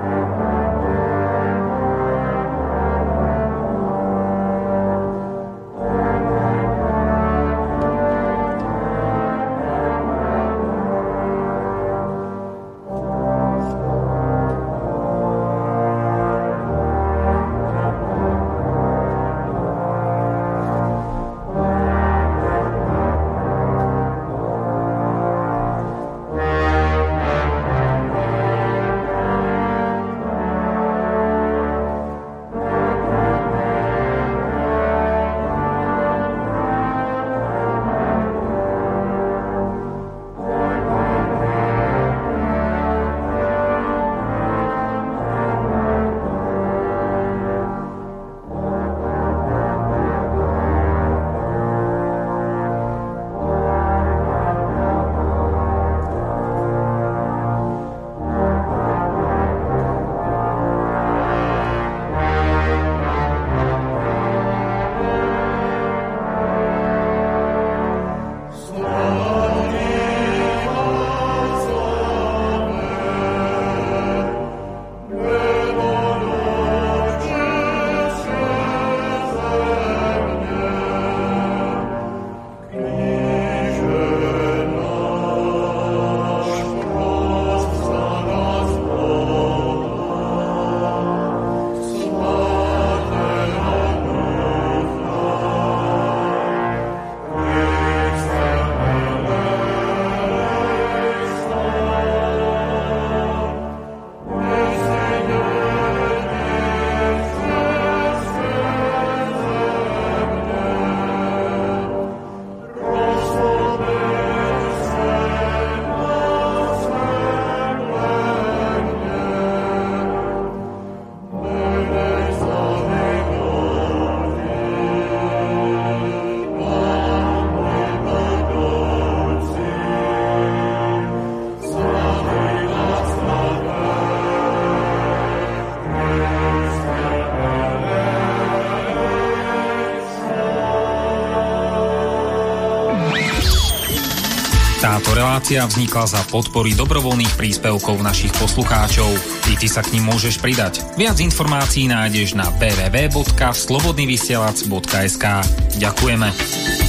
Táto relácia vznikla za podpory dobrovoľných príspevkov našich poslucháčov. I ty sa k nim môžeš pridať. Viac informácií nájdeš na w w w bodka slobodnyvysielac bodka es ka. Ďakujeme.